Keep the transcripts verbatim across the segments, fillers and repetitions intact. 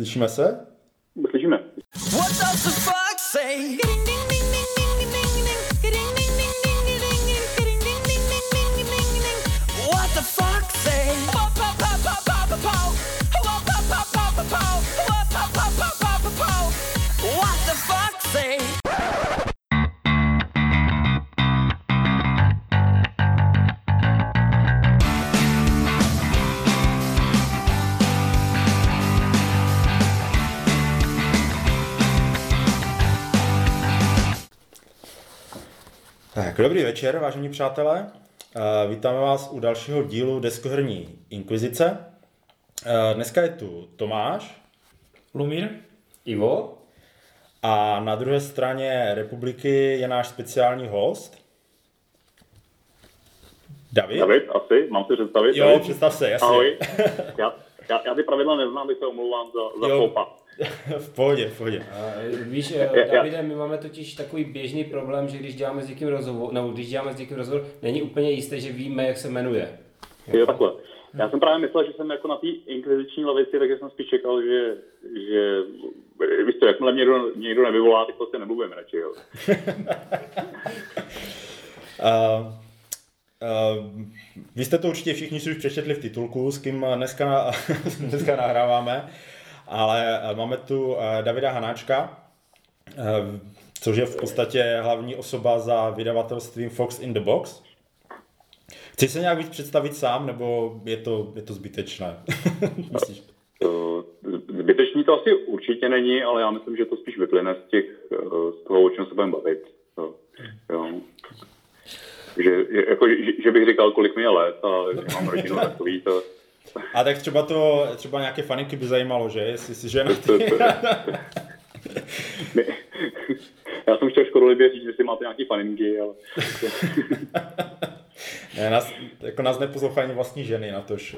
Slyšíme se? Slyšíme. What does the fuck say? What the fuck say? What the fuck say? Tak, dobrý večer, vážení přátelé. Vítáme vás u dalšího dílu deskoherní inkvizice. Dneska je tu Tomáš, Lumír, Ivo a na druhé straně republiky je náš speciální host David. David, asi, mám si představit. Jo, David? představ se, jasně. Ahoj. Já, já, já ty pravidla neznám, bych se omlouvám za, za koupa. V pohodě, v pohodě. Uh, víš, Davide, my máme totiž takový běžný problém, že když děláme s někým rozhovor, nebo když děláme s někým rozhovor, není úplně jisté, že víme, jak se jmenuje. Jo, takhle. Já jsem právě myslel, že jsem jako na té inkviziční lavici, takže jsem spíš čekal, že, že víš co, jakmile mě někdo, někdo nevyvolá, tak prostě nemluvím radši, jo. uh, uh, vy jste to určitě všichni si už přečetli v titulku, s kým dneska, na, dneska nahráváme. Ale máme tu Davida Hanáčka, což je v podstatě hlavní osoba za vydavatelstvím Fox in the Box. Chceš se nějak víc představit sám, nebo je to, je to zbytečné? Myslíš? Zbytečný to asi určitě není, ale já myslím, že to spíš vyplyne z, těch, z toho, o čem se budeme bavit. Jo. Jo. Že, jako, že, že bych říkal, kolik mi je let a že mám rodinu takový to. A tak třeba to, třeba nějaké faninky by zajímalo, že? Jestli si ženatý. Já jsem chtěl škodolibě říct, že si máte nějaký faninky, ale... ne, nás, jako nás neposlouchají ani vlastní ženy na tož.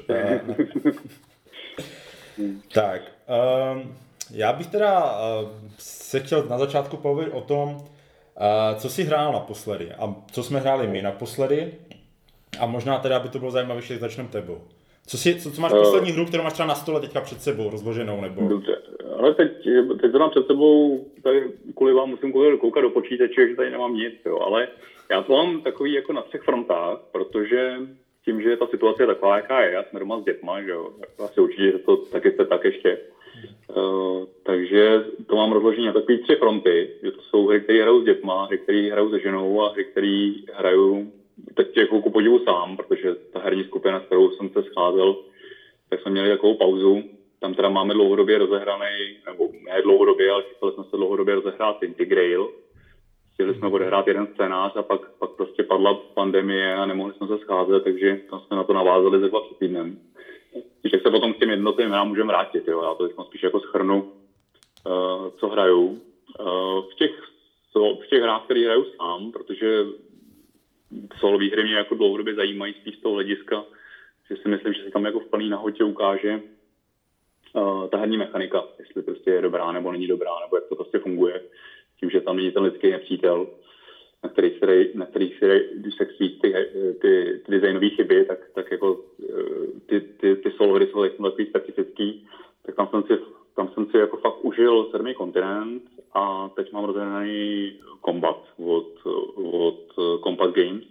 Tak, um, já bych teda uh, se chtěl na začátku povědět o tom, uh, co jsi hrál naposledy a co jsme hráli my naposledy. A možná teda by to bylo zajímavější, že začneme tebou. Co, si, co, co máš poslední hru, kterou máš třeba na stole teďka před sebou, rozloženou, nebo? Dobře, ale teď, teď to mám před sebou, tady kvůli vám musím koukat do počítače, že tady nemám nic, jo, ale já to mám takový jako na třech frontách, protože tím, že ta situace je taková, jaká je, já jsem doma s dětma, že jo, asi určitě, že to taky jste tak ještě, uh, takže to mám rozložené na takový tři fronty, že to jsou hry, které hraju s dětma, hry, které hraju se ženou a hry, které hraju teď tě chvilku podivu sám, protože ta herní skupina, s kterou jsem se scházel, tak jsme měli takovou pauzu. Tam teda máme dlouhodobě rozehraný, nebo ne dlouhodobě, ale chtěli jsme se dlouhodobě rozehrát Intigrail. Chtěli jsme odehrát jeden scénář a pak, pak prostě padla pandemie a nemohli jsme se scházet, takže tam jsme na to navázali ze dva před týdnem. Takže se potom k těm jednotlivým hrám můžeme vrátit, jo. Já to teď spíš jako shrnu, uh, co hraju. Uh, v, těch, so, v těch hrách, které hraju sám, protože solové hry mě jako dlouhodobě zajímají spíš z toho hlediska, že si myslím, že se tam jako v plný nahotě ukáže uh, ta herní mechanika, jestli prostě je dobrá nebo není dobrá, nebo jak to prostě funguje. Tím, že tam není ten lidský nepřítel, na který se, na který se když se chcí ty, ty, ty designové chyby, tak, tak jako ty, ty, ty solo hry jsou takový specifický, tak tam jsem si, tam jsem si jako fakt užil sedmý kontinent a teď mám rozhraný Combat od, od Compass Games.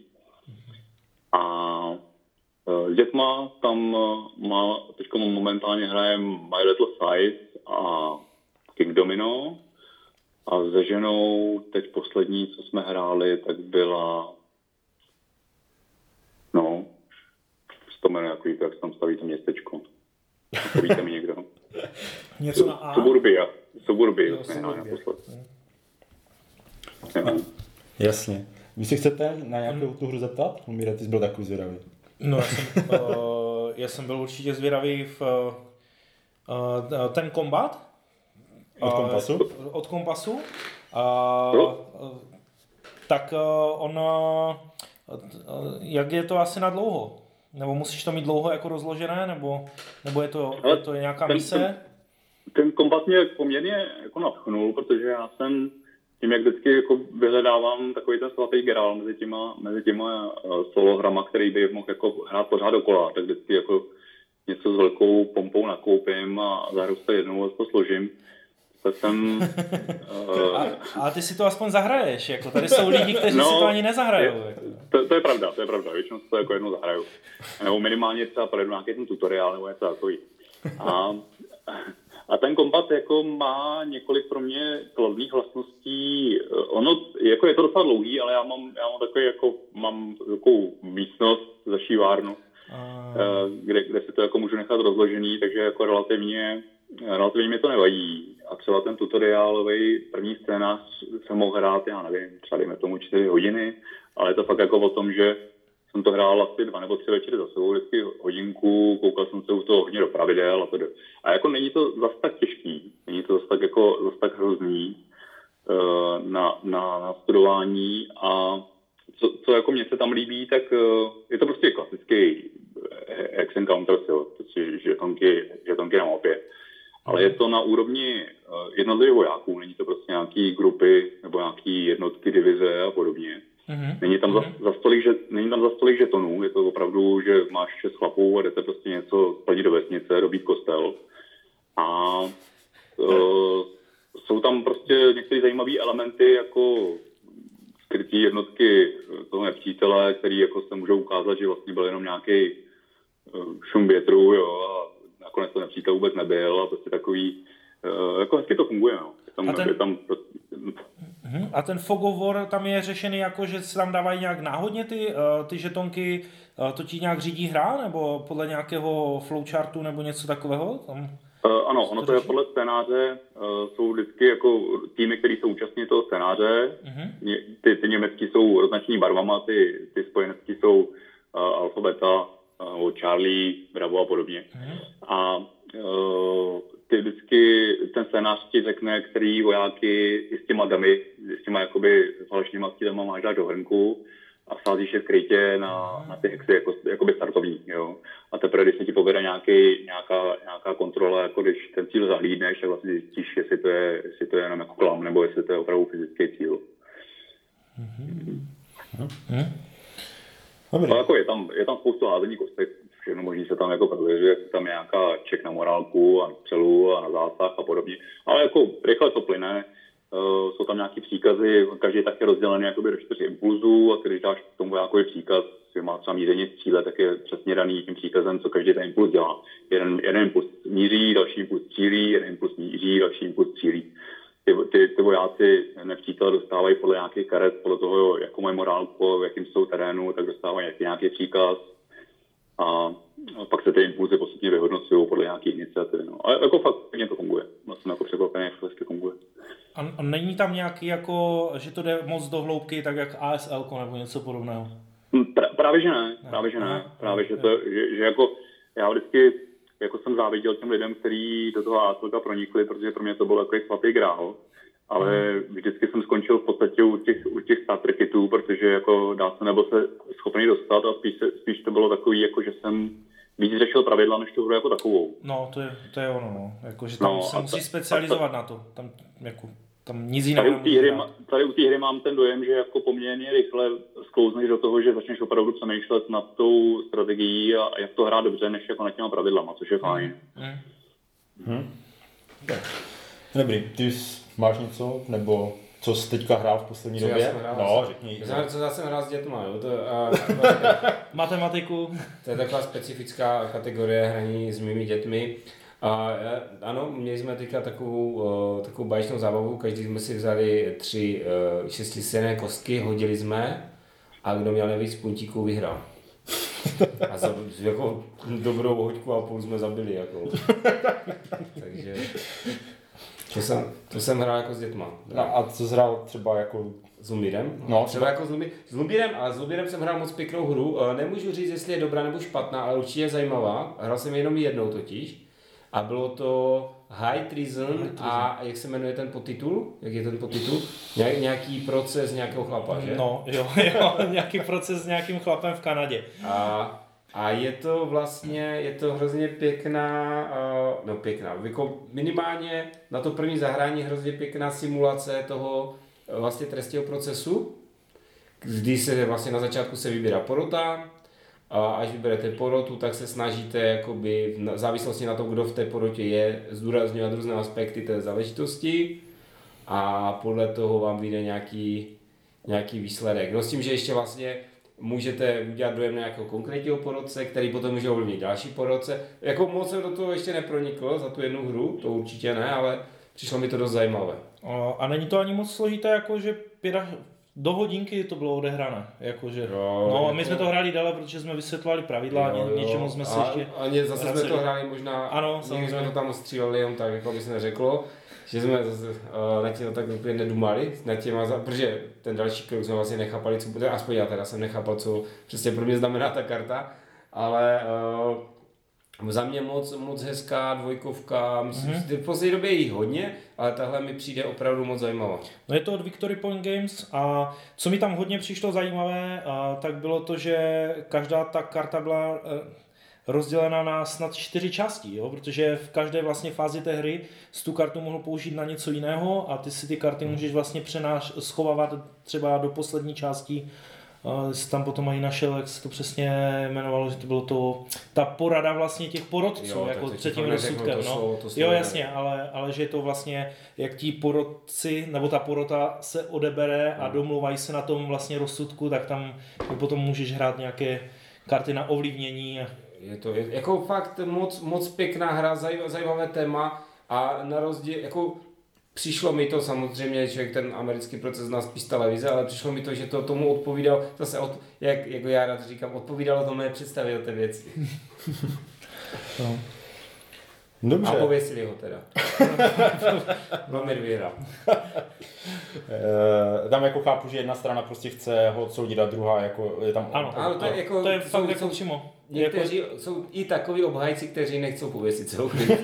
A s dětma tam má, teďko momentálně hrajem My Little Size a King Domino. A se ženou teď poslední, co jsme hráli, tak byla, no, vzpomenu, jak víte, jak se tam staví to městečko. Víte mi někdo? Něco na A? Suburbia. Suburbia. Jo, Suburbia. Jasně. Vy si chcete na nějakou tu hru zeptat? Umíra, ty jsi byl takový zvědavý. No, já jsem, uh, já jsem byl určitě zvědavý v uh, ten Combat. Od Kompasu? Uh, od Kompasu. Uh, uh, tak uh, on, uh, uh, jak je to asi na dlouho? Nebo musíš to mít dlouho jako rozložené, nebo, nebo je, to, je to nějaká ten, mise? Ten, ten Kombat mě poměrně jako nadchnul, protože já jsem tím, jak vždycky jako vyhledávám takový ten svatý grál mezi těma, mezi těma uh, solo hrama, který by mohl jako hrát pořád dokola, tak vždycky jako něco s velkou pompou nakoupím a zahraju se jednou a to složím. Tak jsem... uh... a, a ty si to aspoň zahraješ, jako tady jsou lidi, kteří no, si to ani nezahrajou. Je, to, to je pravda, to je pravda, většinou si to jako jednou zahraju. Nebo minimálně třeba projedu nějaký ten tutoriál nebo něco takový. A, a ten kompat jako má několik pro mě kladných vlastností. Ono, jako je to docela dlouhý, ale já mám, já mám takový jako, mám takovou místnost, zašívárnu, a... kde, kde si to jako můžu nechat rozložený, takže jako relativně relativně mi to nevadí. A třeba ten tutoriálový první scénář jsem mohl hrát, já nevím, třeba dejme tomu čtyři hodiny, ale je to fakt jako o tom, že jsem to hrál asi dva nebo tři večery za sebou, vždycky hodinku, koukal jsem se u toho hodně do pravidel a to. A jako není to zas tak těžký, není to zas tak jako zas tak hrozný uh, na, na, na studování a co, co jako mě se tam líbí, tak uh, je to prostě klasický Hex and Counters, jo, prostě žetonky, žetonky na mapě. Ale je to na úrovni uh, jednotlivých vojáků, není to prostě nějaký grupy nebo nějaký jednotky, divize a podobně. Mm-hmm. Není tam za, za stolik, že, není tam za stolik žetonů, je to opravdu, že máš šest chlapů a jdete prostě něco spladit do vesnice, dobít kostel. A uh, jsou tam prostě některé zajímavé elementy, jako skrytý jednotky toho nepřítele, který jako se můžou ukázat, že vlastně byl jenom nějaký uh, šum větru, jo, a nakonec to nepřítel vůbec nebyl a prostě takový, uh, jako hezky to funguje, no. Tam, a, ten, je tam prostě... a ten Fog of War tam je řešený jako, že se tam dávají nějak náhodně ty, uh, ty žetonky, uh, to ti nějak řídí hra, nebo podle nějakého flowchartu nebo něco takového? Tam... Uh, ano, ono to, to je podle scénáře, uh, jsou vždycky jako týmy, které jsou účastní toho scénáře, uh-huh. ty, ty německý jsou roznační barvama, ty, ty spojenecký jsou uh, alfa, beta, uh, Charlie, Bravo a podobně. Uh-huh. A uh, ty vždycky, ten scénář ti řekne, který vojáky i s těma damy, s těma jakoby falešnýma stýlema máš dát do hrnku a sázíš je v krytě na, na ty hexy jako, jakoby startovní, jo. A teprve, když se ti povede nějaký, nějaká, nějaká kontrola, jako když ten cíl zahlídneš, tak vlastně zjistíš, jestli to je, jestli to je jenom jako klam, nebo jestli to je opravdu fyzický cíl. Mm-hmm. Mm-hmm. Ale jako je tam, je tam spoustu házení kostek, všechno možný se tam jako prověřuje, tam je nějaká ček na morálku a na střelu a na zásah a podobně. Ale jako rychle to plyne, uh, jsou tam nějaký příkazy, každý je také rozdělený jakoby do čtyři impulzů a když dáš tomu vojákovi příkaz, že má třeba míření stříle, tak je přesně daný tím příkazem, co každý ten impuls dělá. Jeden, jeden impuls míří, další impuls střílí, jeden impuls míří, další impuls střílí. Ty, ty, ty vojáci nepřítele dostávají podle nějakých karet, podle toho, jakou mají morálku, v jakým jsou terénu, tak dostávají nějaký, nějaký příkaz. A, a pak se ty impulzy postupně vyhodnocují podle nějaké iniciativy. No. Ale jako fakt mě to funguje. Já jsem jako překvapený, jak to hezky funguje. A, a není tam nějaký jako, že to jde moc do hloubky, tak jak A S L nebo něco podobného? Pra, právě že ne, ne. právě že ne. Právě že to, že, že jako já vždycky jako jsem záviděl těm lidem, kteří do toho A S L pronikli, protože pro mě to bylo takový svatý grál. Ale vždycky jsem skončil v podstatě u těch, u těch starter kitů, protože jako dál se nebyl se schopný dostat a spíš, se, spíš to bylo takový, jako že jsem víc řešil pravidla, než tu hru jako takovou. No, to je, to je ono, no. Jako, že tam no, se musí ta, specializovat ta, na to. Tam, jako, tam nic jiného tady, u té hry, tady u té hry mám ten dojem, že jako poměrně rychle sklouzneš do toho, že začneš opravdu přemýšlet nad tou strategií a jak to hrát dobře, než jako nad těma pravidlama, což je fajn. Hmm. Hmm. Dobrý, ty máš něco, nebo co jsi teďka hrál v poslední co době? Hrál, no, řekni. Já, co já jsem hrál s dětma, jo? To, a, matematiku. To je taková specifická kategorie hraní s mými dětmi. A ano, měli jsme teďka takovou, takovou báječnou zábavu, každý jsme si vzali tři šestistěnné kostky, hodili jsme a kdo měl nejvíc puntíků, vyhrál. A za jako dobrou hoďku a půl jsme zabili, jako. Takže to jsem, to jsem hrál jako s dětma. No a co jsi hrál třeba jako s Lumírem? No, třeba jako s, Lumí, s Lumírem, ale s Lumírem jsem hrál moc pěknou hru. Nemůžu říct, jestli je dobrá nebo špatná, ale určitě je zajímavá. Hrál jsem jenom jednou totiž. A bylo to High Treason a jak se jmenuje ten podtitul? Jak je ten podtitul? Nějak, nějaký proces nějakého chlapa, že? No, jo, jo, nějaký proces s nějakým chlapem v Kanadě. A, a je to vlastně, je to hrozně pěkná, uh, no pěkná, jako minimálně na to první zahrání hrozně pěkná simulace toho vlastně trestního procesu, kdy se vlastně na začátku se vybírá porota, A až vyberete porotu, tak se snažíte jakoby v závislosti na tom, kdo v té porotě je, zdůrazňovat různé aspekty té záležitosti a podle toho vám vyjde nějaký, nějaký výsledek. No s tím, že ještě vlastně můžete udělat dojem na nějakého konkrétního porotce, který potom může ovlivnit další porotce. Jako moc jsem do toho ještě nepronikl za tu jednu hru, to určitě ne, ale přišlo mi to dost zajímavé. A není to ani moc složité, jakože pěra... do hodinky to bylo odehrané, jakože, jo, no jako... my jsme to hráli déle, protože jsme vysvětlovali pravidla, jo, jo. Něčemu jsme se ještě... A, a zase vraceli. Jsme to hráli možná, ano, někdy jsme to tam ostříleli, jen tak, jako by se neřeklo, že jsme zase uh, na tím tak úplně nedumali, na těma, protože ten další krok jsme vlastně nechápali, co bude, aspoň já teda jsem nechápal, co přesně pro mě znamená ta karta, ale uh, za mě moc, moc hezká dvojkovka, myslím, mm-hmm. že v poslední době je jí hodně, ale tahle mi přijde opravdu moc zajímavá. No je to od Victory Point Games a co mi tam hodně přišlo zajímavé, a, tak bylo to, že každá ta karta byla rozdělena na snad čtyři části, jo? Protože v každé vlastně fázi té hry si tu kartu mohl použít na něco jiného a ty si ty karty můžeš vlastně přenáš, schovávat třeba do poslední části. Jsi tam potom i našel, jak se to přesně jmenovalo, že to bylo to, ta porada vlastně těch porodců, jo, jako třetím rozsudkem, no. Slovo, jo, jasně, ale, ale že je to vlastně, jak ti porodci, nebo ta porota se odebere a domluvají se na tom vlastně rozsudku, tak tam potom můžeš hrát nějaké karty na ovlivnění. Je to je, jako fakt moc, moc pěkná hra, zajímavé téma a na rozdíl, jako přišlo mi to samozřejmě, že ten americký proces zná spíš televize, ale přišlo mi to, že to tomu odpovídalo, zase od, jak jako já rád říkám, odpovídalo to mé představě o té věci. No. Dobře. A pověsili ho teda. Vladimír vyhrál. E, tam jako chápu, že jedna strana prostě chce ho odsoudit a druhá jako je tam... Ano, ano to je, jako, to je fakt jako jsou, přímo. Někteří jako... jsou i takoví obhájci, kteří nechcou pověsit celou hru.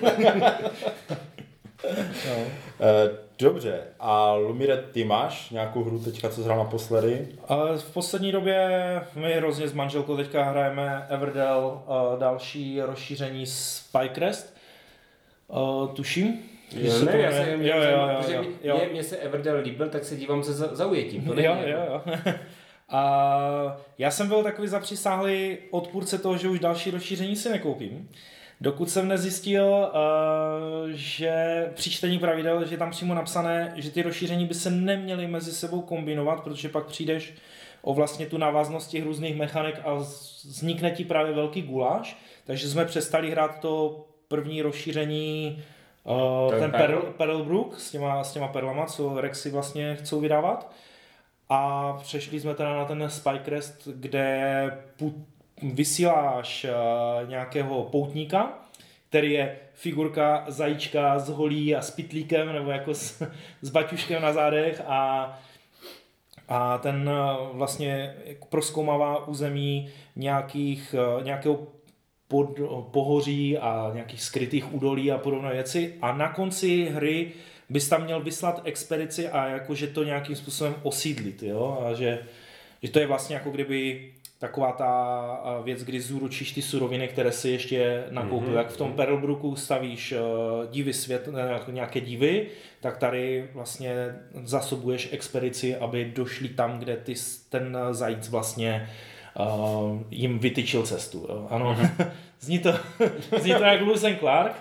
No. E, dobře, a Lumire, ty máš nějakou hru teďka, co zhrál naposledy? Ale v poslední době my hrozně s manželkou teďka hrajeme Everdell, další rozšíření Spycrest, tuším. Jo, ne, já jsem jo, jo, jo, protože jo, mě, jo. Mě, mě se Everdell líbil, tak se dívám se za, zaujetím. To jo, jo, jo. A já jsem byl takový zapřisáhlý odpůrce toho, že už další rozšíření si nekoupím. Dokud jsem nezjistil, uh, že při čtení pravidel, že je tam přímo napsané, že ty rozšíření by se neměly mezi sebou kombinovat, protože pak přijdeš o vlastně tu návaznost těch různých mechanik a vznikne ti právě velký guláš. Takže jsme přestali hrát to první rozšíření, uh, ten Perl, Perlbrook s těma, s těma perlama, co Rexy vlastně chcou vydávat. A přešli jsme teda na ten Spycrest, kde put, vysíláš uh, nějakého poutníka, který je figurka zajíčka s holí a s pytlíkem nebo jako s, s baťuškem na zádech a, a ten uh, vlastně prozkoumává území nějakých, uh, nějakého pod, pohoří a nějakých skrytých údolí a podobné věci a na konci hry bys tam měl vyslat expedici a jakože to nějakým způsobem osídlit, jo? A že, že to je vlastně jako kdyby taková ta věc, kdy zúročíš ty suroviny, které si ještě nakoupil. Mm-hmm. Jak v tom Perlbrooku stavíš uh, divy svět, nějaké divy, tak tady vlastně zasobuješ expedici, aby došli tam, kde ty, ten zajíc vlastně uh, jim vytyčil cestu. Jo? Ano, mm-hmm. zní, to, zní to jak Lewis and Clark.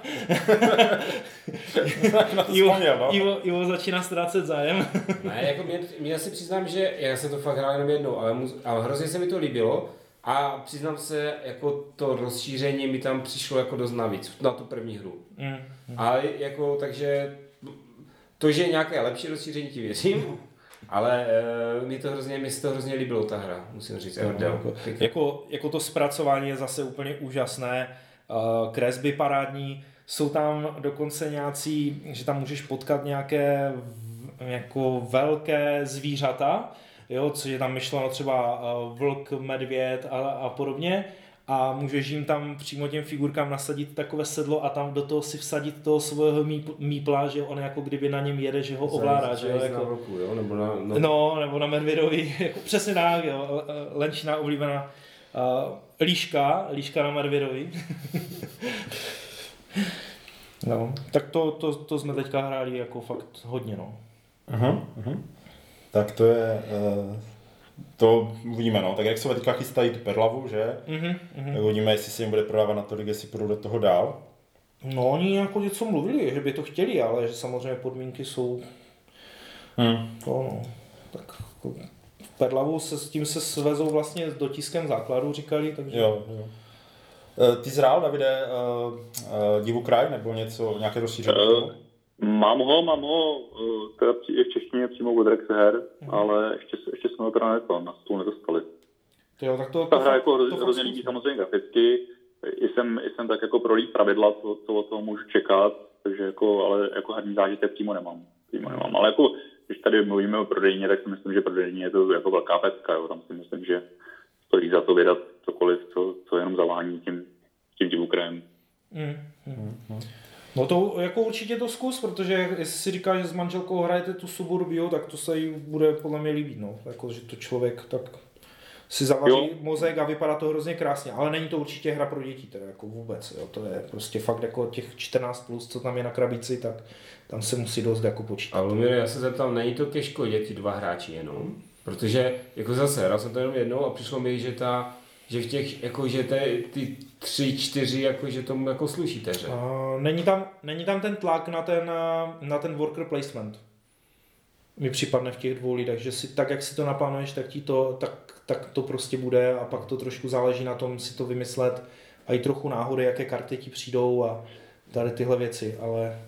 Ivo, no. Ivo, Ivo začíná ztrácet zájem. Ne, jako mě, mě si přiznám, že já jsem to fakt hrál jenom jednou, ale, mu, ale hrozně se mi to líbilo a přiznám se, jako to rozšíření mi tam přišlo jako dost navíc na tu první hru. Mm, mm. Ale jako, takže to, že je nějaké lepší rozšíření, ti věřím, ale e, mi to hrozně, mi se to hrozně líbilo ta hra, musím říct. No, jako, jako, jako to zpracování je zase úplně úžasné, uh, kresby parádní, jsou tam dokonce nějací, že tam můžeš potkat nějaké jako velké zvířata, jo, což je tam myšleno třeba vlk, medvěd a, a podobně a můžeš jim tam přímo těm figurkám nasadit takové sedlo a tam do toho si vsadit toho svého mípla, že on jako kdyby na něm jede, že ho ovládá, že jo, jako, vlku, jo? Nebo na, no. no, nebo na medvědovi, jako přesně tak, jo, Lenčina oblíbená uh, líška, líška na medvědovi. No, tak to, to, to jsme teďka hráli jako fakt hodně, no. Aha, aha. Tak to je uh, To uvidíme, no. Tak jak se teďka chystají tu Perlavu, že? Mm-hmm, mm-hmm. Tak uvidíme, jestli se jim bude prodávat natolik, jestli půjdou do toho dál. No oni jako něco mluvili, že by to chtěli, ale že samozřejmě podmínky jsou... Hmm. To, no. Tak Perlavu se s tím se svezou vlastně s dotiskem základu, říkali, takže... Jo, jo. Ty jsi hrál, Davide, uh, uh, Divu kraj nebo něco, nějaké rozšíření? Uh, mám ho, mám ho, uh, teda je v češtině přímo od Rexher, mm. ale ještě, ještě jsme ho teda nedostali, na stůl nedostali. Jo, tak to, Ta to hra fakt, jako to hrozně fakt líbí samozřejmě graficky, i jsem, i jsem tak jako prolít pravidla, co, co od toho můžu čekat, takže jako, ale jako herní zážitek přímo nemám, přímo nemám, ale jako když tady mluvíme o prodejně, tak si myslím, že prodejně je to jako velká pecka, jo. Tam si myslím, že stojí za to vydat cokoliv, co, co jenom zavání tím, tím Divu krajem. Mm, mm. No to jako určitě to zkus, protože jestli si říkáš, že s manželkou hrajete tu Suburbio, tak to se jí bude podle mě líbit, no. Jako, že to člověk tak si zavaří jo. mozek a vypadá to hrozně krásně, ale není to určitě hra pro děti, teda jako vůbec, jo. To je prostě fakt jako těch čtrnáct plus, co tam je na krabici, tak tam se musí dost jako počítat. A Lumír, já se zeptal, není to ke škodě ti dva hráči jenom? Protože jako zase, hrál jsem to jenom jednou a přišlo mi, že ta, že v těch, jako že ty, ty tři, čtyři, jako že tomu jako sluší té hře. Uh, není tam, není tam ten tlak na ten, na ten worker placement. Mi připadne v těch dvou lidech, že si tak, jak si to naplánuješ, tak ti to, tak, tak to prostě bude a pak to trošku záleží na tom si to vymyslet a i trochu náhody, jaké karty ti přijdou a tady tyhle věci, ale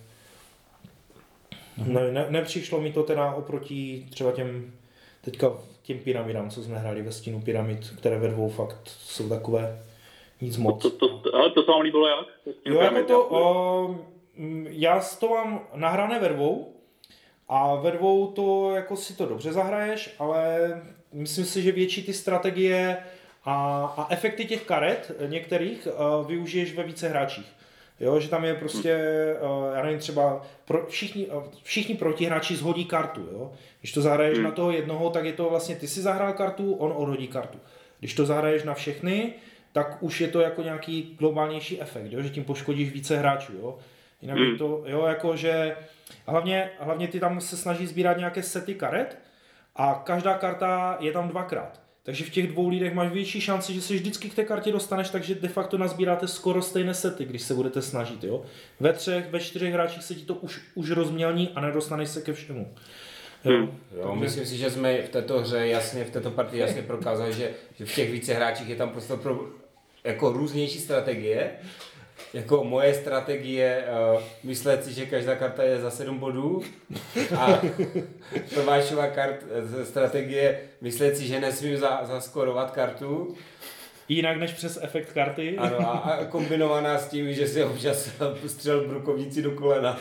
ne, ne, nepřišlo mi to teda oproti třeba těm teďka těm pyramidám, co jsme hráli ve stínu pyramid, které ve dvou fakt jsou takové nic moc. To, to, to, ale to se vám líbilo jak? Jo, jako to, o, já to mám nahrané ve dvou a ve dvou to jako si to dobře zahraješ, ale myslím si, že větší ty strategie a, a efekty těch karet některých uh, využiješ ve více hráčích. Jo, že tam je prostě, uh, já nevím, třeba pro, všichni, uh, všichni protihráči zhodí kartu, jo. Když to zahraješ hmm. na toho jednoho, tak je to vlastně, ty si zahrál kartu, on odhodí kartu. Když to zahraješ na všechny, tak už je to jako nějaký globálnější efekt, jo, že tím poškodíš více hráčů, jo. Jinak hmm. to, jo, jako že, hlavně, hlavně ty tam se snaží sbírat nějaké sety karet a každá karta je tam dvakrát. Takže v těch dvou lidech máš větší šanci, že se vždycky k té kartě dostaneš, takže de facto nazbíráte skoro stejné sety, když se budete snažit. Jo? Ve třech, ve čtyřech hráčích se ti to už, už rozmělní a nedostaneš se ke všemu. Jo, hmm. jo takže... Myslím si, že jsme v této hře jasně, v této partii jasně prokázali, že, že v těch více hráčích je tam prostě pro jako různější strategie. Jako moje strategie, uh, myslet si, že každá karta je za sedm bodů a Tomášova kart, strategie, myslet si, že nesmím za, zaskorovat kartu. Jinak než přes efekt karty. Ano, a, a kombinovaná s tím, že si občas střel brukovnici do kolena.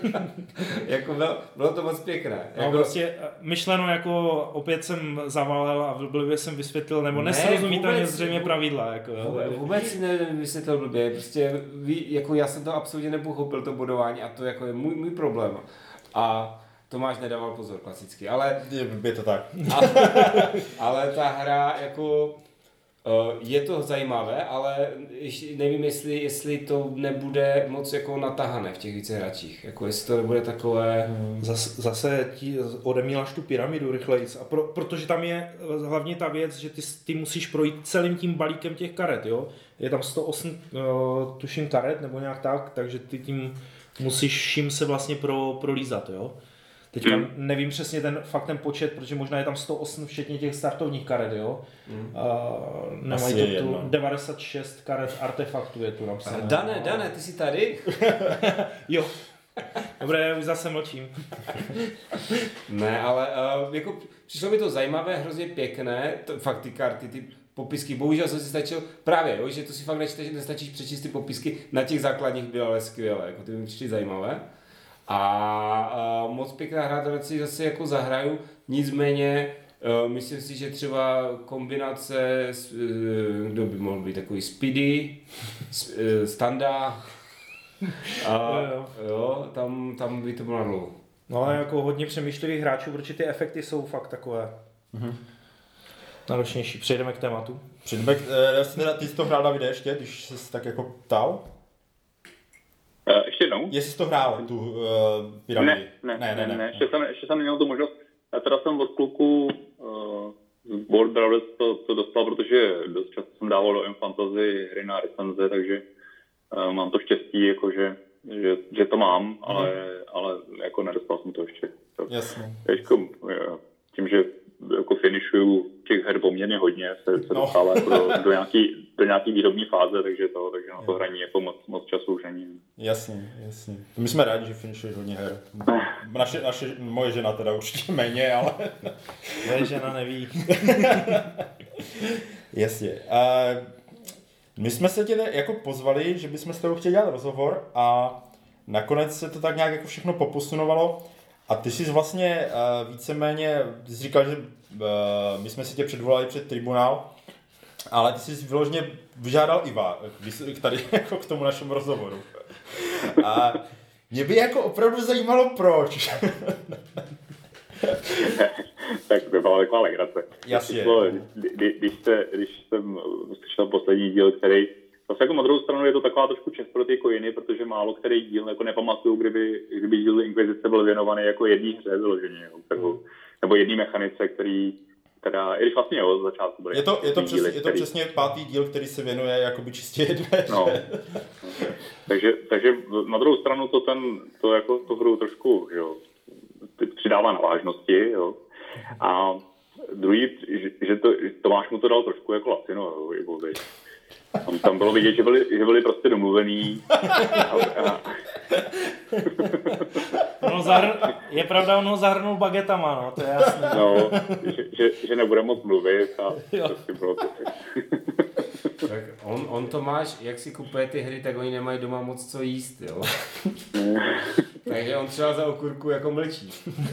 Jako bylo, bylo to moc pěkné. No, jako... prostě myšleno jako opět jsem zavalil a blbě jsem vysvětlil, nebo ne, nesrozumitelně zřejmě pravidla. Jako, vůbec, vůbec si nevysvětlil blbě, prostě ví, jako já jsem to absolutně nepochopil, to bodování a to jako je můj, můj problém. A Tomáš nedával pozor klasicky, ale... Je, je to tak. Ale, ale ta hra jako... Je to zajímavé, ale nevím, jestli, jestli to nebude moc jako natahané v těch více hračích. Jako jestli to nebude takové... Zase, zase ti odemíláš tu pyramidu rychlejc. A pro, protože tam je hlavně ta věc, že ty, ty musíš projít celým tím balíkem těch karet. Jo? Je tam sto osm uh, tuším karet nebo nějak tak, takže ty tím musíš vším se vlastně pro, prolízat. Jo? Teďka mm. nevím přesně ten fakt ten počet, protože možná je tam sto osm včetně těch startovních karet, jo. Mm. Uh, nemají to tu jedno. devadesát šest karet artefaktů je tu napsané. Dane, Dane, ty jsi tady? Jo. Dobré, už zase mlčím. Ne, ale uh, jako přišlo mi to zajímavé, hrozně pěkné, to, fakt ty karty, ty popisky, bohužel jsem si stačil, právě, jo, že to si fakt nečteš, nestačíš přečíst ty popisky, na těch základních bylo ale skvělé, jako ty mi přišly zajímavé. A, a moc pěkná hra, tady si zase jako zahraju, nicméně uh, myslím si, že třeba kombinace, uh, kdo by mohl být takový Speedy, uh, Standa, a, jo, jo, tam, tam by to bylo na dlouho. No ale jako hodně přemýšlivých hráčů, protože ty efekty jsou fakt takové mm-hmm. náročnější. Přejdeme k tématu. Přejdeme k, teda, ty jsi to hrál, Davide, ještě, když jsi tak jako ptal? Uh, ještě jednou? Jestli jsi to hrál, tu uh, pyramidy? Ne, ne, ne, ne, ne. ne. Ještě, jsem, ještě jsem neměl tu možnost. Já teda jsem od kluku uh, Board Brothers to, to dostal, protože dost často jsem dával do M-Fantasy hry na recenze, takže uh, mám to štěstí, jako že, že, že to mám, ale, mm. ale jako nedostal jsem to ještě. Tak, Jasně. Jako, tím, že jako finishuju těch her poměrně hodně, se, se no. dostává jako do, do, nějaký, do nějaký výrobní fáze, takže to, takže na to hraní jako moc, moc času už není. Jasně, jasně. My jsme rádi, že finišuješ hodně her. Naše, naše, moje žena teda určitě méně, ale... Moje žena neví. Jasně. Uh, my jsme se tě jako pozvali, že bychom s tebou chtěli dělat rozhovor a nakonec se to tak nějak jako všechno poposunovalo. A ty jsi vlastně uh, víceméně, ty jsi říkal, že uh, my jsme si tě předvolali před tribunál, ale ty jsi vyloženě vyžádal Iva tady jako k tomu našemu rozhovoru. A mě by jako opravdu zajímalo, proč. Tak to byla taková legrace. Jasně. Když, když, jste, když jsem slyšel poslední díl, který zase jako na druhou stranu je to taková trošku čest pro ty coiny, protože málo který díl jako nepamatuju, kdyby, kdyby díl Inkvizice byl věnovaný jako jedné hře vyloženě, mm. nebo jedné mechanice, který teda, i když vlastně jo, z začátku byly. Je to, je to, přes, díly, je to který... přesně pátý díl, který se věnuje jakoby čistě jedné. No. takže, takže na druhou stranu to ten, to jako to hru trošku, jo, přidává na vážnosti, jo. A druhý, že, že to, Tomáš mu to dal trošku jako lacino, jo, jako teď. Tam, tam bylo vidět, že byli, že byli prostě domluvený. A, a... No, zahr... Je pravda, on ho zahrnul bagetama, no, to je jasné. No, že, že, že nebude moc mluvit a prostě bylo to. Tak on, on Tomáš, jak si kupuje ty hry, tak oni nemají doma moc co jíst, jo. Takže on třeba za okurku jako mlčí.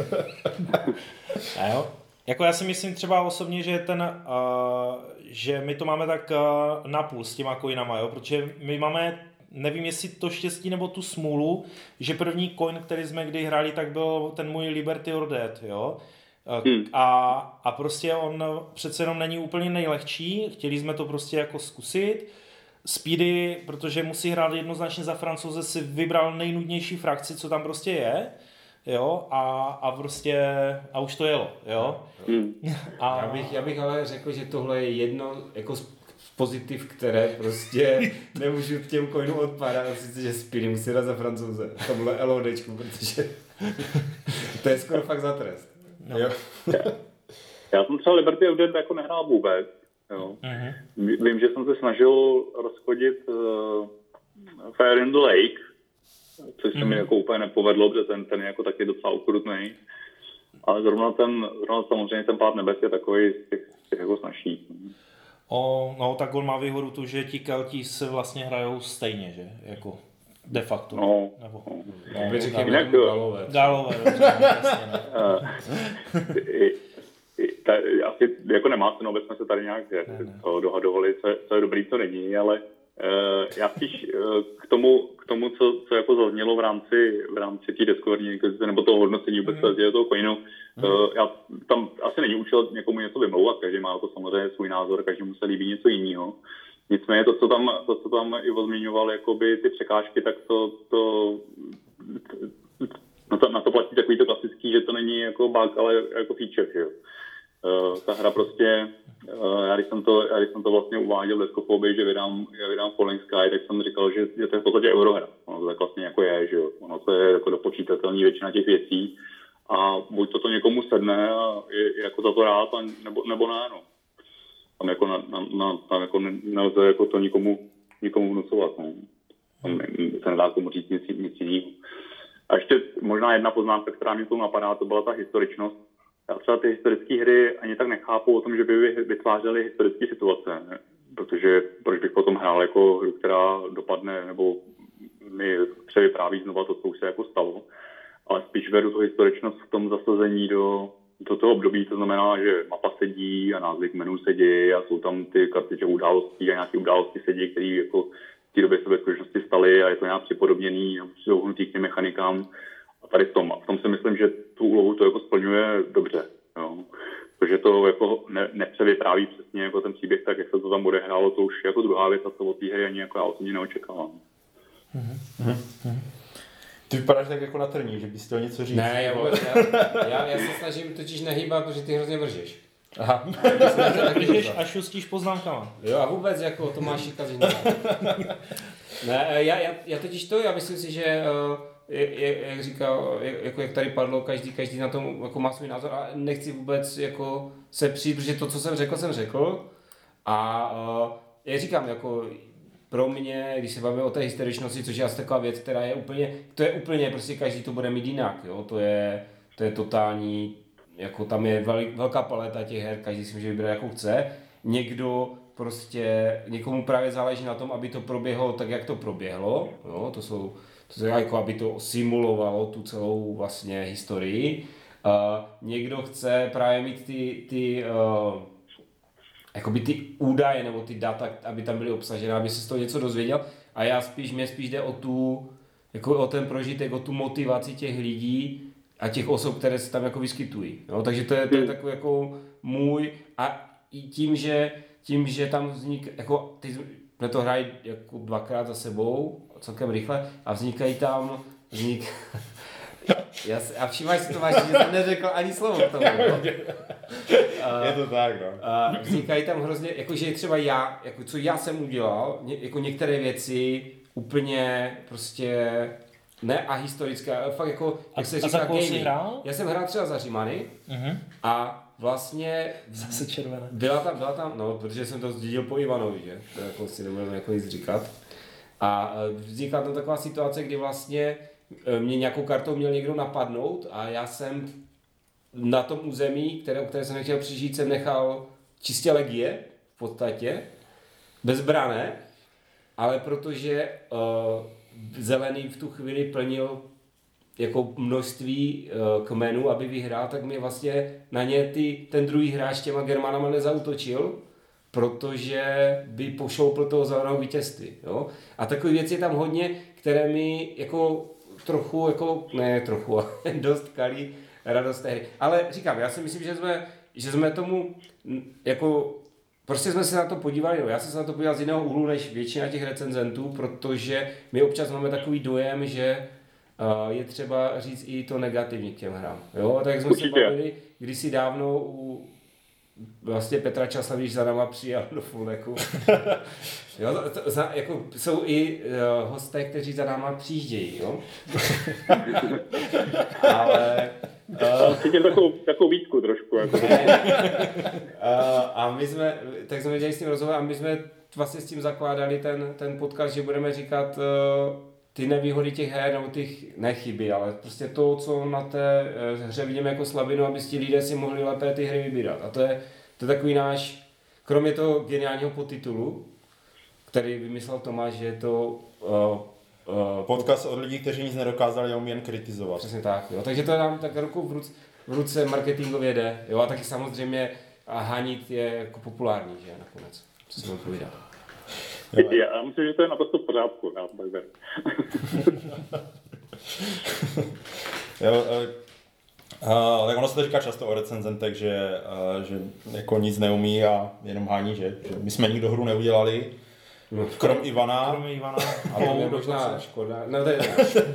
A jo. Jako já si myslím třeba osobně, že ten, uh, že my to máme tak uh, napůl s těma coinama, jo, protože my máme, nevím jestli to štěstí nebo tu smůlu, že první coin, který jsme kdy hráli, tak byl ten můj Liberty or Dead, jo. Uh, hmm. a, a prostě on přece jenom není úplně nejlehčí, chtěli jsme to prostě jako zkusit. Speedy, protože musí hrát jednoznačně za Francouze, si vybral nejnudnější frakci, co tam prostě je. Jo, a, a prostě, a už to jelo, jo. Hmm. A... Já, bych, já bych ale řekl, že tohle je jedno jako z pozitiv, které prostě nemůžu těm coinům odpadat, a sice, že Speedy musí dát za Francouze, tohle LODčku, protože to je skoro fakt za trest. No. Jo. Já jsem třeba Liberty of Dead jako nehrál vůbec, jo. Uh-huh. Vím, že jsem se snažil rozchodit uh, Fire in the Lake, což se mm. mi jako úplně nepovedlo, protože ten, ten je jako taky docela ukrutnej. Ale zrovna ten, zrovna samozřejmě ten Pád nebes je takový z těch, těch jako snažší. O, no tak on má výhodu tu, že ti Kelti se vlastně hrajou stejně, že? Jako de facto. No. Nebo, no. no, no řekněme jinak Galové. Galové, dobře, jasně, no. Ta, asi jako nemá cenu, aby jsme se tady nějak ne, ne. dohadovali, co je, co je dobrý, co není, ale uh, já spíš uh, k tomu, k tomu co, co jako zaznělo v rámci, v rámci té deskování, nebo toho hodnocení vůbec mm. toho coinu, mm. uh, já, tam asi není účel někomu něco vymlouvat, každý má to samozřejmě svůj názor, každému se líbí něco jiného. Nicméně to, co tam, to, co tam Ivo zmiňoval, jakoby ty překážky, tak to, to, na to, na to platí takový to klasický, že to není jako bug, ale jako feature, jo. Uh, ta hra prostě, uh, já, když jsem to, já když jsem to vlastně uváděl v Deskofobii, že vydám, já vydám Falling Sky, tak jsem říkal, že, že to je v podstatě eurohra. Ono to tak vlastně jako je, že jo. Ono to je jako dopočítatelný většina těch věcí a buď to, to někomu sedne a je, je jako za to rád, a nebo, nebo ne, no. Tam jako, na, na, na, tam jako nelze jako to nikomu, nikomu vnucovat, no. Tam se nedá tomu říct nic, nic jiného. A ještě možná jedna poznámka, která mě tomu napadá, to byla ta historičnost. Já třeba ty historické hry ani tak nechápu o tom, že by vytvářely historické situace, ne? Protože proč bych potom hrál jako hru, která dopadne nebo mi převypráví znova to, co už se jako stalo, ale spíš vedu tu historičnost v tom zasazení do, do toho období, to znamená, že mapa sedí a názvy kmenů sedí a jsou tam ty karty těch událostí a nějaké události sedí, které jako v té době se ve skutečnosti staly a je to nějak připodobněný, souhnutý k těm mechanikám. A tady v tom. A v tom si myslím, že tu úlohu to jako splňuje dobře. Jo. Protože to jako ne, nepřevypráví přesně jako ten příběh, tak jak se to tam bude hrálo, to už jako druhá věc a to od té hry ani jako já osobně neočekávám. Mm-hmm. Ty vypadáš tak jako na trní, že bys chtěl něco říct. Ne, já, vůbec, já, já, já se snažím totiž nehýbat, protože ty hrozně vržeš. Aha. Běžeš a šustíš poznámkama. Jo a vůbec jako Tomáši Kazina. Ne, já, já, já totiž to, já myslím si, že jak, jak říkal, jako jak tady padlo, každý, každý na tom jako má svůj názor a nechci vůbec jako se přijít, protože to, co jsem řekl, jsem řekl. A já říkám, jako pro mě, když se bavíme o té historičnosti, což je asi taková věc, která je úplně, to je úplně, prostě každý to bude mít jinak, jo, to je, to je totální, jako tam je vel, velká paleta těch her, každý si může vybrat, jakou chce. Někdo prostě, někomu právě záleží na tom, aby to proběhlo tak, jak to proběhlo, jo, to jsou, to jsou jako, aby to simulovalo tu celou vlastně historii. Uh, někdo chce právě mít ty, ty uh, jakoby ty údaje nebo ty data, aby tam byly obsažené, aby se z toho něco dozvěděl. A já spíš, mě spíš jde o tu, jako o ten prožitek, o tu motivaci těch lidí a těch osob, které se tam jako vyskytují. Jo? Takže to je, to je takový jako můj a i tím, že, tím, že tam vznik, jako ty jsme to hrají jako dvakrát za sebou, celkem rychle a vznikají tam, vznik... Já si, a všimáš si to máš, že jsem neřekl ani slovo k tomu. No? A, je to tak, no. A vznikají tam hrozně, jakože třeba já, jako co já jsem udělal, ně, jako některé věci úplně prostě ne a historické, ale fakt jako, jak se a říká gaming. Já jsem hrál třeba za Římany uh-huh. a vlastně zase červené. Byla tam, byla tam, no, protože jsem to zdědil po Ivanovi, že? To jako si nebudeme jako nic říkat. A vznikla tam taková situace, kdy vlastně mě nějakou kartou měl někdo napadnout a já jsem na tom území, které, o které jsem nechtěl přežít, jsem nechal čistě legie v podstatě, bezbrané, ale protože uh, zelený v tu chvíli plnil jako množství uh, kmenů, aby vyhrál, tak mi vlastně na ně ty, ten druhý hráč těma Germanama nezautočil, protože by pošoupl toho zeleného vítězství. Jo? A takových věcí je tam hodně, které mi jako trochu, jako, ne trochu, ale dost kalí radost té hry. Ale říkám, já si myslím, že jsme, že jsme tomu, jako, prostě jsme se na to podívali, no, já jsem se na to podíval z jiného úhlu než většina těch recenzentů, protože my občas máme takový dojem, že uh, je třeba říct i to negativní k těm hrám. Jo, tak jak jsme se bavili kdysi dávno u vlastně Petra Časla, když za náma přijal do Fulneku. Jo, to, to, za, jako, jsou i uh, hosté, kteří za náma přijíždějí, jo. Ale... Uh, Cítím takovou, takovou výtku trošku. Jako. uh, a my jsme, tak jsme dělali s tím rozhovor a my jsme vlastně s tím zakládali ten, ten podcast, že budeme říkat uh, ty nevýhody těch her, nebo těch nechyby, ale prostě to, co na té hře vidíme jako slabinu, aby ti lidé si mohli lépe ty hry vybírat. A to je, to je takový náš, kromě toho geniálního podtitulu, který vymyslel Tomáš, že je to uh, uh, podcast od lidí, kteří nic nedokázali, jenom jen kritizovat. Přesně tak, jo. Takže to je nám tak ruku v ruce, v ruce marketingově jde, jo, a taky samozřejmě a hanit je jako populární, že nakonec, co si mám povídat. Já myslím, že to je naprosto v pořádku, já to tak beru. Jo, ale ono se to říká často o recenzentech, že, že jako nic neumí a jenom hání, že, že my jsme nikdo hru neudělali, no, krom Ivana. Krom Ivana. A to je možná škoda. No, to je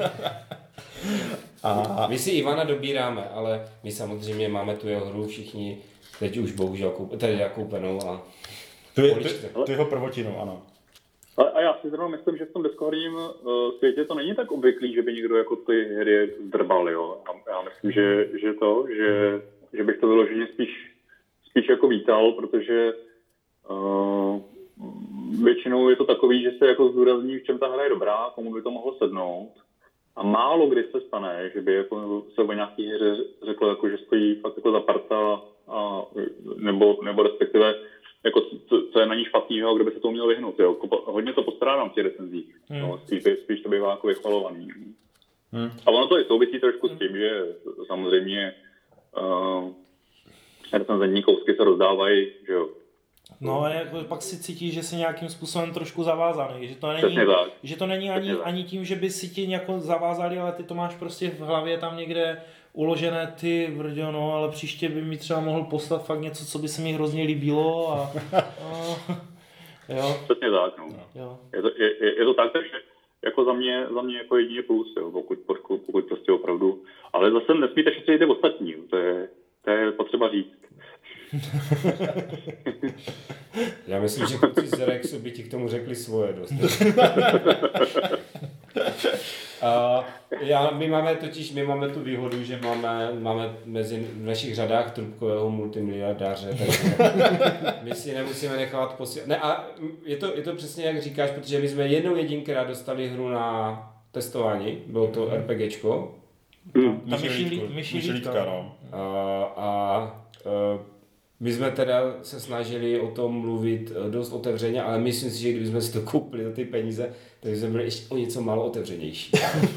a my si Ivana dobíráme, ale my samozřejmě máme tu jeho hru všichni, teď už bohužel tedy koupenou a tu, je, tu, tu jeho prvotinu, ano. A já si zrovna myslím, že v tom deskorním uh, světě to není tak obvyklý, že by někdo jako ty hry zdrbal, jo. A já myslím, že, že to, že, že bych to vyloženě spíš, spíš jako vítal, protože uh, většinou je to takový, že se jako zdůrazní, v čem ta hra je dobrá, komu by to mohlo sednout. A málo kdy se stane, že by jako se o nějaký hře řeklo, jako, že stojí fakt jako za parta, a, nebo, nebo respektive jako co, co je na ní špatného, kdo by se to měl vyhnout. Jo. Hodně to postrádám v těch recenzích. Hmm. No, spíš, spíš to bývá jako vychvalovaný. Hmm. A ono to i souvisí trošku s tím, že samozřejmě uh, recenzentní kousky se rozdávají, že jo. No a jako pak si cítíš, že jsi nějakým způsobem trošku zavázaný, že to není, že to není ani, ani tím, že by si ti nějak zavázali, ale ty to máš prostě v hlavě tam někde uložené, ty brďo, no, ale příště by mi třeba mohl poslat fakt něco, co by se mi hrozně líbilo a, a jo. Přesně tak, no. Jo. Je, to, je, je to tak, takže jako za mě, za mě jako jedině plus, jo, pokud, pokud, pokud prostě opravdu, ale zase nesmíte šetřit ty ostatní, to je, to je potřeba říct. Já myslím, že kluci z Rexu by ti k tomu řekli svoje dost. Uh, já, my máme totiž, my máme tu výhodu, že máme, máme mezi v našich řadách trubkového multimiliardáře, takže my si nemusíme nechávat posílat. Ne, a je to, je to přesně jak říkáš, protože my jsme jednou jedinkrát dostali hru na testování, bylo to RPGčko. Hmm. Ta myšilítka, no. A, a uh, my jsme teda se snažili o tom mluvit dost otevřeně, ale myslím si, že kdybychom si to koupili za ty peníze, tak jsme byli ještě o něco málo otevřenější.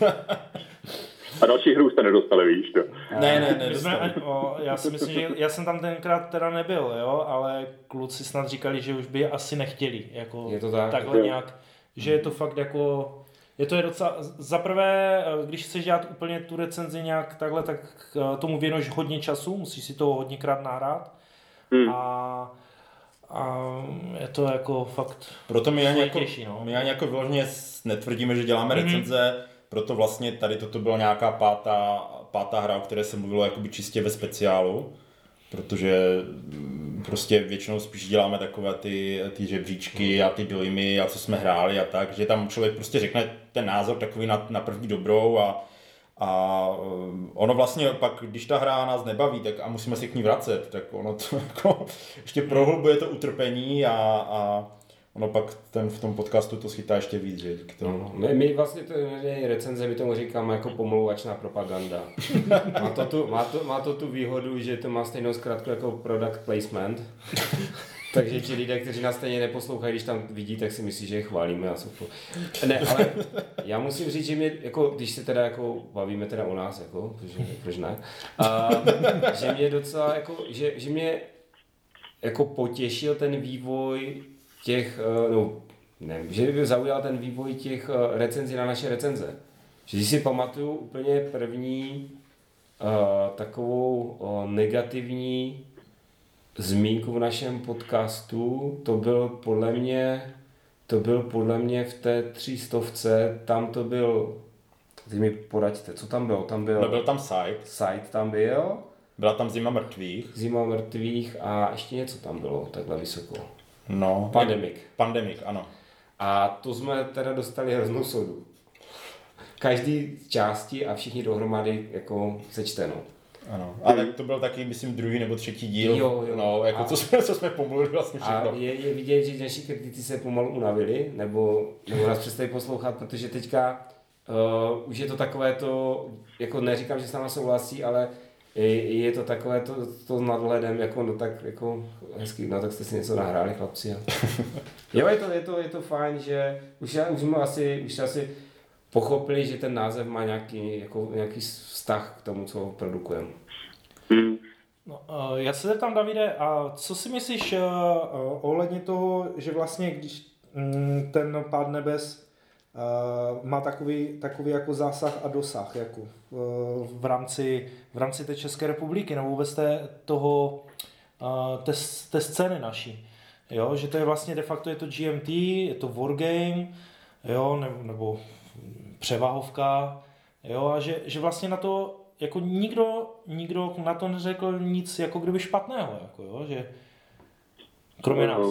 A další hru jste nedostali, víš to? Ne, ne, ne. My jsme, o, já si myslím, že já jsem tam tenkrát teda nebyl, jo, ale kluci snad říkali, že už by asi nechtěli, jako je to tak? takhle Jo. nějak, že je to fakt jako, je to je docela, zaprvé, když chceš dělat úplně tu recenzi nějak takhle, tak tomu věnuješ hodně času, musíš si to hodněkrát nahrát. Hmm. A, a je to jako fakt Proto my ani jako, těžší, no. my ani jako vyloženě netvrdíme, že děláme mm-hmm. recenze, proto vlastně tady toto byla nějaká pátá, pátá hra, o které se mluvilo jakoby čistě ve speciálu, protože prostě většinou spíš děláme takové ty, ty žebříčky a ty dojmy a co jsme hráli a tak, že tam člověk prostě řekne ten názor takový na, na první dobrou a A ono vlastně pak, když ta hra nás nebaví, tak a musíme se k ní vracet, tak ono to jako ještě prohlubuje to utrpení a, a ono pak ten v tom podcastu to schytá ještě víc, že? No, my, my vlastně to je recenze, my tomu říkáme jako pomlouvačná propaganda. Má to, tu, má, to, má to tu výhodu, že to má stejnou zkrátku jako product placement. Takže ti lidé, kteří nás stejně neposlouchají, když tam vidí, tak si myslí, že je chválíme a jsou to... Ne, ale já musím říct, že mě, jako, když se teda jako bavíme teda o nás, jako, protože, proč ne, a, že mě docela, jako, že, že mě jako potěšil ten vývoj těch, no, ne, že mě zaujal ten vývoj těch recenzí na naše recenze. Že když si pamatuju úplně první uh, takovou uh, negativní zmínku v našem podcastu, to byl podle mě, to byl podle mě v té třístovce, tam to byl, ty mi poraďte, co tam bylo, tam byl... No, byl tam site. Site tam byl. Byla tam Zima mrtvých. Zima mrtvých a ještě něco tam bylo, takhle vysoko. No. Pandemic. Pandemic, ano. A to jsme teda dostali hroznou sodu. Každý z části a všichni dohromady jako sečteno. Ano, ale to byl taky, myslím, druhý nebo třetí díl, Jo, jo. no, jako A- co jsme, co jsme pomluvili vlastně všechno. A je, je vidět, že naši kritici se pomalu unavili, nebo, nebo nás přestali poslouchat, protože teďka uh, už je to takové to, jako neříkám, že s náma souhlasí, ale je, je to takové to, to s nadhledem, jako no tak jako hezký, no tak jste si něco nahráli, chlapci. A... jo, je to, je to, je to fajn, že už, už jsme asi, už asi pochopili, že ten název má nějaký, jako, nějaký vztah k tomu, co produkujeme. Hmm. No, uh, já se zeptám, Davide, a co si myslíš uh, uh, ohledně toho, že vlastně když mm, ten Pád nebes uh, má takový, takový jako zásah a dosah jako, uh, v, rámci, v rámci té České republiky nebo vůbec té, toho, uh, té, té scény naší. Jo? Že to je vlastně de facto je to G M T, je to wargame, jo? Nebo, nebo převahovka, jo? A že, že vlastně na to jako nikdo, nikdo na to neřekl nic jako kdyby špatného, jako jo, že kromě nás.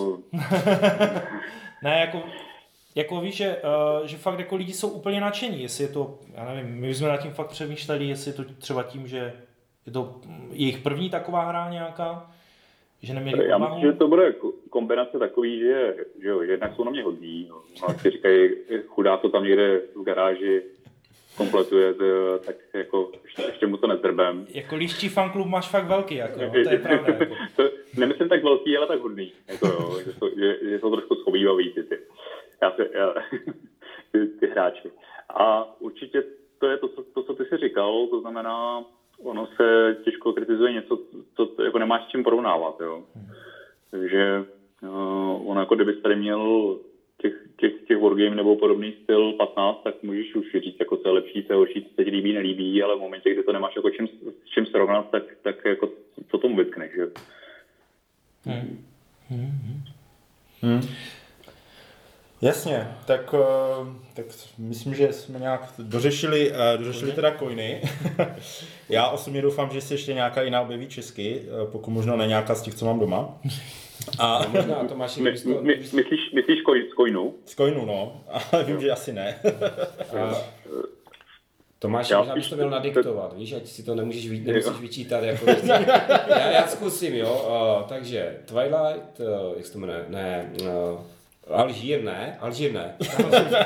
Ne, jako, jako víš, že, uh, že fakt jako lidi jsou úplně nadšení, jestli je to, já nevím, my jsme nad tím fakt přemýšleli, jestli je to třeba tím, že je to jejich první taková hra nějaká, že neměli Já úvahu. myslím, že to bude kombinace takový, že, že jo, že jednak jsou na mě hodní, no, a si říkají, chudá to tam někde v garáži kompletuje, to, tak jako ještě, ještě mu to nezdrbem. Jako líští fanklub máš fakt velký, jako, jo, to je pravda. Jako. To, nemyslím tak velký, ale tak hodný, jako jo, že, jsou, že, že jsou trošku schovývavý ty, ty, já se, já, ty, ty hráči. A určitě to je to, co, to, co ty jsi říkal, to znamená, ono se těžko kritizuje něco, co jako nemáš s čím porovnávat, jo. Takže uh, ono jako kdybys tady měl těch, těch, těch wargame nebo podobný styl patnáct, tak můžeš už říct, jako co je lepší, co je horší, co se ti líbí, nelíbí, ale v momentě, kdy to nemáš jako čím, s čím srovnat, tak, tak jako co tomu vytkneš, že? Hmm. Hmm. Hmm. Jasně, tak, tak myslím, že jsme nějak dořešili, dořešili teda coiny. Já osobně doufám, že se ještě nějaká jiná objeví česky, pokud možno ne nějaká z těch, co mám doma. A možná to máš my, my, myslíš, myslíš z coinu? Z coinu, no, ale vím, že asi ne. A Tomáš, možná bys to měl nadiktovat, víš, ať si to nemůžeš, nemusíš vyčítat, jako já, já zkusím, jo, uh, takže Twilight, uh, jak se to jmenuje, ne, uh, Alžír, ne, Alžír, ne, uh,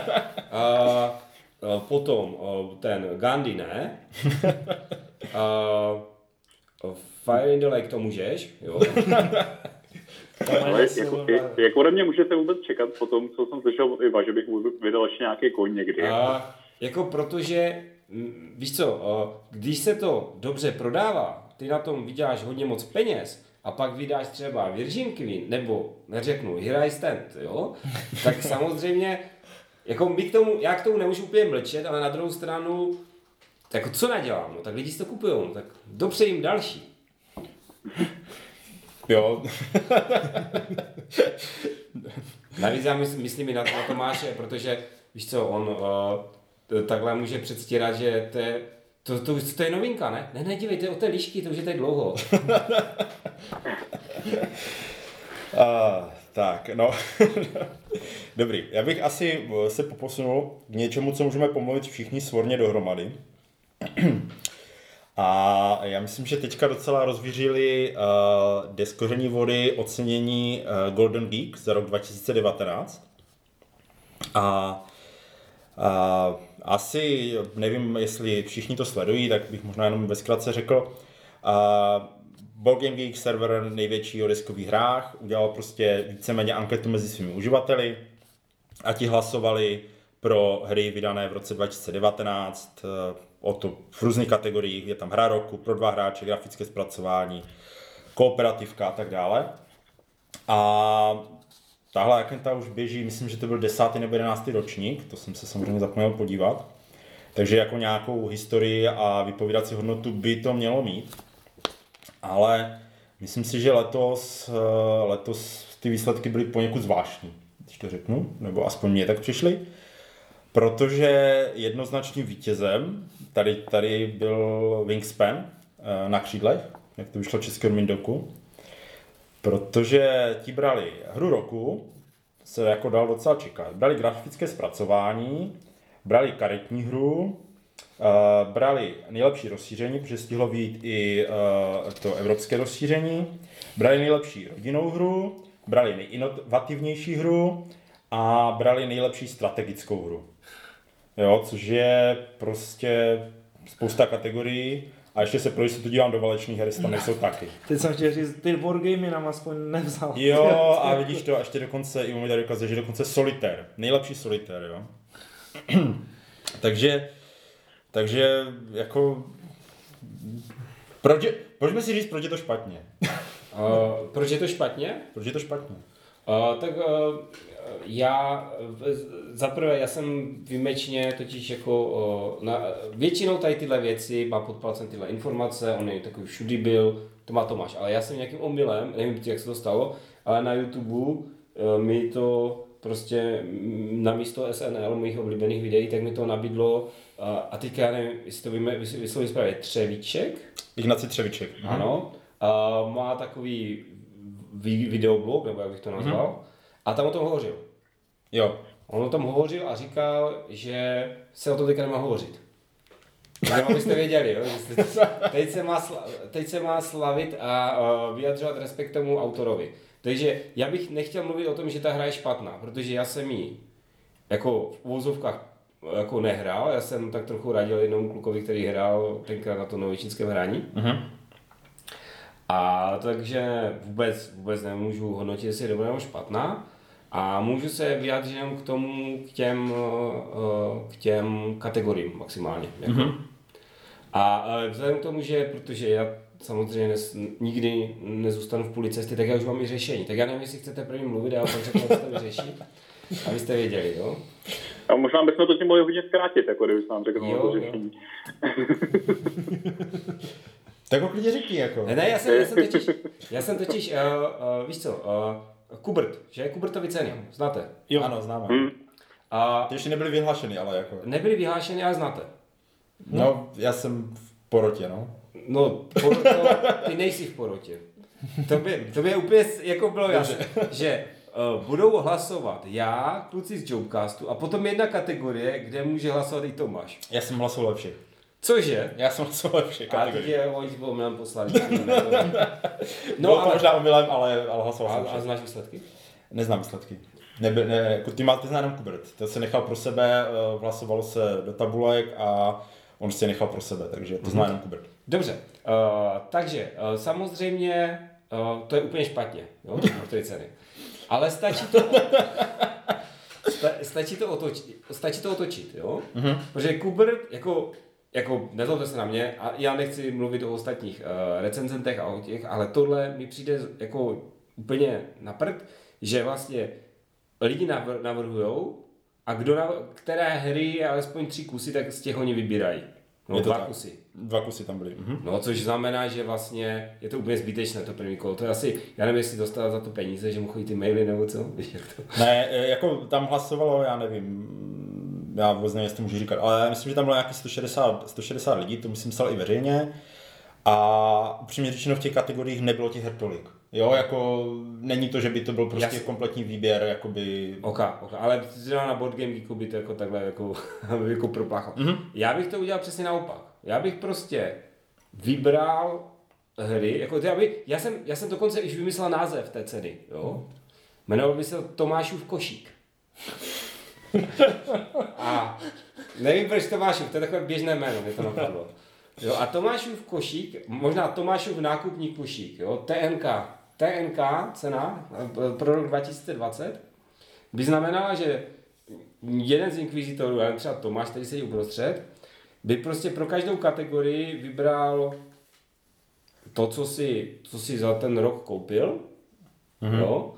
uh, potom uh, ten Gandhi, ne, uh, Fire in the Lake to můžeš, jo. Ale jako, jak ode mě můžete vůbec čekat po tom, co jsem slyšel od Iva, že bych mu vydal ještě nějaký koň někdy? A, jako protože, víš co, když se to dobře prodává, ty na tom vyděláš hodně moc peněz a pak vydáš třeba Virgin Queen, nebo neřeknu Here I Stand, jo, tak samozřejmě, jako my k tomu, já k tomu nemůžu úplně mlčet, ale na druhou stranu, jako co nadělám, no, tak lidi si to kupujou, tak dobře jim další. Jo. Navíc já myslím, myslím i na, na Tomáše, protože víš co, on uh, takhle může předstírat, že to je, to, to, to je novinka, ne? Ne, ne, dívej, to je od té lišky, to už je tak dlouho. uh, tak, no. Dobrý, já bych asi se poposunul k něčemu, co můžeme pomluvit všichni svorně dohromady. A já myslím, že teďka docela rozvířili uh, Deskoření vody ocenění uh, Golden Geek za rok dva tisíce devatenáct. A uh, asi, nevím, jestli všichni to sledují, tak bych možná jenom ve zkratce řekl. Uh, Board Game Geek, server největší o deskových hrách, udělal prostě víceméně anketu mezi svými uživateli a ti hlasovali pro hry vydané v roce dva tisíce devatenáct, uh, o to v různých kategoriích, je tam hra roku, pro dva hráče, grafické zpracování, kooperativka a tak dále. A tahle agenta už běží, myslím, že to byl desátý nebo jedenáctý ročník, to jsem se samozřejmě zapomněl podívat. Takže jako nějakou historii a vypovídací hodnotu by to mělo mít. Ale myslím si, že letos, letos ty výsledky byly poněkud zvláštní, když to řeknu, nebo aspoň mě tak přišly. Protože jednoznačným vítězem tady, tady byl Wingspan na křídlech, jak to vyšlo českého Mindoku. Protože ti brali hru roku, se jako dal docela čekat. Brali grafické zpracování, brali karetní hru, brali nejlepší rozšíření, protože stihlo vyjít i to evropské rozšíření, brali nejlepší rodinnou hru, brali nejinovativnější hru a brali nejlepší strategickou hru. Jo, což je prostě spousta kategorií a ještě se pro jistotu dívám do válečných her, tam nejsou taky. Teď jsem chtěl říct, ty wargamey nám aspoň nevzal. Jo, a vidíš to, a ještě dokonce, i mi tady dokazuje, že dokonce solitér, nejlepší solitér, jo. takže, takže jako, proč, pojďme si říct, proč je to špatně. uh, proč je to špatně? Proč je to špatně? Uh, tak uh, já zaprvé já jsem výjimečně totiž jako uh, na, většinou tady tyhle věci má pod palcem tyhle informace, on je takový všudy byl, to má Tomáš, ale já jsem nějakým omylem, nevím, jak se to stalo, ale na YouTube uh, mi to prostě na místo S N L mých oblíbených videí, tak mi to nabídlo uh, a teďka já nevím, jestli to víme, vysloví zprávě Třevíček. Ignacy Třevíček. Ano, uh, má takový videoblog, nebo jak bych to nazval, mm-hmm. a tam o tom hovořil. Jo. On o tom hovořil a říkal, že se o tom teďka nemá hovořit. Tak abyste věděli, jo? Teď, se má sla, teď se má slavit a uh, vyjadřovat respekt tomu autorovi. Takže já bych nechtěl mluvit o tom, že ta hra je špatná, protože já jsem ji jako v uvozovkách jako nehrál, já jsem tak trochu radil jednomu klukovi, který hrál tenkrát na to novičínském hraní. Uh-huh. A takže vůbec, vůbec nemůžu hodnotit, jestli je dobrá nebo špatná. A můžu se vyjádřit jenom k tomu, k těm, k těm kategoriím maximálně. Jako. Mm-hmm. A vzhledem k tomu, že protože já samozřejmě nes, nikdy nezůstanu v půli cesty, tak já už mám i řešení. Tak já nevím, jestli chcete první mluvit, a já pak řeknu, co to vyřeší, abyste věděli, jo? A možná bychom to tím mohli hodně zkrátit, jako kdyby nám řekl to řešení. Tak ho klidně řekni, jako. Ne, ne, já jsem, já jsem totiž, já jsem totiž uh, uh, víš co, uh, Kubert, že? Kubertovy ceny, znáte? Jo. Ano, známe. Hmm. A Ty ještě nebyly vyhlášeny, ale jako... nebyly vyhlášeny, ale znáte. No, já jsem v porotě, no. No, por, to, ty nejsi v porotě. To by, to by úplně jako bylo jasné, že uh, budou hlasovat já, kluci z Jobecastu a potom jedna kategorie, kde může hlasovat i Tomáš. Já jsem hlasoval ve všech. Cože? Já jsem hlasoval ve všech A teď kategoriích. je oni s omylem poslali. No, Bylo to možná omylem, ale, ale hlasoval a, jsem a všech. znáš výsledky? Neznám výsledky. Neby, ne, jako ty máte zná jenom Kubert. To se nechal pro sebe, uh, hlasovalo se do tabulek a on si je nechal pro sebe, takže to zná jenom Kubert. Dobře, uh, takže uh, samozřejmě uh, to je úplně špatně, jo, to je ceny. Ale stačí to, sta, stačí to otočit, stačí to otočit, jo? Mm-hmm. Protože Kubert, jako, jako nezlobte se na mě, a já nechci mluvit o ostatních uh, recenzentech a o těch, ale tohle mi přijde jako úplně na prd, že vlastně lidi navr- navrhujou a kdo nav- které hry, alespoň tři kusy, tak z těch oni vybírají. No, Je to dva tak. kusy. Dva kusy tam byly. Mhm. No, což znamená, že vlastně je to úplně zbytečné to první kolo. To je asi, já nevím, jestli dostal za to peníze, že mu chodí ty maily nebo co. Víš, jak to... Ne, jako tam hlasovalo, já nevím, já vůbec nevím, jestli to můžu říkat, ale já myslím, že tam bylo nějaký sto šedesát, sto šedesát lidí, to myslím psal i veřejně. A upřímně řečeno v těch kategoriích nebylo těch her tolik. Jo, jako není to, že by to byl prostě Jasně. kompletní výběr, jakoby... Ok, ok, ale třeba na Board Game Geeku by to jako takhle jako, jako propláchal. Mm-hmm. Já bych to udělal přesně naopak. Já bych prostě vybral hry, jako já, by, já, jsem, já jsem dokonce už vymyslel název té ceny, jo. Jmenoval by se Tomášův košík. A nevím, proč Tomášův, to je takové běžné jméno, mě to napadlo. Jo, a Tomášův košík, možná Tomášův nákupní košík, jo, T N K. T N K cena pro rok dva tisíce dvacet by znamenala, že jeden z inkvizitorů, ale třeba Tomáš, který sedí uprostřed, by prostě pro každou kategorii vybral to, co si, co si za ten rok koupil, mm-hmm. jo,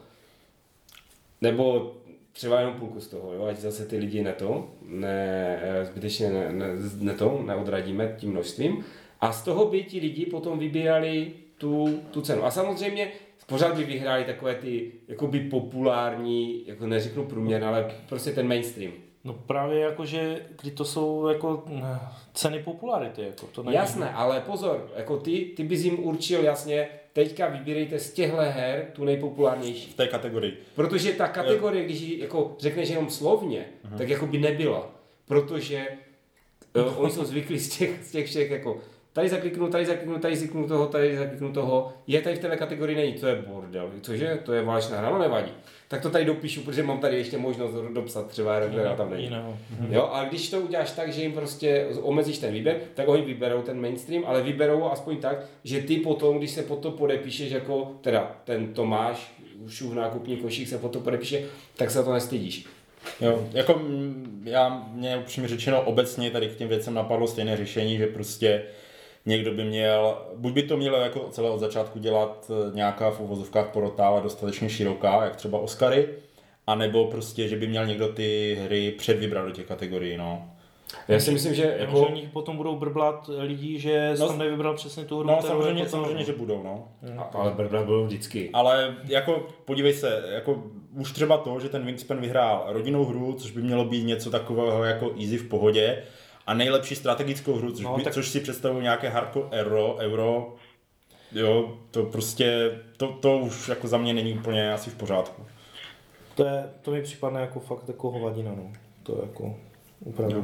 nebo třeba jenom půlku z toho, jo, ať zase ty lidi neto, ne, zbytečně ne, ne, ne to, neodradíme tím množstvím. A z toho by ti lidi potom vybírali tu, tu cenu. A samozřejmě pořád by vyhráli takové ty jakoby populární, jako neřeknu průměr, ale prostě ten mainstream. No právě jakože, kdy to jsou jako ceny popularity, jako to není... Jasné, ale pozor, jako ty, ty bys jim určil jasně, teďka vybírejte z těchto her tu nejpopulárnější. V té kategorii. Protože ta kategorie, když ji jako řekneš jenom slovně, uh-huh. tak jako by nebyla. Protože uh, oni jsou zvyklí z těch, z těch všech jako tady zakliknu, tady zakliknu, tady zakliknu toho, tady zakliknu toho. Je tady v této kategorii není, to je bordel. Cože? To je válečná hra, no nevadí. Tak to tady dopíšu, protože mám tady ještě možnost dopsat třeba Redler a tam není. Jo, a když to uděláš tak, že jim prostě omezíš ten výběr, tak oni vyberou ten mainstream, ale vyberou ho aspoň tak, že ty potom, když se pod to podepíšeš jako, teda ten Tomáš, Šův nákupní košík se pod to podepíše, tak se to nestydíš. Jo, jako m, já, mě upřímně řečeno obecně tady k těm věcem napadlo stejné řešení, že prostě někdo by měl, buď by to mělo jako celé od začátku dělat nějaká v uvozovkách porota, ale dostatečně široká, jak třeba Oscary, anebo prostě, že by měl někdo ty hry předvybrat do těch kategorií, no. Já si myslím, že jako... Že oni potom budou brblat lidí, že jsi no, tam nevybral přesně tu hru. No samozřejmě, jako samozřejmě, že budou, no. A, ale brblat budou vždycky. Ale jako podívej se, jako už třeba to, že ten Wingspan vyhrál rodinnou hru, což by mělo být něco takového jako easy v pohodě, a nejlepší strategickou hru, což, no, by, tak... což si představují nějaké hardcore euro, euro, jo, to prostě, to, to už jako za mě není úplně asi v pořádku. To, je, to mi připadne jako fakt jako hovadina, no. To je jako opravdu.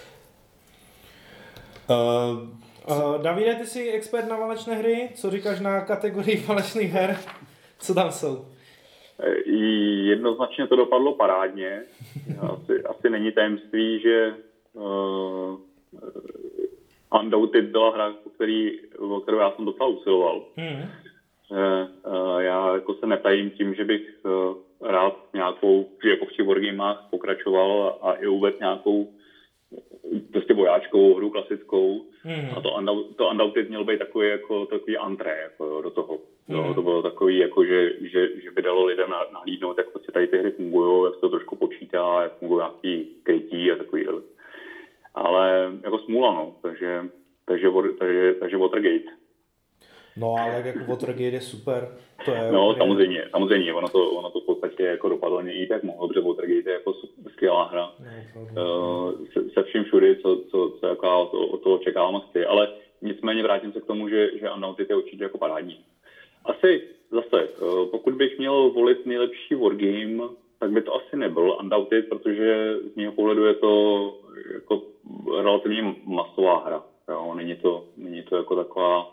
Uh, uh, Davide, ty jsi expert na válečné hry, co říkáš na kategorii válečných her? Co tam jsou? Jednoznačně to dopadlo parádně. Asi, asi není tajemství, že uh, Undaunted byla hra, o, který, o kterou já jsem docela usiloval. Hmm. Uh, já jako se netajím tím, že bych uh, rád nějakou, že jako v těch wargamech pokračoval a, a i vůbec nějakou prostě vojáčkovou hru klasickou. Hmm. A to, to Undaunted mělo být takový, jako, takový antré jako, jo, do toho. Hmm. Jo, to bylo takový, jako, že, že, že by dalo lidem nahlídnout, jak prostě tady ty hry fungují, jak se to trošku počítá, jak fungují nějaký krytí a takový. Ale jako smůla, no. Takže, takže, takže, takže Watergate. No ale jako Watergate je super. To je No úplně... samozřejmě, samozřejmě, ono to, ono to v podstatě jako dopadlo i tak mohlo, protože Watergate je jako skvělá hra. No, uh, se, se vším všudy, co, co, co jako od, od toho očekávám chci, ale nicméně vrátím se k tomu, že, že Undaunted je určitě jako parádní. Asi zase, uh, pokud bych měl volit nejlepší wargame, tak by to asi nebyl Undaunted, protože z mého pohledu je to jako relativně masová hra. Jo? Není to, není to jako taková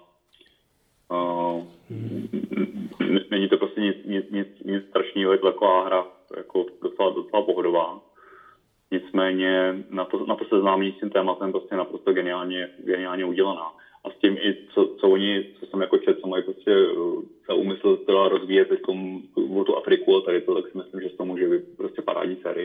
Uh, není to prostě nic, nic, nic, nic strašného, je to taková hra jako docela, docela pohodová. Nicméně na to, na to seznámení s tím tématem prostě naprosto geniálně, geniálně udělaná. A s tím i co, co oni, co jsem jako četl, co mají prostě za úmysl teda rozvíjet v tom, o tu Afriku a tady to, tak si myslím, že to může být prostě parádní série.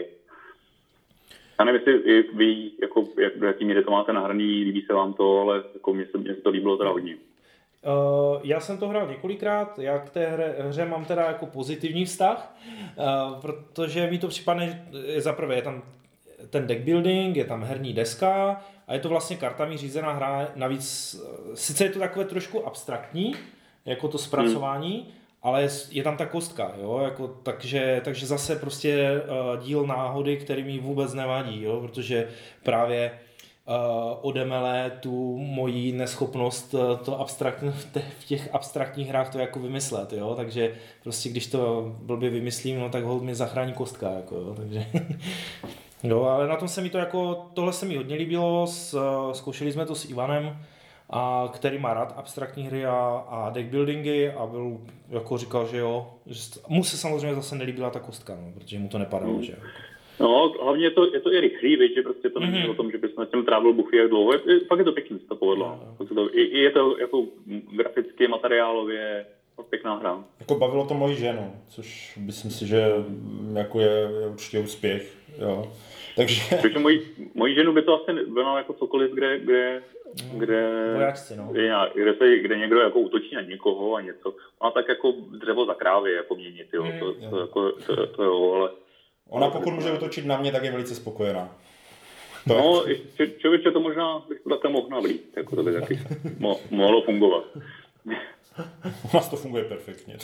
Já nevím, jestli vy, jako, jak, do jaký míry to máte nahraný, líbí se vám to, ale jako mně se, mně se to líbilo teda hodně. Uh, já jsem to hrál několikrát, já k té hře, hře mám teda jako pozitivní vztah, uh, protože mi to připadne, že za prvé je tam ten deck building, je tam herní deska a je to vlastně kartami řízená hra, navíc sice je to takové trošku abstraktní, jako to zpracování, hmm. ale je, je tam ta kostka, jo, jako, takže, takže zase prostě uh, díl náhody, který mi vůbec nevadí, jo, protože právě Uh, odemele tu moji neschopnost uh, to abstrakt, v těch abstraktních hrách to jako vymyslet, jo, takže prostě když to blbě vymyslím, no tak hold mi zachrání kostka, jako, jo, takže jo, ale na tom se mi to jako, tohle se mi hodně líbilo, s, zkoušeli jsme to s Ivanem, a který má rád abstraktní hry a, a deck buildingy a byl, jako říkal, že jo, že mu se samozřejmě zase nelíbila ta kostka, no, protože mu to nepadalo, mm. že jo. No, hlavně je to, je to i rychlý, víc, že prostě to není mm-hmm. o tom, že bychom s tím trávil buchy jak dlouho. Je, fakt je to pěkný, to povedlo. No. I, I je to jako graficky, materiálově pěkná hra. Jako bavilo to moji ženu, což myslím si, že jako je, je určitě úspěch. Jo. Takže... Takže moji, moji ženu by to asi bylo jako cokoliv, kde, kde, no, kde, vojáčci, no. kde, kde, se, kde někdo jako útočí na někoho a něco. A tak jako dřevo za krávy jako měnit, jo. Mm. To, to, to, jako, to, to jo, ale... Ona pokud může útočit na mě, tak je velice spokojená. To no, č- člověče to možná bych to takhle mohl navlít, jako to by taky mo- mohlo fungovat. U nás to funguje perfektně.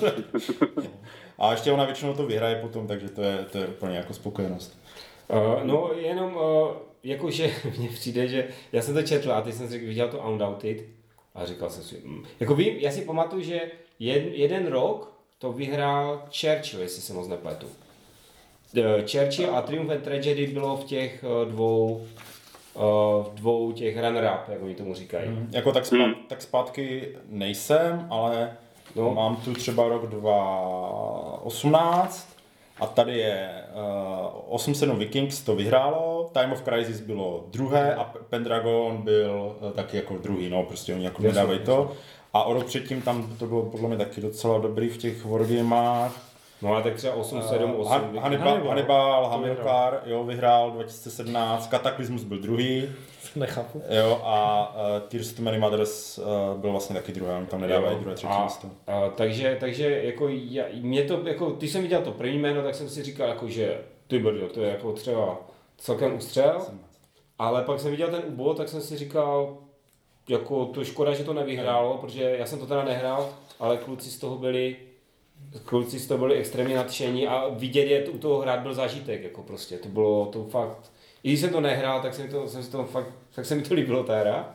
A ještě ona většinou to vyhraje potom, takže to je, to je úplně jako spokojenost. Uh, no jenom, uh, jakože mně přijde, že já jsem to četl a teď jsem si viděl to Undaunted a říkal jsem si, mm. jako vím, já si pamatuju, že jed, jeden rok to vyhrál Churchill, jestli se moc nepletu. Churchill a Triumph and Tragedy bylo v těch dvou, v dvou těch runner-up, jak oni tomu říkají. Hmm. Jako tak, zpát, tak zpátky nejsem, ale no. Mám tu třeba rok dva tisíce osmnáct a tady je uh, osm sedm Vikings, to vyhrálo, Time of Crisis bylo druhé a Pendragon byl uh, taky jako druhý, no prostě oni jako nedávají to. A o rok předtím tam to bylo podle mě taky docela dobrý v těch wargamech. No ale tak třeba osm sedm osm. Uh, Hannibal, Hannibal Hamilcar, jo, vyhrál dva tisíce sedmnáct, Cataclysmus byl druhý. Nechápu. Jo, a uh, Tears to Many Mothers uh, byl vlastně taky druhý, oni tam nedávají druhé, třetí místo. A, takže, takže jako já, mě to, jako, když jsem viděl to první jméno, tak jsem si říkal, jako, že ty brdo, to je jako třeba celkem ústřel, ale pak jsem viděl ten úvod, tak jsem si říkal, jako to škoda, že to nevyhrálo, protože já jsem to teda nehrál, ale kluci z toho byli Kluci z toho byli extrémně nadšení a vidět je u toho hrát byl zážitek, jako prostě, to bylo to fakt, i když jsem to nehrál, tak jsem, to, jsem si to fakt, tak se mi to líbilo ta hra.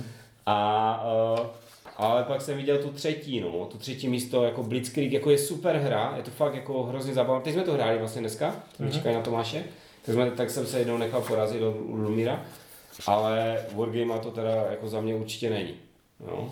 A, uh, ale pak jsem viděl tu třetí, no, tu třetí místo, jako Blitzkrieg, jako je super hra, je to fakt jako hrozně zábavné. Teď jsme to hráli vlastně dneska, mm-hmm. čekají na Tomáše, tak, jsme, tak jsem se jednou nechal porazit do Lumíra, ale Wargame to teda jako za mě určitě není. No.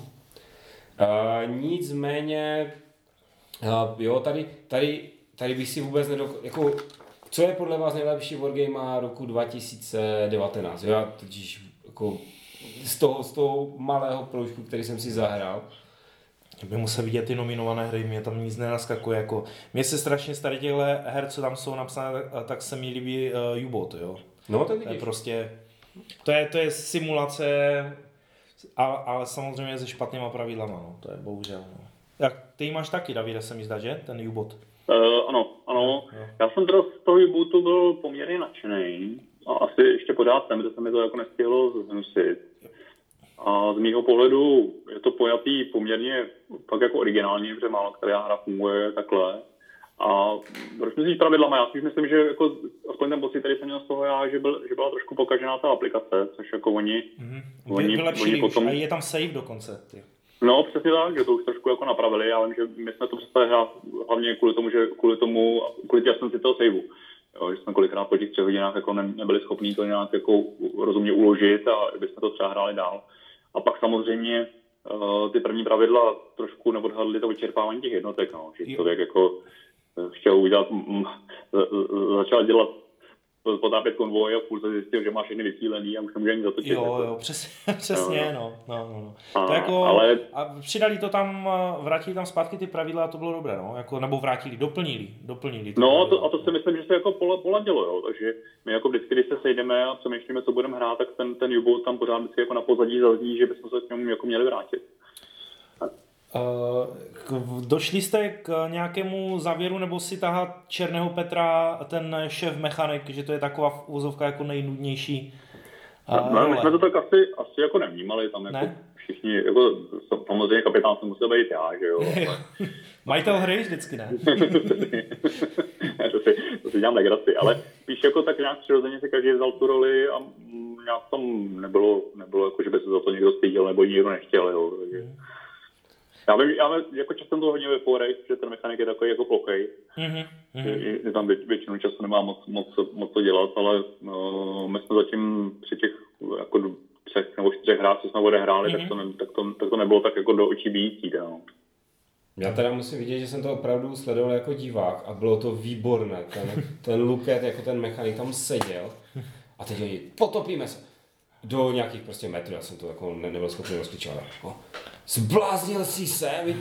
Uh, nicméně, Uh, jo, tady, tady, tady bych si vůbec nedok... Jako, co je podle vás nejlepší wargame roku dva tisíce devatenáct? Já totiž jako z toho, z toho malého proužku, který jsem si zahrál. Já bych musel vidět ty nominované hry, mě tam nic nenaskakuje. Jako, mně se strašně z tady těchto her, co tam jsou napsané, tak se mi líbí uh, U-Boat, jo. No, to, to je prostě, to je, to je simulace, ale, ale samozřejmě se špatnýma pravidlama, no. To je bohužel, no. Jak ty máš taky, Davide, se mi zdá, že? Ten U-Boat. Uh, ano, ano. Jo. Já jsem teda z toho U-Boatu byl poměrně nadšený. A asi ještě pořád jsem, protože se mi to jako nestihlo zhnusit. A z mýho pohledu je to pojatý poměrně pak jako originálně, protože málo která hra funguje takhle. A proč myslíš pravidlama? Já si myslím, že jako, aspoň ten pocit, který jsem měl z toho já, že, byl, že byla trošku pokažená ta aplikace, což jako oni... Mm-hmm. oni, Vylepšili oni potom... už a je tam save dokonce. Ty. No, přesně tak, že to už trošku jako napravili. Já vím, že my jsme to přestali hrát hlavně kvůli tomu, že kvůli tomu, kvůli té absenci toho saveu. Jo, že jsme kolikrát po těch třech hodinách jako ne, nebyli schopni to nějak jako rozumně uložit a bychom to třeba hráli dál. A pak samozřejmě uh, ty první pravidla trošku neodhadly to vyčerpávání těch jednotek, no. Že člověk jako chtěl udělat, m, začal dělat potápět konvoj a v půlce zjistil, že má všechny vysílený a už nemůže ani zatočit. Jo, jako. jo, přesně, přesně no, no, no, no. A, to jako, ale... a přidali to tam, vrátili tam zpátky ty pravidla a to bylo dobré, no, jako, nebo vrátili, doplnili, doplnili. No to, a to si myslím, že se jako poladilo, jo, takže my jako vždycky, když se sejdeme a přemýšlíme, co budeme hrát, tak ten, ten U-boat tam pořád vždycky jako na pozadí zazní, že bychom se k němu jako měli vrátit. Uh, došli jste k nějakému závěru, nebo si tahat Černého Petra, ten šéf mechanik, že to je taková úvozovka jako nejnudnější uh, no, my jsme to tak asi, asi jako nevnímali, tam jako ne? Všichni, jako samozřejmě kapitán se musel být já, že jo. Majitel hry vždycky, ne? to, si, to si dělám legraci, ale spíš jako tak nějak přirozeně si každý vzal tu roli a nějak tam nebylo, nebylo jako, že by se za to někdo styděl nebo někdo nechtěl, jo. Takže... Já vím, já jako často to hodně ve fórech, že ten mechanik je takový jako plochej. Mm-hmm. Je, je tam vě, většinu času nemá moc, moc, moc co dělat, ale no, my jsme zatím při těch jako třech nebo čtyřech hrách, co jsme odehráli, mm-hmm. tak, to ne, tak, to, tak to nebylo tak jako do očí bijící. No. Já teda musím vidět, že jsem to opravdu sledoval jako divák a bylo to výborné. Ten, ten Luket, jako ten mechanik tam seděl a teď oni, potopíme se. Do nějakých prostě metrů, já jsem to jako ne, nebyl schopný rozkličovat. No. Zbláznil jsi se, my...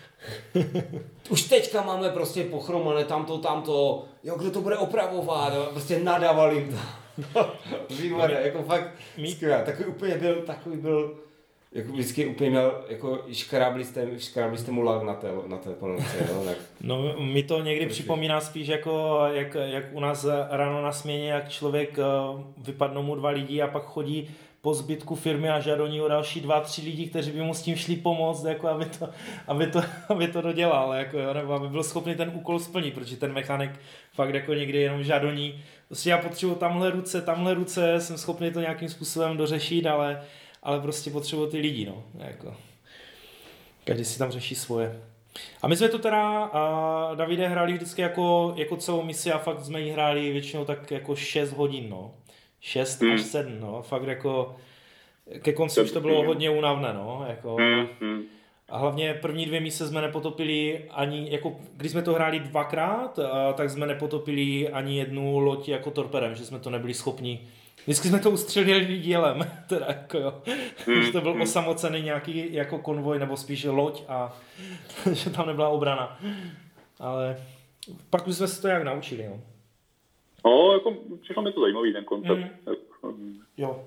Už teďka máme prostě pochromané tamto, tamto, jo, kdo to bude opravovat, jo, prostě nadával jim to. Výborně, jako fakt skvělé, takový úplně byl, takový byl, jako vždycky úplně měl, jako škrábli jste, škrábli jste mu lák na té, na té ponovice, jo, tak. No, mi to někdy prostě připomíná spíš jako, jak, jak u nás ráno na směně, jak člověk, vypadnou mu dva lidi a pak chodí po zbytku firmy a žádoní o další dva, tři lidi, kteří by mu s tím šli pomoct, jako aby, to, aby, to, aby to dodělal, jako, jo, nebo aby byl schopný ten úkol splnit, protože ten mechanik fakt jako někdy jenom žádoní. Prostě já potřebuji tamhle ruce, tamhle ruce, jsem schopný to nějakým způsobem dořešit, ale, ale prostě potřebuji ty lidi, no, jako. Každý si tam řeší svoje. A my jsme to teda, a Davide, hráli vždycky jako, jako celou misi a fakt jsme ji hráli většinou tak jako šest hodin, no. šest až sedm, no, fakt jako ke konci už to bylo hodně únavné, no, jako a hlavně první dvě mise jsme nepotopili ani, jako když jsme to hráli dvakrát, tak jsme nepotopili ani jednu loď jako torpedem, že jsme to nebyli schopni. Vždycky jsme to ustřelili dílem, teda jako jo, že to byl osamocený nějaký jako konvoj nebo spíš loď a že tam nebyla obrana, ale pak už jsme se to nějak naučili, no. No, jako přišlo mi to zajímavý ten koncept. Mm. Jo.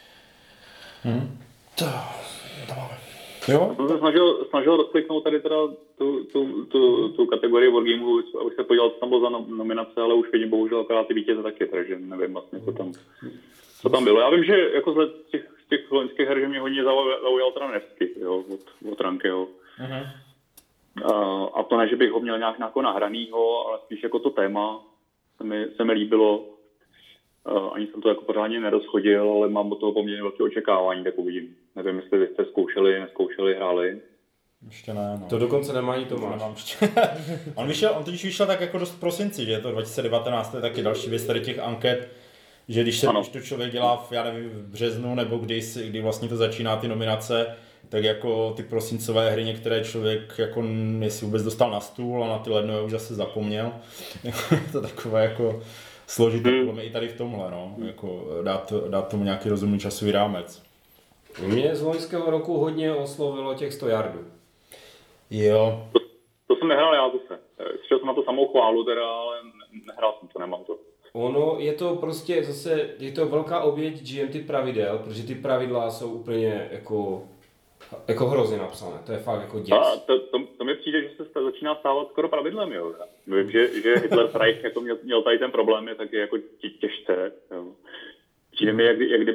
Mm. To, to máme. Jo? Já jsem se snažil, snažil rozkliknout tady teda tu, tu, tu, tu kategorii Wargameu, abych se podíval, co tam bylo za nominace, ale už vidím bohužel akorát ty vítěze taky, takže nevím vlastně, co tam, co tam bylo. Já vím, že jako z těch, z těch loňských her, že mě hodně zaujal teda Nevsky, jo, od, od Rankyho. Uh-huh. A, a to ne, že bych ho měl nějak jako nahranýho, ale spíš jako to téma se mi, se mi líbilo. Uh, ani jsem to jako pořádně nerozchodil, ale mám od toho poměrně velké očekávání, tak uvidím. Nevím, jestli vy jste zkoušeli, neskoušeli, hráli. Ještě ne, no. To dokonce nemá ani Tomáš. on, vyšel, on totiž vyšel tak jako dost v prosinci, že je to dva tisíce devatenáct, to je taky další věc tady těch anket, že když, se, když to člověk dělá v, já nevím, v březnu, nebo kdy, kdy vlastně to začíná ty nominace, tak jako ty prosincové hry některé člověk jako jestli vůbec dostal na stůl a na ty lednové už zase zapomněl. To takové jako složité hmm. i tady v tomhle, no, jako dát, dát tomu nějaký rozumný časový rámec. Mě z loňského roku hodně oslovilo těch sto yardů. Jo. To, to jsem nehrál já zase. Slyšel jsem na to samou chválu teda, ale nehrál jsem to, nemám to. Ono je to prostě zase, je to velká oběť G M T pravidel, protože ty pravidla jsou úplně jako, jako hrozně napsané, to je fakt jako děs. A to, to, to mi přijde, že se začíná stávat skoro pravidlem, jo. Vím, že, že Hitler's Reich jako měl, měl tady ten problém, je taky jako těžce, jo. Přijde mi, jak, jak kdyby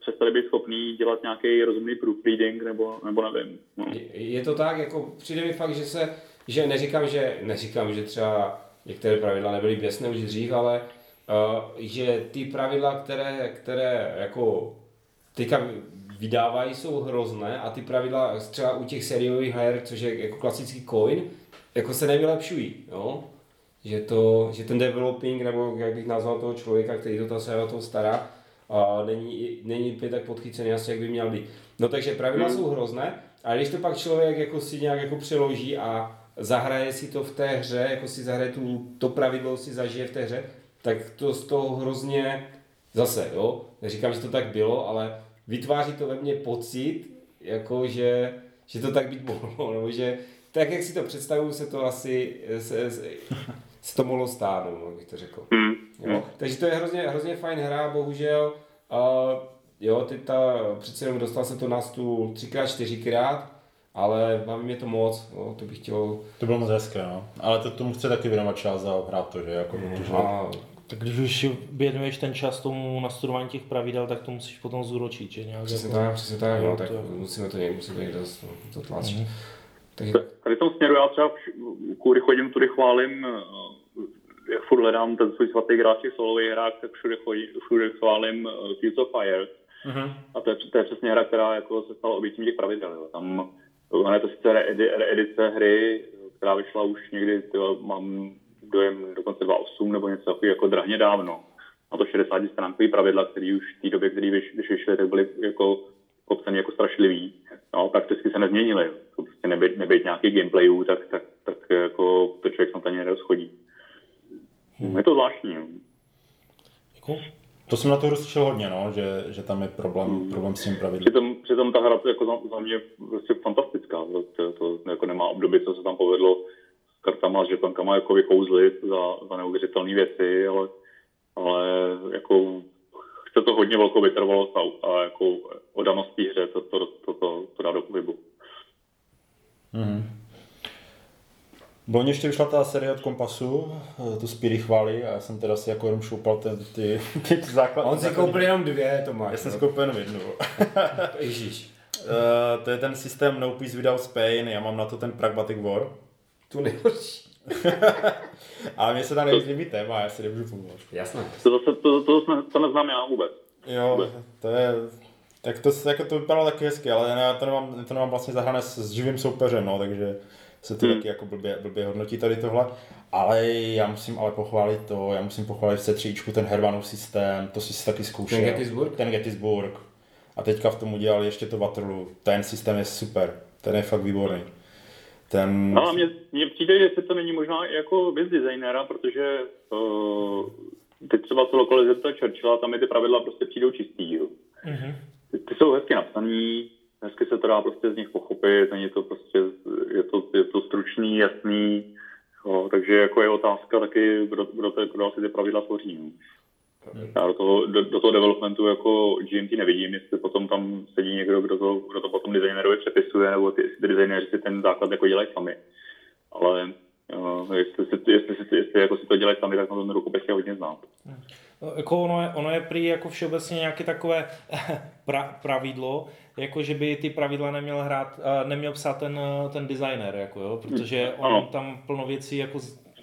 přestali být schopní dělat nějaký rozumný proofreading, nebo, nebo nevím. No. Je, je to tak, jako přijde mi fakt, že se, že neříkám, že, neříkám, že třeba některé pravidla nebyly běsné už dřív, ale uh, že ty pravidla, které, které jako teďka vydávají, jsou hrozné a ty pravidla třeba u těch sériových her, což je jako klasický coin, jako se nevylepšují, jo? Že, to, že ten developing, nebo jak bych nazval toho člověka, který to se o to stará, a není, není úplně tak podchycený asi, jak by měl být. No takže pravidla jsou hrozné, ale když to pak člověk jako si nějak jako přeloží a zahraje si to v té hře, jako si zahraje tu, to pravidlo, si zažije v té hře, tak to z toho hrozně zase, jo, neříkám, že to tak bylo, ale vytváří to ve mně pocit, jako že, že to tak být mohlo, nebo že tak, jak si to představuju, se to asi se, se, se to mohlo stát, no, bych to řekl. Jo? Takže to je hrozně, hrozně fajn hra, bohužel. Uh, jo, teď ta, přece jenom dostal se to na stůl třikrát, čtyřikrát, ale baví mě to moc, jo, to bych chtěl... To bylo moc hezké, no. Ale to tomu chce taky věnovat čas a hrát to, že? Jako, Mm, protože... a, Tak když už věnuješ ten čas tomu nastudování těch pravidel, tak to musíš potom zúročit, že nějak přesně jako... tak, přesně tak, Jo, no, tak to je- musíme to někde, musíme to někde zas, no, to tlačit. Mhm. Takže Tady v tom směru já třeba vš- kvůli chodím, tudy chválím, eh, jak furt hledám ten svůj svatý grát v těch solových hrách, tak všude, chodím, všude chválím uh, Fields of Fire. Mhm. A to je, to je přesně hra, která jako se stala obětím těch pravidel. Jo. Tam ona je to sice reedi- reedice hry, která vyšla už někdy, tyjo, mám dojem dokonce dva tisíce osm nebo něco takového jako drahně dávno. A to šedesátistránkový pravidla, které už v té době, kdy vyš, když vyšly, tak byly jako popsané jako strašlivý. No, prakticky se nezměnily. To prostě nebýt, nebýt nějakých gameplayů, tak, tak, tak jako to člověk tam ani nerozchodí. Hmm. Je to zvláštní. Jo. Jako, To jsem na to slyšel hodně, no, že, že tam je problém, problém s tím pravidlem. Přitom, přitom ta hra jako za, za mě prostě fantastická. To, to, to jako nemá období, co se tam povedlo s kartama, s žetonkama jako vykouzlit za, za neuvěřitelné věci, ale, ale jako chce to hodně velkou vytrvalost a, a jako odanost té hře, to, to, to, to, to dá do pohybu. Mhm. Loni ještě vyšla ta série od Kompasu, tu Spíry chvály a já jsem teda si jako jenom šoupal ty, ty, ty, ty základy. on si koupil jenom dvě, to máš. Já jsem si no. koupil jenom jednu. Ježíš. Uh, to je ten systém No Peace Without Pain, já mám na to ten Pragmatic War. Tu nejhorší. Ale mně se tam nejvíc líbí téma, já si nemůžu pomoct. Jasné. To zase to, to, to, to neznám já vůbec. Jo, to je... Tak to, jako to vypadalo taky hezky, ale já to nemám, to nemám vlastně zahrané s, s živým soupeřem, no, takže se to hmm. taky jako blbě, blbě hodnotí tady tohle. Ale já musím ale pochválit to, já musím pochválit v C tři ten Hermanův systém, to si taky zkoušel. Ten Gettysburg? Ten Gettysburg. A teďka v tom udělali ještě to Waterloo. Ten systém je super, ten je fakt výborný. Ten... Ale mně, mně přijde, že to není možná i jako biz designera, protože uh, teď třeba co lokalizuje to Churchilla, tam je ty pravidla prostě přijdou čistý. Jo. mhm. Ty, ty jsou hezky napsaný, hezky se to dá prostě z nich pochopit, není to prostě, je to, je to stručný, jasný, jo, takže jako je otázka taky, kdo, kdo, to, kdo si ty pravidla tvoří. No. Já do toho, do, do toho developmentu jako G M T nevidím, jestli potom tam sedí někdo, kdo to, kdo to potom designerovi přepisuje, nebo ty, ty designéři si ten základ jako dělají sami. Ale uh, jestli, si, jestli, si, jestli jako si to dělají sami, tak na tom rukopis je hodně znám. Jako ono, je, ono je prý jako všeobecně nějaké takové pra, pravidlo, jako že by ty pravidla neměl hrát, neměl psát ten, ten designer, jako jo, protože on ano. tam plno věcí jako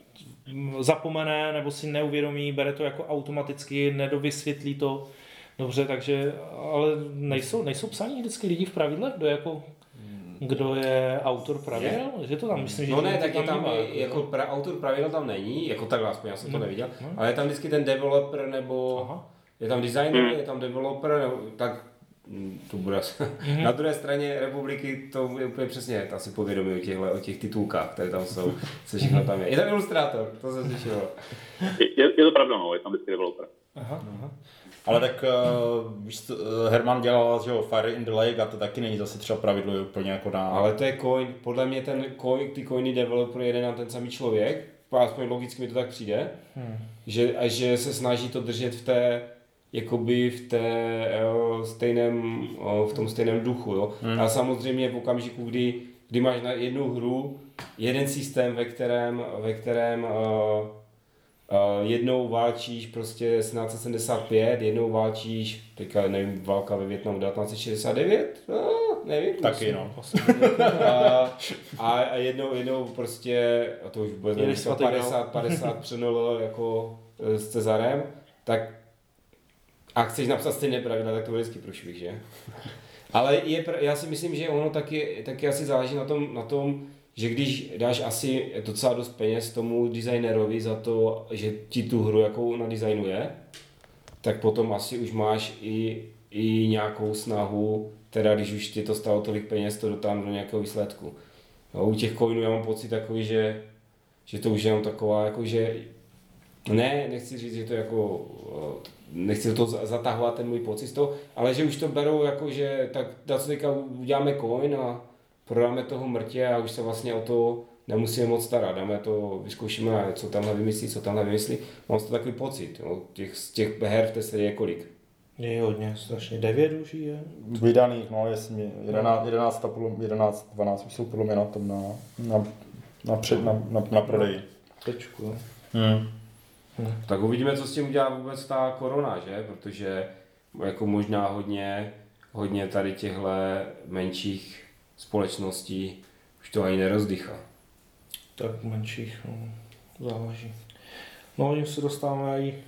zapomene nebo si neuvědomí, bere to jako automaticky, nedovysvětlí to dobře, takže, ale nejsou, nejsou psaní vždycky lidi v pravidlech, kdo je jako kdo je autor pravidel? Je. Že to tam myslím, že No ne, tak je tam, nemá, je, jako pra, autor pravidel tam není, jako takhle aspoň já jsem to no, neviděl, no. ale je tam vždycky ten developer nebo Aha. je tam designer, je tam developer, nebo, tak mm, to bude asi. Mm-hmm. Na druhé straně republiky to je úplně přesně asi povědomí o těch, o těch titulkách, které tam jsou, co všechno tam je. Je tam ilustrátor, to jsem slyšel. Je, je to pravda, no, je tam vždycky developer. Aha, aha. Ale tak uh, víš, to, uh, Herman dělal, že jo, Fire in the Lake a to taky není zase třeba pravidlo je úplně jako na... Ale to je coin, podle mě ten coin, ty coiny developer jede na ten samý člověk, aspoň logicky mi to tak přijde, hmm. že, a že se snaží to držet v té, jakoby v té jo, stejném, jo, v tom stejném duchu, jo. Hmm. A samozřejmě v okamžiku, kdy, kdy máš na jednu hru jeden systém, ve kterém, ve kterém uh, Uh, jednou válčíš prostě sedmnáct set sedmdesát pět, jednou válčíš, teďka nevím, válka ve Vietnamu devatenáct set šedesát devět, no, nevím. Taky no. A, a, a jednou, jednou prostě, a to už vůbec nevím, padesát padesát přenul jako s Cezarem, tak a chceš napsat stejné pravidla, tak to bude vždycky průšvih, že? Ale je, já si myslím, že ono taky, taky asi záleží na tom, na tom, že když dáš asi docela dost peněz tomu designerovi za to, že ti tu hru jakou nadizajnuje, tak potom asi už máš i, i nějakou snahu, teda když už ti to stalo tolik peněz, to dotáhnout do nějakého výsledku. No, u těch coinů já mám pocit takový, že, že to už je jenom taková, jako že ne, nechci říct, že to jako, nechci to zatahovat ten můj pocit z toho, ale že už to berou jako, že tak na co teďka uděláme coin a prodáme toho mrtě a už se vlastně o to nemusíme moc starat, dáme to, vyzkoušíme, co tamhle vymyslí, co tamhle vymyslí. Mám to takový pocit, jo. Těch, z těch her v té sérii je kolik? Je hodně, strašně, devět už je. Vydaných, no, jestli jedenáct, jedenáct, jedenáct, dvanáct už jsou podle mě na tom, na, na, na, před, na, na, na prodeji. Tečku, jo. Hmm. Hmm. Tak uvidíme, co s tím udělá vůbec ta korona, že? Protože jako možná hodně, hodně tady těchto menších společností už to ani nerozdychá. Tak menších, no, záleží. No, tím se dostáváme i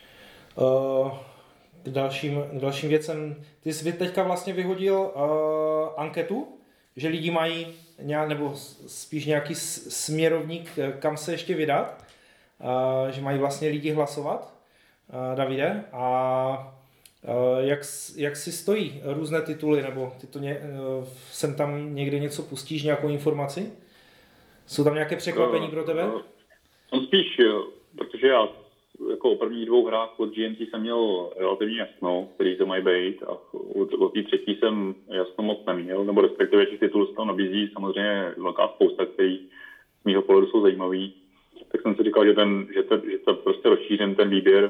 uh, k, dalším, k dalším věcem. Ty jsi teďka vlastně vyhodil uh, anketu, že lidi mají nějak, nebo spíš nějaký směrovník, kam se ještě vydat, uh, že mají vlastně lidi hlasovat, uh, Davide, a uh, jak, jak si stojí různé tituly, nebo ty to ně, uh, sem tam někde něco pustíš, nějakou informaci? Jsou tam nějaké překvapení pro tebe? On spíš, protože já jako o prvních dvou hrách od G M T jsem měl relativně jasno, který to mají být, a od té třetí jsem jasno moc neměl, nebo respektive těch titulů se tam nabízí samozřejmě velká spousta, který z mýho pohledu jsou zajímavý. Tak jsem si říkal, že, ten, že, to, že to prostě rozšířím ten výběr,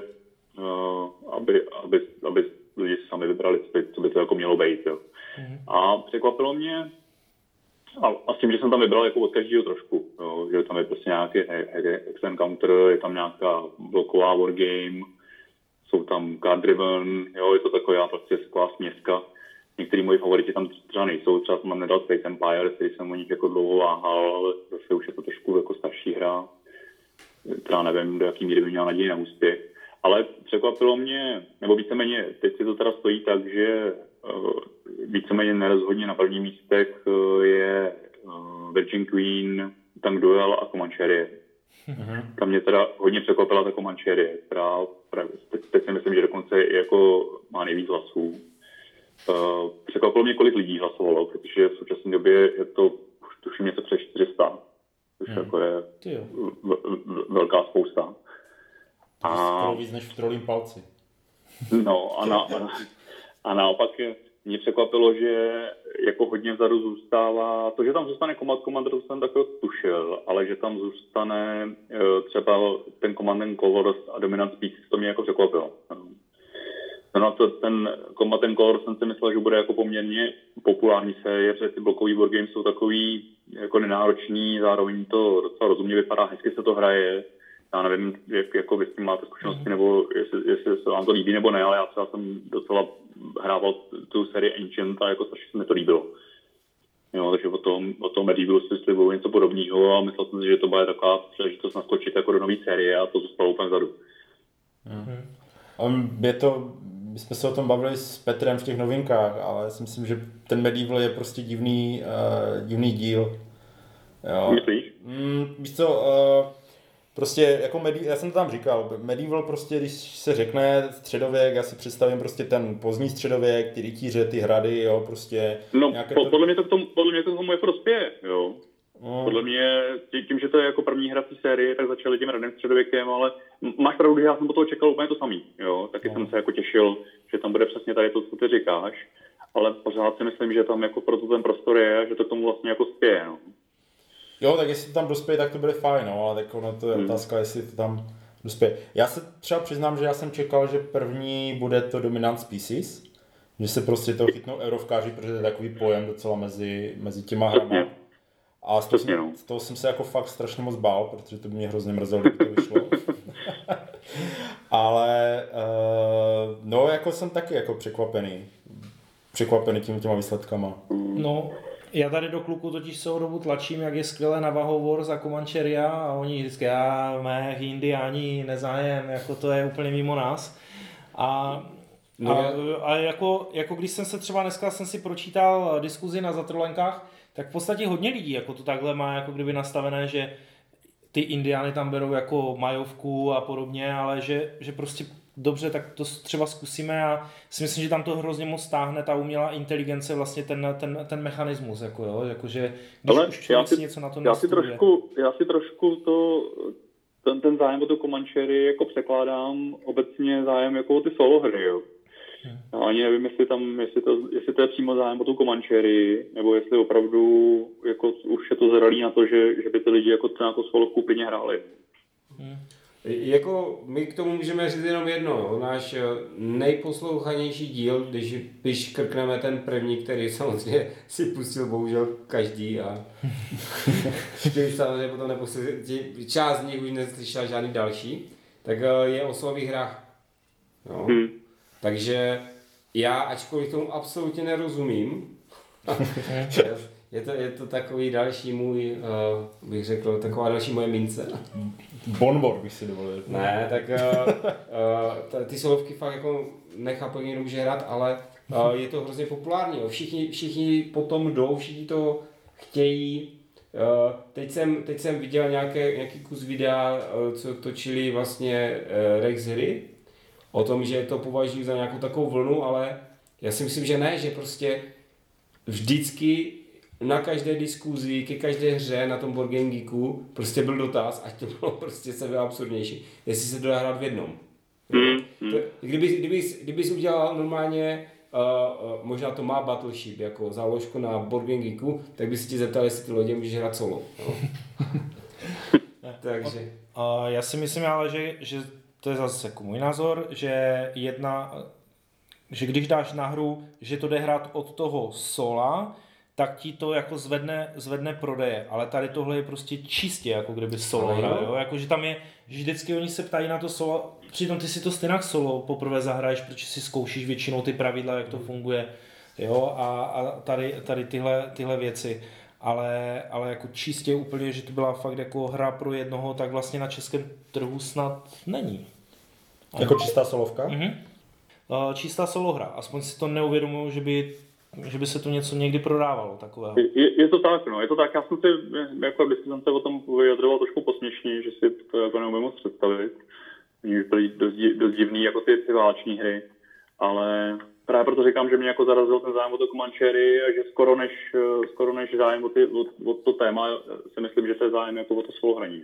uh, aby, aby, aby lidi sami vybrali, co by to jako mělo být. Jo. Mm-hmm. A překvapilo mě, A, a s tím, že jsem tam vybral jako od každého trošku, jo, že tam je prostě nějaký X Encounter, je tam nějaká bloková wargame, jsou tam card driven, jo, je to taková prostě taková směska. Některý moji favoriti tam třeba nejsou, třeba jsem tam nedal Space Empire, který jsem o nich jako dlouho váhal, ale zase už je to trošku jako starší hra. Třeba nevím, do jaký míry by měla naději na úspěch. Ale překvapilo mě, nebo víceméně, teď si to teda stojí tak, že víceméně nerozhodně na prvních místech je Virgin Queen, Tank Duel a Comancherie. Mm-hmm. Tam mě teda hodně překvapila ta Comancherie, která teď, teď si myslím, že dokonce jako má nejvíc hlasů. Překvapilo mě, kolik lidí hlasovalo, protože v současné době je to už tuším něco přes čtyři sta, což mm. jako je v, v, velká spousta. To je skoro víc než v trolím palci. No a, na, a, a naopak mě překvapilo, že jako hodně vzadu zůstává, to, že tam zůstane Command Commander, to jsem takový tušil, ale že tam zůstane třeba ten Command and Colors a Dominant Species, to mě jako překvapilo. No to ten Command and Colors jsem si myslel, že bude jako poměrně populární série, protože ty blokový wargames jsou takový jako nenáročný, zároveň to docela rozumně vypadá, hezky se to hraje. Já nevím, jak jako vy s tím máte zkušenosti, nebo jestli, jestli se vám to líbí nebo ne, ale já třeba jsem docela hrával tu sérii Ancient a jako strašně se mi to líbilo. Jo, takže o tom, o tom Medievalu si slibuju něco podobného a myslel jsem si, že to bude taková příležitost naskočit jako do nové série a to zůstalo úplně vzadu. Hmm. Je to, my jsme se o tom bavili s Petrem v těch novinkách, ale já si myslím, že ten Medieval je prostě divný, uh, divný díl. Jo. Myslíš? Mm, víš co, uh, prostě jako Medi- já jsem to tam říkal, Medieval prostě, když se řekne středověk, já si představím prostě ten pozdní středověk, ty rytíře, ty hrady, jo, prostě... No, po, to... podle mě to k tomu, podle mě to k tomu jako dospěje, jo. No. Podle mě, tím, že to je jako první hra v série, tak začali tím radem středověkem, ale máš pravdu, že já jsem po toho čekal úplně to samý, jo. Taky no. jsem se jako těšil, že tam bude přesně tady to, co ty říkáš, ale pořád si myslím, že tam jako proto ten prostor je, že to k tomu vlastně jako spěje, no. Jo, tak jestli to tam dospěje, tak to bude fajn, no, ale tak ono to je hmm. otázka, jestli to tam dospěje. Já se třeba přiznám, že já jsem čekal, že první bude to Dominant Species, že se prostě toho chytnou eurovkáři, protože to je takový pojem docela mezi, mezi těma hrama. A z toho, jsem, z toho jsem se jako fakt strašně moc bál, protože to by mě hrozně mrzelo, kdyby to vyšlo. Ale uh, no jako jsem taky jako překvapený. Překvapený tím těma výsledkama. No, já tady do kluku totiž celou dobu tlačím, jak je skvěle Navajo Wars a Comancheria a oni vždycky, já, mé Indiáni, nezájem, jako to je úplně mimo nás. A, no, a, a jako, jako když jsem se třeba dneska jsem si pročítal diskuzi na Zatrolenkách, tak v podstatě hodně lidí jako to takhle má jako kdyby nastavené, že ty Indiány tam berou jako majovku a podobně, ale že, že prostě dobře, tak to třeba zkusíme a si myslím, že tam to hrozně moc stáhne ta umělá inteligence, vlastně ten, ten, ten mechanismus, jako jo, jakože když ale už člověk si něco na to já si nastuduje. trošku, já si trošku to, ten, ten zájem o tu Comanchery jako překládám obecně zájem jako o ty solo hry, jo. Hmm. Já ani nevím, jestli tam, jestli to, jestli to je přímo zájem o tu Comanchery, nebo jestli opravdu jako už je to zralý na to, že, že by ty lidi jako třeba jako solovku klidně hráli. Hmm. Jako my k tomu můžeme říct jenom jedno, náš nejposlouchanější díl, když, když krkneme ten první, který samozřejmě si pustil bohužel každý a když samozřejmě potom nepustil, část z nich už neslyšela žádný další, tak je o solových hrách. No. Hmm. Takže já, ačkoliv tomu absolutně nerozumím, je, to, je to takový další můj, uh, bych řekl, taková další moje mince. Bonbon bych si dovolil. Ne, tak uh, uh, ty solovky fakt jako nechápu, jak někdo může hrát, ale uh, je to hrozně populární. Všichni, všichni potom jdou, všichni to chtějí. Uh, teď, jsem, teď jsem viděl nějaké, nějaký kus videa, uh, co točili vlastně uh, Rex hry, o tom, že to považují za nějakou takovou vlnu, ale já si myslím, že ne, že prostě vždycky na každé diskuzi, ke každé hře na tom Board Game Geeku prostě byl dotaz, ať to bylo prostě sebe absurdnější, jestli se to dá hrát v jednom. Mm, mm. To, kdyby, kdyby, kdyby jsi udělal normálně, uh, uh, možná to má Battleship jako záložku na Board Game Geeku, tak by si ti zeptal, jestli ty lodě můžeš hrát solo. No. Takže. Uh, já si myslím ale, že, že to je zase jako můj názor, že jedna, že když dáš na hru, že to jde hrát od toho sola, tak ti to jako zvedne, zvedne prodeje, ale tady tohle je prostě čistě jako kdyby solo hra, jo, jakože tam je, že vždycky oni se ptají na to solo, přitom ty si to stejně solo poprvé zahraješ, protože si zkoušíš většinou ty pravidla, jak to funguje, jo, a, a tady, tady tyhle, tyhle věci, ale, ale jako čistě úplně, že to byla fakt jako hra pro jednoho, tak vlastně na českém trhu snad není. Jako čistá solovka? Mhm. Čistá solo hra, aspoň si to neuvědomuji, že by že by se tu něco někdy prodávalo takového. Je, je to tak, no, je to tak. Já jsem si, jako vždycky jsem se o tom vyjadřoval trošku posměšně, že si to jako neumím moc představit. Oni byly dost, dost divný, jako ty, ty váleční hry, ale právě proto říkám, že mě jako zarazil ten zájem o to Comanchery a že skoro než, skoro než zájem o, ty, o, o to téma, si myslím, že to je zájem jako o to spoluhraní.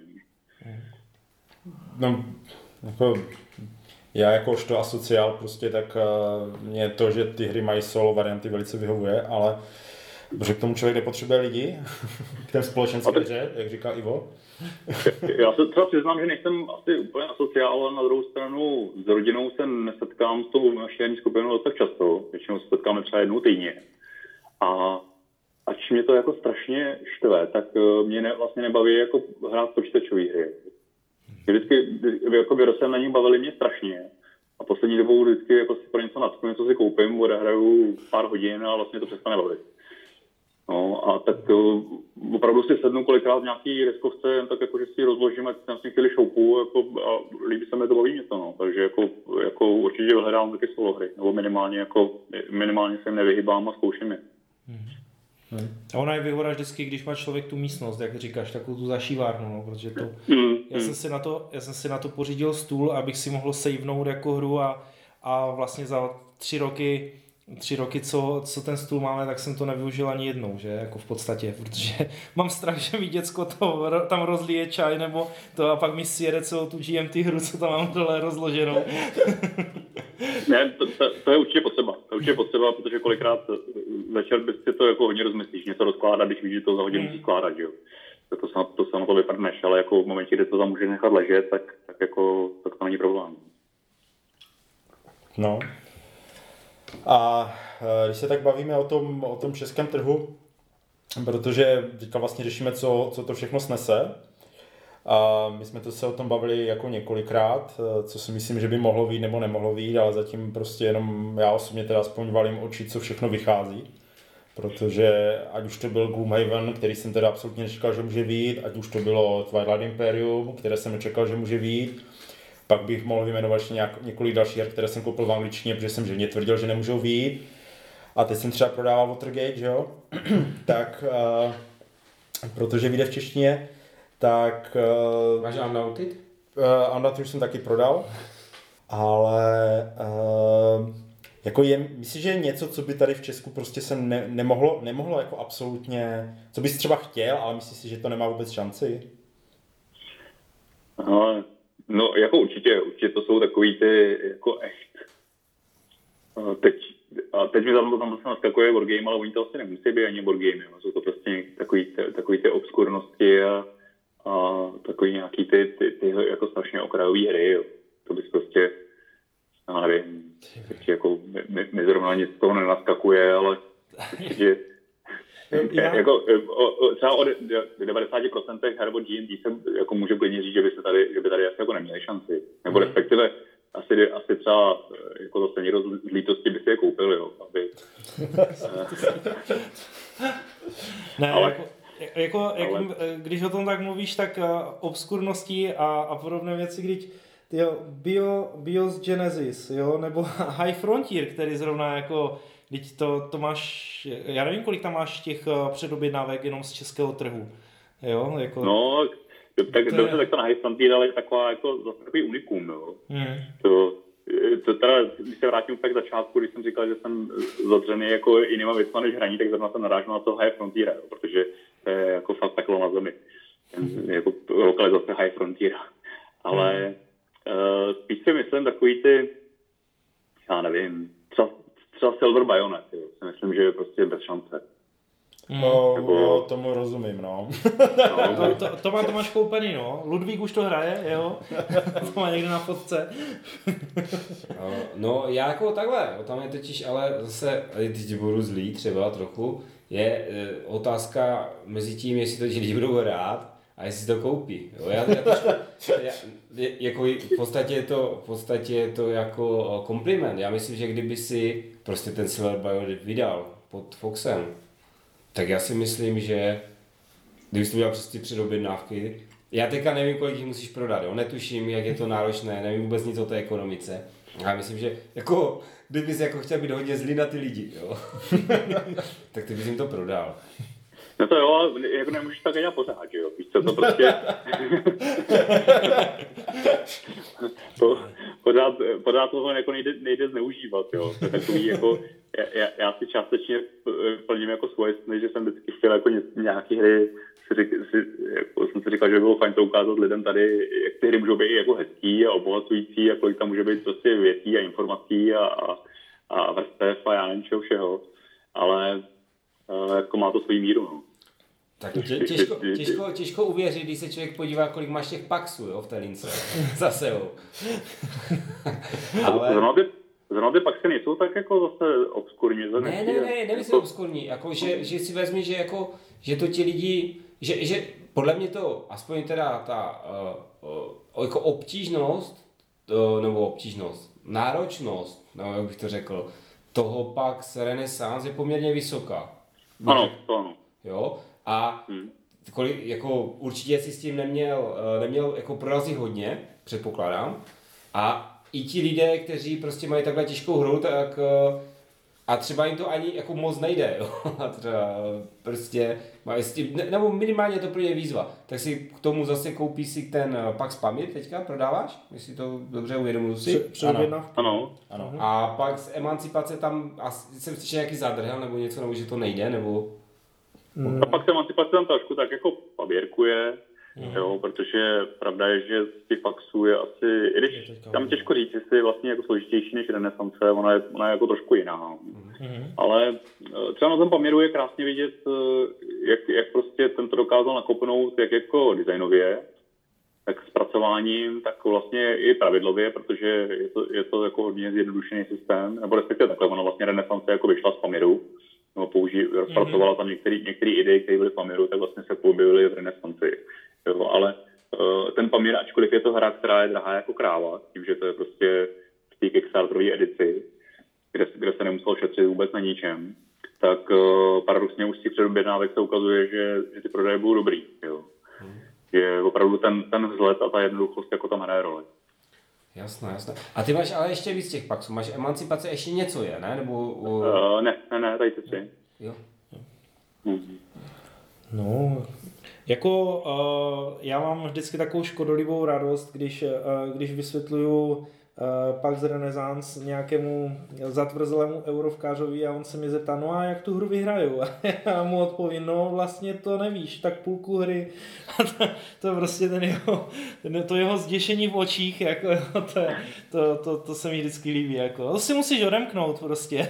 No, jako... Já jakožto asociál prostě, tak uh, mě to, že ty hry mají solo varianty, velice vyhovuje, ale protože k tomu člověk nepotřebuje lidi, k té společenské hře, jak říká Ivo. Já se třeba přiznám, že nejsem asi úplně asociál, ale na druhou stranu s rodinou se nesetkám s tou naší skupinou tak často, většinou se setkáme třeba jednou týdně. A ač mě to jako strašně štve, tak mě ne, vlastně nebaví jako hrát počítačové hry. Vždycky jako vyrostem na nich bavili mě strašně. A poslední dobou vždycky jako si pro něco natknu, něco si koupím, odehraju pár hodin a vlastně to přestane bavit. No a tak uh, opravdu si sednu kolikrát v nějaký deskovce, jen tak jako, že si ji rozložím, ať tam si chvíli šoupu jako, a líbí se mi to, baví mě to, no. Takže jako, jako určitě vyhledám taky solo hry, nebo minimálně, jako, minimálně se jim nevyhybám a zkouším je. Hmm. A ona je výhoda vždycky, když má člověk tu místnost, jak říkáš, takovou tu zašívárnu, no, protože to, mm, já, jsem si na to, já jsem si na to pořídil stůl, abych si mohl savenout jako hru a, a vlastně za tři roky, tři roky, co, co ten stůl máme, tak jsem to nevyužil ani jednou, že, jako v podstatě, protože mám strach, že mi děcko to tam rozlije čaj, nebo to a pak mi sjede celou tu G M T hru, co tam mám dole rozloženou. Ne, to, to, to je určitě potřeba, to je určitě potřeba, protože kolikrát večer bys si to jako hodně rozmyslíš, něco rozkládat, když víš, že to za hodinu musí skládat, jo. Tak to se, to se na to vyprdneš, ale jako v momentě, kdy to tam můžeš nechat ležet, tak, tak jako tak to není problém. No. A když se tak bavíme o tom, o tom českém trhu, protože teďka vlastně řešíme, co, co to všechno snese, A my jsme to se o tom bavili jako několikrát, co si myslím, že by mohlo vyjít nebo nemohlo vyjít, ale zatím prostě jenom já osobně teda aspoň valím oči, co všechno vychází. Protože ať už to byl Gloomhaven, který jsem teda absolutně nečekal, že může vyjít, ať už to bylo Twilight Imperium, které jsem nečekal, že může vyjít, pak bych mohl vyjmenovat ještě nějak, několik dalších her, které jsem koupil v angličtině, protože jsem že tvrdil, že nemůžou vyjít. A teď jsem třeba prodával Watergate, že jo? tak, uh, protože vyjde v češtině, tak... Uh, Máš Undaunted? Uh, Undaunted už jsem taky prodal, ale... Uh, Jako je, myslíš, že je něco, co by tady v Česku prostě se ne, nemohlo, nemohlo jako absolutně, co bys třeba chtěl, ale myslíš si, že to nemá vůbec šanci? No, no jako určitě, určitě to jsou takový ty jako echt. A teď, a teď mi tam, tam zase naskakuje wargame, ale oni to asi nemusí být ani wargame, jsou to prostě takový, takový ty obskurnosti a, a takový nějaký ty, ty, ty jako strašně okrajové hry, jo. To bys prostě, já nevím, jako, mi, mi zrovna nic z toho nenaskakuje, ale určitě, jako, o, třeba o devadesát procent her od G and D se jako může klidně říct, že by, se tady, že by tady asi jako neměli šanci. Nebo mm. respektive asi, asi třeba jako zase někdo z lítosti by si je koupil, jo, aby... ne, ale, jako, jako, ale... jako, když o tom tak mluvíš, tak uh, obskurnosti a, a podobné věci, když jo, Bio, Bios Genesis, jo, nebo High Frontier, který zrovna jako, teď to, to máš, já nevím, kolik tam máš těch předobjednávek jenom z českého trhu, jo, jako... No, tak to dobře, je... tak to na High Frontier, ale je taková, jako, zase takový unikum, jo. Hmm. To, to teda, když se vrátím k začátku, když jsem říkal, že jsem zadřený jako jinýma věcma než hraní, tak zrovna jsem narážel na to High Frontier, jo, protože to je jako fakt peklo na zemi, hmm. jako lokalizace High Frontier, ale... Hmm. Uh, spíš si myslím takový ty, já nevím, třeba, třeba Silver Bayonet, jo. Si myslím, že je prostě bez šance. No, Nebo... jo, tomu rozumím, no. no to, to, to, má, to máš koupený, no. Ludvík už to hraje, jo. To má někde na fotce. No, já jako takhle, tam je totiž, ale zase, teď budu zlý třeba trochu, je e, otázka mezi tím, jestli to ti lidi budou hrát, a jestli to koupí. Jo, já, já trošku, já, jako v podstatě je to, v podstatě je to jako kompliment. Já myslím, že kdyby si prostě ten Silver Bayonet vydal pod Foxem, tak já si myslím, že kdybys to udělal přes ty předobjednávky, já teďka nevím, kolik jich musíš prodat, jo? Netuším, jak je to náročné, nevím vůbec nic o té ekonomice. Já myslím, že jako, kdybys jako chtěl být hodně zlý na ty lidi, jo? tak ty bys jim to prodal. No to jo, jako nemůžeš tak dělat pořád, že jo, víš co, to prostě... to, pořád, pořád toho jako nejde, nejde zneužívat, jo, to je takový jako... Já, já si částečně plním jako svoje sny, že jsem vždycky chtěl jako nějaký hry, si řík, si, jako jsem si říkal, že by bylo fajn to ukázat lidem tady, jak ty hry můžou být jako hezký a obohacující a kolik tam může být prostě věcí a informací a, a, a vrstev a já nevím čeho všeho, ale jako má to svou míru, no. Tak těžko, těžko, těžko uvěřit, když se člověk podívá, kolik máš těch paxů, jo, v té lince. Zase, jo. Ale... Zrovna ty, zrovna ty paxy nejsou tak jako zase obskurní. Ne, ne, ne, ne, nemyslím obskurní. Jako, že, že si vezmi, že, jako, že to ti lidi, že, že podle mě to, aspoň teda ta uh, uh, jako obtížnost, uh, nebo obtížnost, náročnost, nebo jak bych to řekl, toho Pax Renaissance je poměrně vysoká. Ano, to ano. Jo? A hmm. kolik, jako, určitě si s tím neměl, neměl jako prorazit hodně, předpokládám. A i ti lidé, kteří prostě mají takhle těžkou hru, tak a třeba jim to ani jako moc nejde, jo? A třeba prostě mají s tím, nebo minimálně to pro ně výzva. Tak si k tomu zase koupí si ten Pax Pamir teďka, prodáváš? Jestli to dobře uvědomuji si? Ano. ano. ano. A Pax Emancipace tam, asi jsem slyšel nějaký zádrhel nebo něco, nebo že to nejde, nebo... Hmm. A pak se Emancipace tam trošku tak jako paběrkuje, hmm. jo, protože pravda je, že z těch Paxů je asi, i když tam těžko říct, jestli je vlastně jako složitější než Renesance, ona je, ona je jako trošku jiná. Hmm. Ale třeba na tom Pamiru je krásně vidět, jak, jak prostě tento dokázal nakopnout, jak jako designově, tak zpracováním, tak vlastně i pravidlově, protože je to, je to jako hodně zjednodušený systém, nebo respektive takhle, ono vlastně Renesance jako vyšla z Pamiru, no, použi, rozpracovala tam některé některé idei, které byly v Pamiru, tak vlastně se objevily v Renesanci. Jo, ale ten Pamir, ačkoliv je to hra, která je drahá jako kráva, tím, že to je prostě v té Kickstarterové edici, kde, kde se nemuselo šetřit vůbec na ničem, tak uh, paradoxně už z těch předobědnávek se ukazuje, že, že ty prodeje budou dobrý. Jo. Hmm. Je opravdu ten, ten vzhled a ta jednoduchost jako tam hraje roli. Jasné, jasné. A ty máš ale ještě víc těch paxů. Máš emancipace, ještě něco je, ne? Nebo, uh... Uh, ne, ne, ne, tady ty tři. Jo. Hmm. No, jako uh, já mám vždycky takovou škodolivou radost, když, uh, když vysvětluju uh, Pax Renaissance nějakému zatvrzelému eurovkářovi a on se mě zeptá, no a jak tu hru vyhraju? A já mu odpovím, no vlastně to nevíš, tak půlku hry. A to, to je prostě ten jeho, ten, to jeho zděšení v očích, jako, to, to, to, to se mi vždycky líbí. Jako. To si musíš odemknout prostě.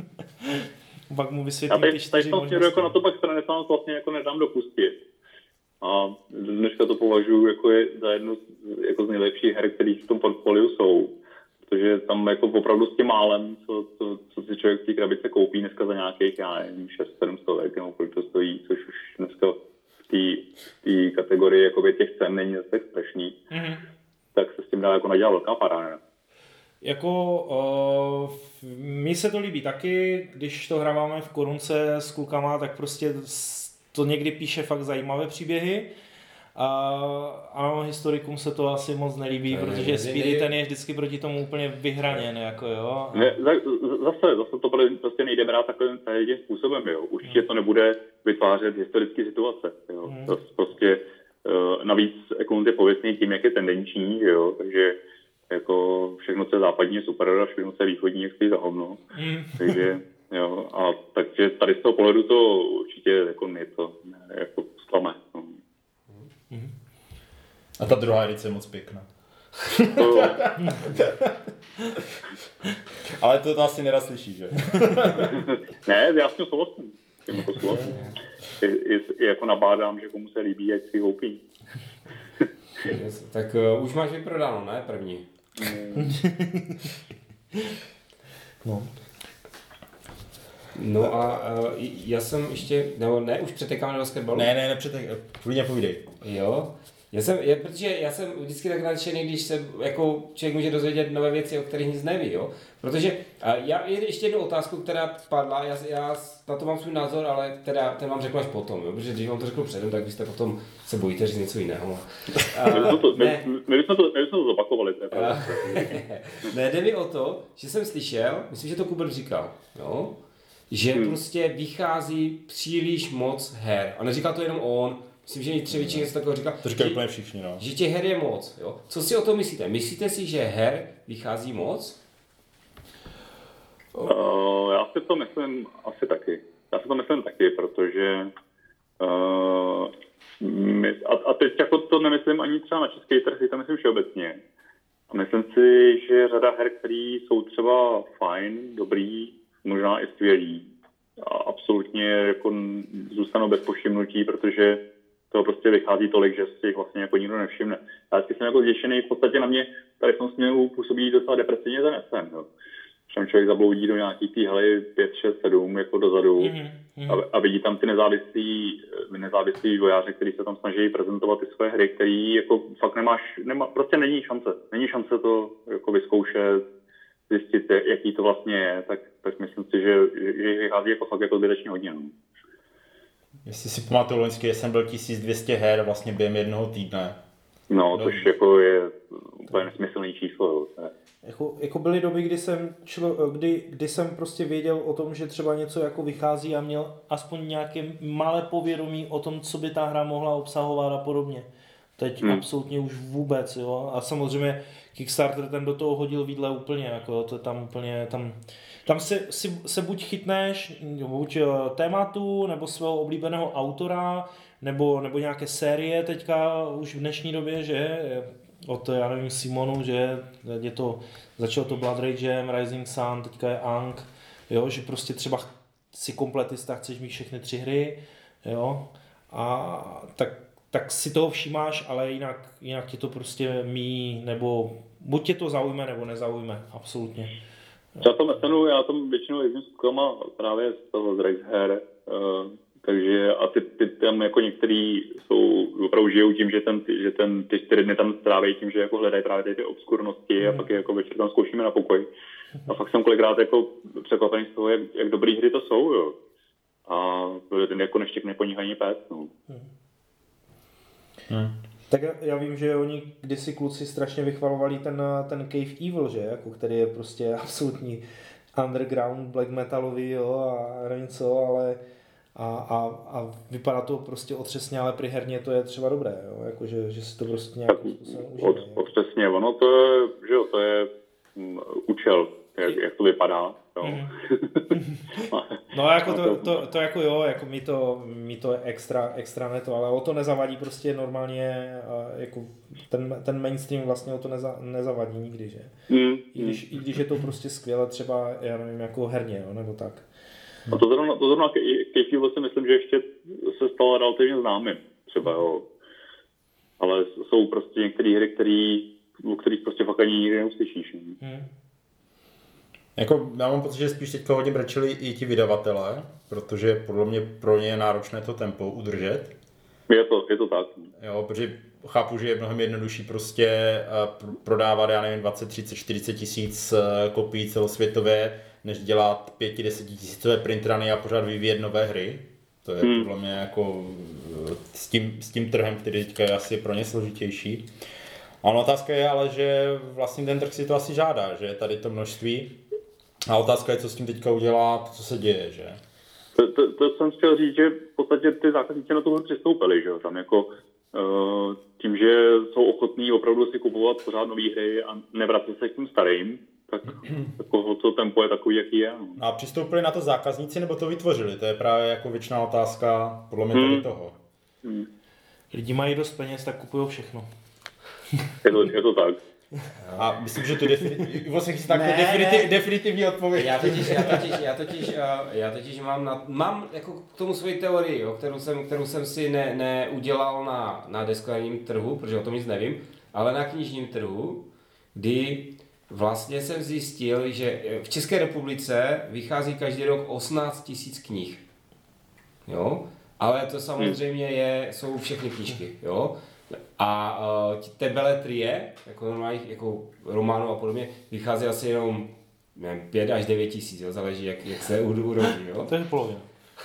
Pak mu vysvětlím ty čtyři možnosti. Jako na to Pax Renaissance vlastně jako nedám dopustit. A dneska to považuji jako je za jednu z, jako z nejlepších her, které v tom portfoliu jsou. Protože tam jako opravdu s tím málem, co, co, co si člověk v té krabice koupí dneska za nějakých, já nevím, šest sedm stovek, nebo kolik to stojí, což už dneska v té kategorii jako těch cen není zase tak strašný, mm-hmm. tak se s tím dá jako nadělat velká paráda. Jako uh, mně se to líbí taky, když to hráváme v korunce s klukama, tak prostě to někdy píše fakt zajímavé příběhy. A ano, historikům se to asi moc nelíbí, to protože Speedy ten je vždycky proti tomu úplně vyhraněn, jako jo. A... Ne, zase, zase to prostě nejde brát takovým jedním způsobem, jo. Určitě to nebude vytvářet historické situace, jo. Hmm. To prostě uh, navíc Eklund je pověstný tím, jak je tendenční, jo, takže jako všechno, co je západní, je super, a všechno, co je východní, je stojí za hovno. Mm. Takže, jo, a takže tady z toho pohledu to určitě jako mě to jako zklame. No. Mm. A ta druhá edice je moc pěkná. To... Ale to, to asi nerad slyšíš, že? Ne, já s tím souhlasím. Jako souhlasím. Je, je, je, jako nabádám, že komu se líbí, ať si koupí. Tak uh, už máš vyprodáno, ne? První. No. No a uh, já jsem ještě, nebo ne, už přetekáme do basketbalu? Ne, ne, nepřetekáme, klidně povídej. Jo, já jsem, já, protože já jsem vždycky tak nadšený, když se jako člověk může dozvědět nové věci, o kterých nic neví, jo. Protože uh, já ještě jednu otázku, která padla, já, já na to mám svůj názor, ale teda ten vám řeknu až potom, jo, protože když vám to řeknu předem, tak vy jste potom se bojíte říct něco jiného. Uh, my bychom to, to zopakovali. Uh, ne, jde mi o to, že jsem slyšel, myslím, že to Kubel říkal, jo, že hmm. prostě vychází příliš moc her. A neříkal to jenom on, myslím, že i Třevičík něco takového říkal. To říkají úplně všichni, no. Že těch her je moc, jo. Co si o tom myslíte? Myslíte si, že her vychází moc? Uh, já si to myslím asi taky. Já si to myslím taky, protože uh, my, a, a teď jako to nemyslím ani třeba na český trh, to myslím všeobecně. A myslím si, že řada her, které jsou třeba fajn, dobrý, možná i skvělý. A absolutně jako zůstanou bez povšimnutí, protože to prostě vychází tolik, že si jich vlastně jako nikdo nevšimne. Já vždycky jsem jako zděšený, v podstatě na mě tady v tom směru působí docela depresivně zanesen. Jo. Když člověk zabloudí do nějakých tý hely pět, šest, sedm jako dozadu mm-hmm. a, a vidí tam ty nezávislí, nezávislí vývojáře, kteří se tam snaží prezentovat ty své hry, který jako fakt nemáš, nemá, prostě není šance. Není šance to jako vyzkoušet, zjistit, jaký to vlastně je, tak, tak myslím si, že, že vychází jako fakt jako zbytečně hodně. No. Jestli si pamatuju, loňský jsem byl tisíc dvě stě her vlastně během jednoho týdne. No, což no. jako je úplně nesmyslný číslo. Jako, jako byly doby, kdy jsem, člo, kdy, kdy jsem prostě věděl o tom, že třeba něco jako vychází a měl aspoň nějaké malé povědomí o tom, co by ta hra mohla obsahovat a podobně. Teď hmm. absolutně už vůbec, jo. A samozřejmě Kickstarter ten do toho hodil vidle úplně, jako to tam úplně, tam, tam se, si, se buď chytneš, buď tématu, nebo svého oblíbeného autora, nebo, nebo nějaké série teďka už v dnešní době, že od, já nevím, Simonu, že je to, začalo to Blood Ragem, Rising Sun, teďka je Ankh, jo, že prostě třeba si kompletista, chceš mít všechny tři hry, jo, a tak tak si toho všímáš, ale jinak, jinak tě to prostě míjí, nebo buď tě to zaujme, nebo nezaujme, absolutně. Já to mesenu, já tam většinou jezdím s klukama právě z toho z Rexher, takže a ty, ty tam jako některý jsou opravdu žijou tím, že ten, že ten ty čtyři dny tam stráví tím, že jako hledají právě ty, ty obskurnosti mm. a pak je jako večer tam zkoušíme na pokoj. A fakt jsem kolikrát jako překvapený z toho, jak, jak dobrý hry to jsou, jo. A ten jako neštěkne po nich ani pes, no. Hmm. Hmm. Tak já vím, že oni kdysi kluci strašně vychvalovali ten, ten Cave Evil, že? Jako, který je prostě absolutní underground black metalový, jo, a nevím co, ale a, a, a vypadá to prostě otřesně, ale při herně to je třeba dobré, jo? Jako, že, že si to prostě nějakým způsobem užije. Od, otřesně, ono to je, že jo, to je um, účel, jak, jak to vypadá. Jo. Mm. No jako to, to, to jako jo, jako mi to, mi to extra, extra ne to, ale o to nezavadí prostě normálně, jako ten, ten mainstream vlastně o to neza, nezavadí nikdy, že? Mm. I, když, I když je to prostě skvěle třeba, já nevím, jako herně, jo, nebo tak. A to zrovna, to zrovna Cave si myslím, že ještě se stalo relativně známým, třeba jo. Ale jsou prostě některé hry, který, o kterých prostě fakt ani nikdy neuslyšíš. Mm. Jako, já mám pocit, že spíš teďka hodně brečeli i ti vydavatelé, protože podle mě pro ně je náročné to tempo udržet. Je to, je to tak. Jo, protože chápu, že je mnohem jednodušší prostě prodávat, já nevím, dvacet, třicet, čtyřicet tisíc kopií celosvětově, než dělat pět, deset tisícové printrany a pořád vyvíjet nové hry. To je hmm. podle mě jako s tím, s tím trhem, který teďka je asi pro ně složitější. A otázka je ale, že vlastně ten trh si to asi žádá, že tady to množství. A otázka je, co s tím teďka udělá, to, co se děje, že? To, to, to jsem chtěl říct, že v podstatě ty zákazníci na tohle přistoupili, že tam jako uh, tím, že jsou ochotní opravdu si kupovat pořád nové hry a nevracet se k tím starým, tak jako to tempo je takový, jaký je. No. A přistoupili na to zákazníci, nebo to vytvořili? To je právě jako věčná otázka, podle mě tady hmm. toho. Hmm. Lidi mají dost peněz, tak kupují všechno. Je to, je to tak. A myslím, že to definitivní, vlastně ne, definitiv, ne. definitivní odpověď. Já totiž, já totiž, já totiž, já totiž mám, na, mám jako k tomu svoji teorii, jo, kterou, jsem, kterou jsem si ne, neudělal na, na deskové trhu, protože o tom nic nevím, ale na knižním trhu, kdy vlastně jsem zjistil, že v České republice vychází každý rok osmnáct tisíc knih. Jo? Ale to samozřejmě je, jsou všechny knížky. Jo? A uh, té beletrie, jako normálních jako románů a podobně, vychází asi jenom nevím, pět až devět tisíc, jo? Záleží, jak, jak se urodí. Jo? To je polovina.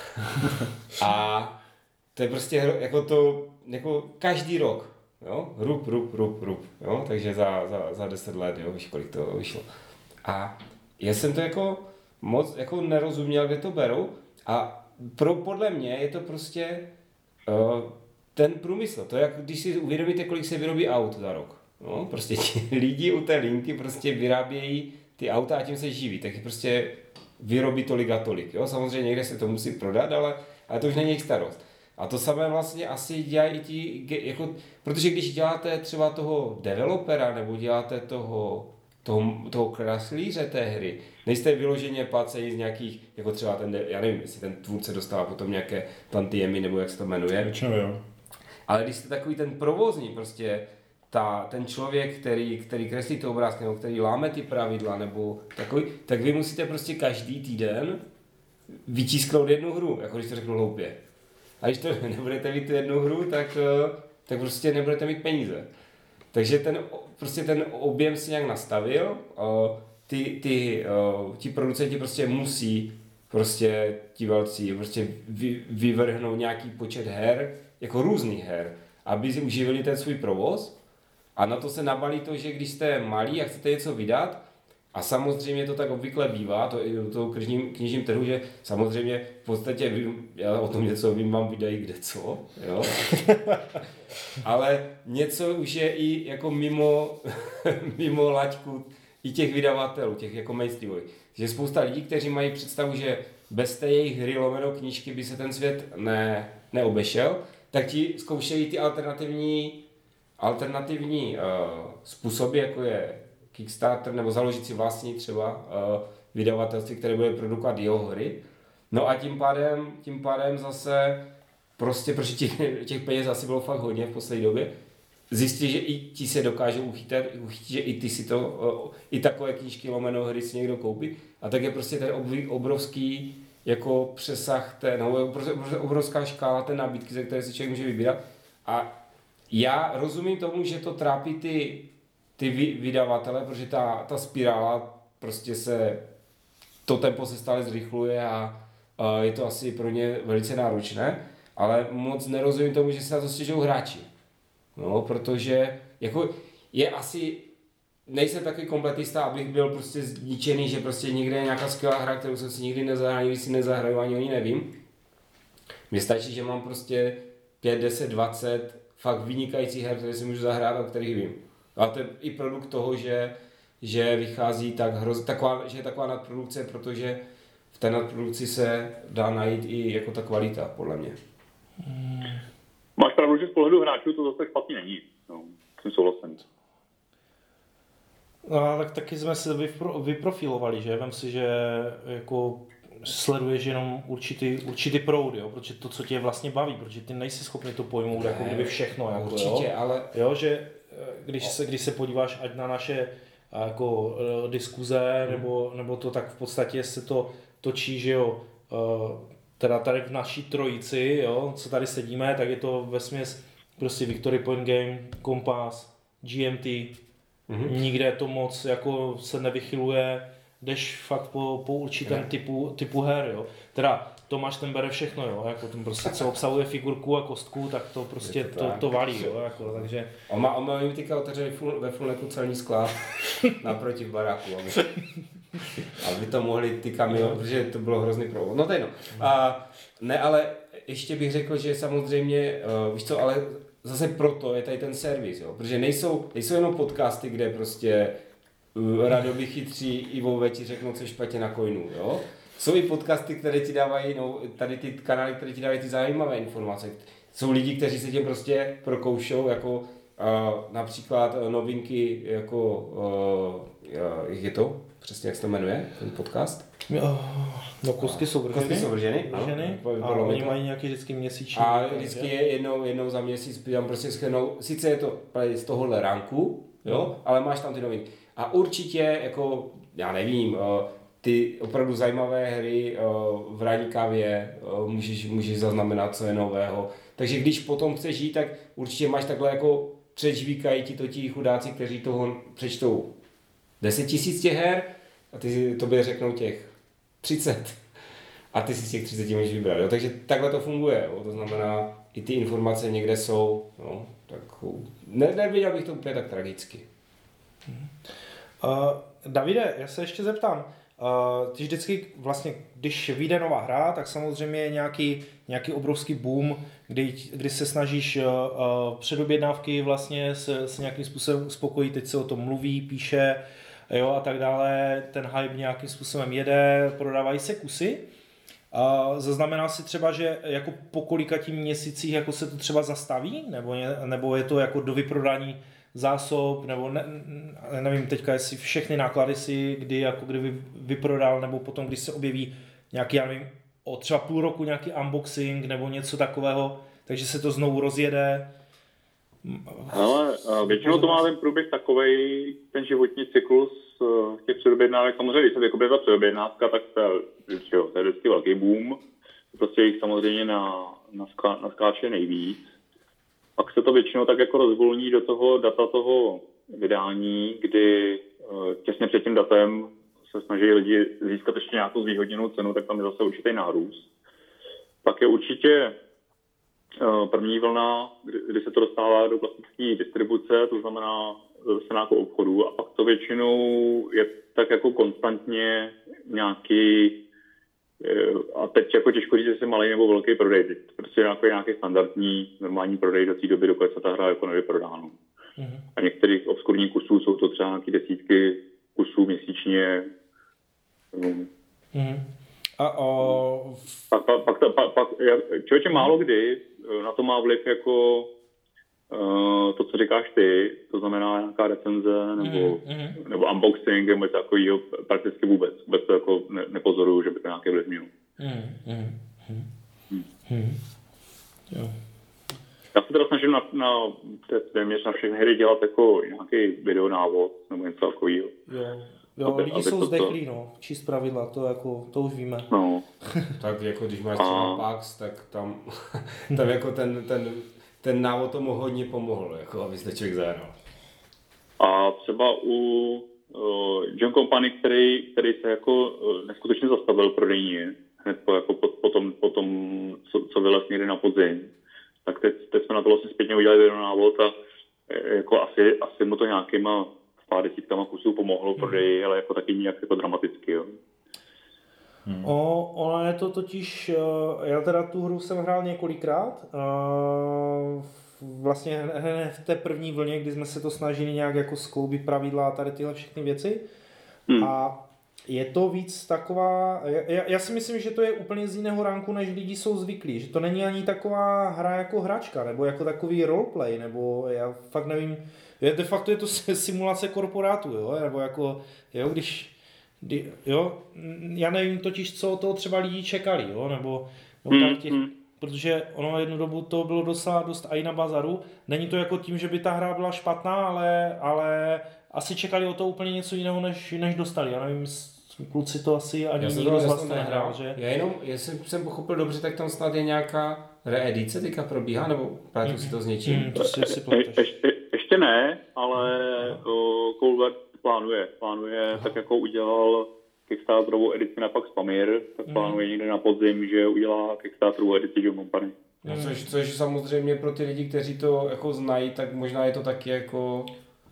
A to je prostě jako to, jako každý rok. Jo? Rup, rup, rup, rup. Jo? Takže za, za, za deset let, jo? Víš, kolik to vyšlo. A já jsem to jako moc jako nerozuměl, kde to berou. A pro, podle mě je to prostě uh, ten průmysl. To je jak když si uvědomíte, kolik se vyrobí aut za rok. No? Prostě ti lidi u té linky prostě vyrábějí ty auta a tím se živí. Tak prostě vyrobí tolik a tolik. Jo? Samozřejmě někde se to musí prodat, ale, ale to už není jejich starost. A to samé vlastně asi dělají i ti, jako, protože když děláte třeba toho developera nebo děláte toho, toho, toho kreslíře té hry, nejste vyloženě placení z nějakých, jako třeba ten, já nevím, jestli ten tvůrce dostává potom nějaké tantiemy nebo jak se to jmenuje. Většinou jo. Ale když jste takový ten provozní, prostě ta, ten člověk, který, který kreslí ty obrázky nebo který láme ty pravidla nebo takový, tak vy musíte prostě každý týden vytisknout jednu hru, jako když to řeknu hloupě. A když to nebudete mít tu jednu hru, tak, tak prostě nebudete mít peníze. Takže ten, prostě ten objem si nějak nastavil, ty, ty, ti producenti prostě musí, prostě ti velcí, prostě vy, vyvrhnout nějaký počet her, jako různých her, aby si uživili ten svůj provoz. A na to se nabalí to, že když jste malí a chcete něco vydat, a samozřejmě to tak obvykle bývá, to i u toho knižním, knižním trhu, že samozřejmě v podstatě vím, já o tom něco vím, mám vydají kde co, jo. Ale něco už je i jako mimo, mimo laťku i těch vydavatelů, těch jako mainstreamových. Že spousta lidí, kteří mají představu, že bez té jejich hry lomeno knížky by se ten svět ne, neobešel, tak ti zkoušejí ty alternativní, alternativní uh, způsoby, jako je Kickstarter, nebo založit si vlastní třeba uh, vydavatelství, které bude produkovat jeho hry. No a tím pádem, tím pádem zase prostě, protože těch, těch peněz asi bylo fakt hodně v poslední době, zjistí, že i ti se dokážou uchytat, uchytit, že i ty si to, uh, i takové knížky lomeno hry si někdo koupí. A tak je prostě ten ob, obrovský jako přesah té, no obrovská škála té nabídky, ze které si člověk může vybírat. A já rozumím tomu, že to trápí ty, ty vydavatele, protože ta, ta spirála prostě se, to tempo se stále zrychluje a, a je to asi pro ně velice náročné, ale moc nerozumím tomu, že se na to stěžují hráči. No, protože jako je asi, nejsem takový kompletista, abych byl prostě zničený, že prostě někde je nějaká skvělá hra, kterou jsem si nikdy nezahrál, nikdy si nezahraju, ani o ní nevím. Mně stačí, že mám prostě pět, deset, dvacet fakt vynikajících her, které si můžu zahrát, o kterých vím. A to je i produkt toho, že, že vychází tak hroz, taková, že je taková nadprodukce, protože v té nadprodukci se dá najít i jako ta kvalita, podle mě. Hmm. Máš pravdu, že z pohledu hráčů to zase špatný není. No, jsem souhlasím. No, tak taky jsme se vypro, vyprofilovali, že? Vem si, že jako sleduješ jenom určitý, určitý proud, jo? Protože to, co tě vlastně baví, protože ty nejsi schopný to pojmout, ne, jako kdyby všechno. Jako, určitě, jo? ale... Jo, že když se, když se podíváš ať na naše jako, diskuze, hmm. nebo, nebo to, tak v podstatě se to točí, že jo, teda tady v naší trojici, jo, co tady sedíme, tak je to vesměs prostě Victory Point Game, Kompas, G M T, mm-hmm. nikde to moc jako se nevychyluje, jdeš fakt po, po určitém typu, typu her, jo. Teda Tomáš ten bere všechno, jo, jako ten prostě co obsahuje figurku a kostku, tak to prostě to, to, to valí, jo, jako, takže... On má, on má jim teďka otevřený ve Fulneku celní sklad naproti v baráku, aby, aby to mohli ty kamiony, protože to bylo hrozný problém. No tady no. A, ne, ale ještě bych řekl, že samozřejmě, uh, víš co, ale zase proto je tady ten servis, jo, protože nejsou, nejsou jenom podcasty, kde prostě uh, rádoby chytří Ivo ti řeknou, co je špatně na coinu, jo. Jsou i podcasty, které ti dávají, no, tady ty kanály, které ti dávají ty zajímavé informace. Jsou lidi, kteří se tím prostě prokoušou, jako uh, například novinky, jako, uh, jak je to? Přesně jak se to jmenuje, ten podcast? No, kostky jsou vrženy. Kostky jsou vrženy, vrženy a oni mají nějaký vždycky měsíční. A vždycky je jednou, jednou za měsíc, tam prostě schrnou, sice je to z tohohle ranku, jo, ale máš tam ty novinky. A určitě, jako, já nevím, uh, ty opravdu zajímavé hry uh, v ranní kávě uh, můžeš, můžeš zaznamenat, co je nového. Takže když potom chceš žít, tak určitě máš takhle jako přečvíkají ti to ti chudáci, kteří toho přečtou deset tisíc těch her a ty tobě řeknou těch třicet. A ty si z těch třicet můžeš vybrat. Jo? Takže takhle to funguje. Jo? To znamená, i ty informace někde jsou. Jo? Tak, ne, neviděl bych to úplně tak tragicky. Uh, Davide, já se ještě zeptám. Uh, ty vždycky vlastně, když vyjde nová hra, tak samozřejmě je nějaký, nějaký obrovský boom, kdy, kdy se snažíš uh, uh, předobjednávky vlastně se, se nějakým způsobem uspokojit, teď se o tom mluví, píše, jo, a tak dále, ten hype nějakým způsobem jede, prodávají se kusy. Uh, zaznamená si třeba, že jako po kolika tím měsících jako se to třeba zastaví, nebo je, nebo je to jako do vyprodání zásob, nebo ne, nevím teďka, jestli všechny náklady si kdy jako kdyby vyprodal, nebo potom, když se objeví nějaký, já nevím, o třeba půl roku nějaký unboxing, nebo něco takového, takže se to znovu rozjede. Ale většinou to má ten průběh takovej, ten životní cyklus těch předobjednávek, samozřejmě, když se vykupuje ta předobjednávka, tak to je, to je vždycky velký boom, prostě jich samozřejmě na, na, ská, na skáče nejvíc. Pak se to většinou tak jako rozvolní do toho data toho vydání, kdy těsně před tím datem se snaží lidi získat ještě nějakou zvýhodněnou cenu, tak tam je zase určitý nárůst. Pak je určitě první vlna, kdy se to dostává do klasické distribuce, to znamená zase nějakou obchodu, a pak to většinou je tak jako konstantně nějaký, a teď jako těžko říct, jestli malý nebo velký prodej. Teď prostě nějaký, nějaký standardní, normální prodej do té doby, dokud se ta hra jako nevyprodáno. Mm-hmm. A některých obskurních kusů jsou to třeba nějaké desítky kusů měsíčně. Mm-hmm. A o... Pak, pak, pak, pak, pak člověče málo kdy na to má vliv jako uh, to, co říkáš ty, to znamená nějaká recenze nebo, mm-hmm. nebo unboxing nebo něco takového, prakticky vůbec. Vůbec to jako ne, nepozoruju, že by to nějaký vliv měl. Mm-hmm. Mm-hmm. Jo. Já se teda snažím na, na, téměř na všechny hry dělat jako nějaký videonávod nebo něco takového. Jo, aby, lidi aby jsou to, zdechlí, no, čist pravidla, to jako, to už víme. No. Tak jako když máš třeba Pax, tak tam, tam jako ten, ten, ten návod tomu hodně pomohl, jako aby se člověk zahrál. A třeba u uh, John Company, který, který se jako uh, neskutečně zastavil prodejně, hned po, jako po, po, tom, po tom, co, co vylez někdy na podzim, tak teď, teď jsme na to vlastně zpětně udělali video návod a jako asi, asi mu to nějakýma pár desítkama kusů pomohlo prodeji, ale jako taky nějak jako dramaticky, jo. Hmm. O, ono je to totiž, já teda tu hru jsem hrál několikrát, vlastně hned v té první vlně, kdy jsme se to snažili nějak jako skloubit pravidla a tady tyhle všechny věci. Hmm. A je to víc taková, já, já si myslím, že to je úplně z jiného ranku, než lidi jsou zvyklí, že to není ani taková hra jako hračka, nebo jako takový roleplay, nebo já fakt nevím, je, de facto je to simulace korporátu, jo, nebo jako, jo, když, kdy, jo, já nevím totiž, co toho třeba lidi čekali, jo, nebo, nebo tady těch, protože ono jednu dobu to bylo docela dost i na bazaru, není to jako tím, že by ta hra byla špatná, ale, ale asi čekali o to úplně něco jiného, než, než dostali, já nevím, kluci to asi ani nikdo z vás nehrál, že? Já jenom, jestli jsem pochopil dobře, tak tam snad je nějaká reedice teďka probíhá, nebo právě si to s něčím? Mm, to si asi Je, ještě, ještě ne, ale Coolbet plánuje, plánuje tak jako udělal Kickstarterovou edici na Pax Pamir, tak mm. plánuje někde na podzim, že udělá Kickstarterovou edici John Company. No, což, což samozřejmě pro ty lidi, kteří to jako znají, tak možná je to taky jako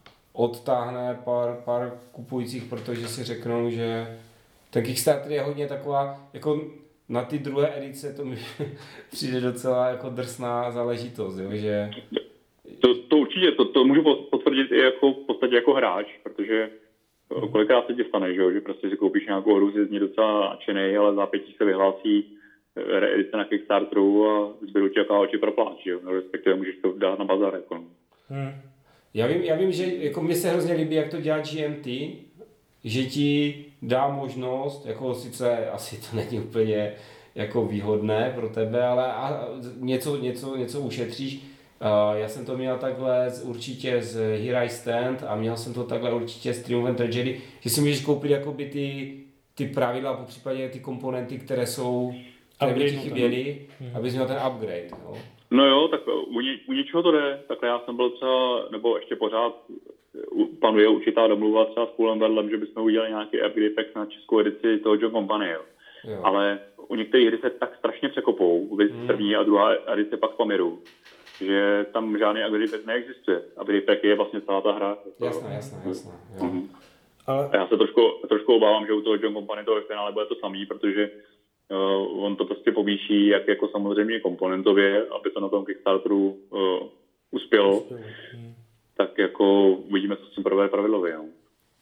odtáhne pár, pár kupujících, protože si řeknou, že ten Kickstarter je hodně taková, jako na ty druhé edice to mi přijde docela jako drsná záležitost, jo, že... To, to určitě, to, to můžu potvrdit i jako, v podstatě jako hráč, protože kolikrát se ti stane, že, jo, že prostě si koupíš nějakou hru, si z ní docela nadšenej, ale zápětí se vyhlásí reedice na Kickstarteru a zbyl ti jaká oči pro pláč, jo, no, respektive můžeš to dát na bazar, jako. Hmm. Já vím, já vím, že jako mně se hrozně líbí, jak to dělá G M T, že ti dá možnost, jako sice asi to není úplně jako výhodné pro tebe, ale a něco, něco, něco ušetříš. Uh, já jsem to měl takhle z, určitě z Here I Stand a měl jsem to takhle určitě z Triumph and Tragedy, že si můžeš koupit jakoby ty, ty pravidla, po případě ty komponenty, které jsou, které by ti chyběly, hmm. abys měl ten upgrade. Jo. No jo, tak u, ně, u něčeho to jde, takhle já jsem byl třeba, nebo ještě pořád panuje určitá domluva třeba s Coolem Berlem, že bychom udělali nějaký upgrade pack na českou edici toho John Company, jo. Jo. Ale u některých hry se tak strašně překopou, hmm. první a druhá edice pak Pamiru, že tam žádný upgrade pack neexistuje. Upgrade pack je vlastně celá ta hra. Jasná, jasná, jasná. Mm-hmm. Ale... Já se trošku, trošku obávám, že u toho John Company to ve finále bude to samý, protože Uh, on to prostě povýší, jak jako samozřejmě komponentově, aby to na tom Kickstarteru uh, uspělo, hmm. tak jako uvidíme, co s tím prvé pravidlově. No.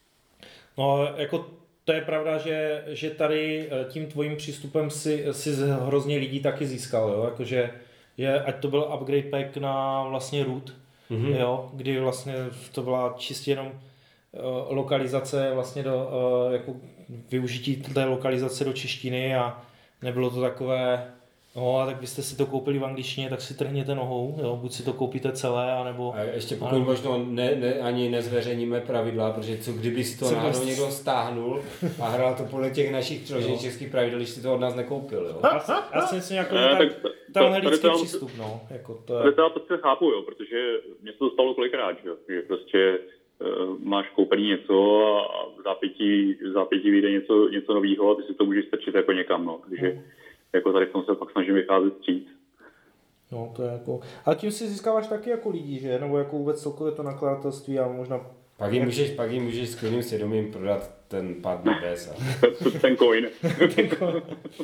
no, jako to je pravda, že, že tady tím tvojím přístupem si, si hrozně lidí taky získal, jo? Jakože je, ať to byl upgrade pack na vlastně root, mm-hmm. jo? Kdy vlastně to byla čistě jenom uh, lokalizace vlastně do, uh, jako využití té lokalizace do češtiny a nebylo to takové, no a tak byste si to koupili v angličtině, tak si trhněte nohou, jo, buď si to koupíte celé, anebo... A ještě pokud anebo... možno ne, ne, ani nezveřejníme pravidla, protože co kdyby si to náhodou někdo stáhnul a hrál to podle těch našich přiložených českých pravidel, když si to od nás nekoupil, jo. Já, já si myslím, jako ne, tak, tenhle lidský přístup, no. Jako to je... To prostě chápu, jo, protože mě se to stalo kolikrát, jo, že prostě uh, máš koupený něco a v zápětí, v zápětí vyjde něco, něco novýho a ty si to můžeš strčit jako někam, no, takže... Hmm. Jako tady v tom se pak snažím vycházet vstříc. No to je jako... Ale tím si získáváš taky jako lidi, že? Nebo jako vůbec celkově to nakladatelství a možná... Pak jim můžeš, pak jim můžeš s klidným svědomím prodat ten pad bez. A... ten coin. ten coin.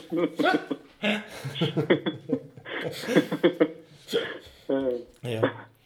jo.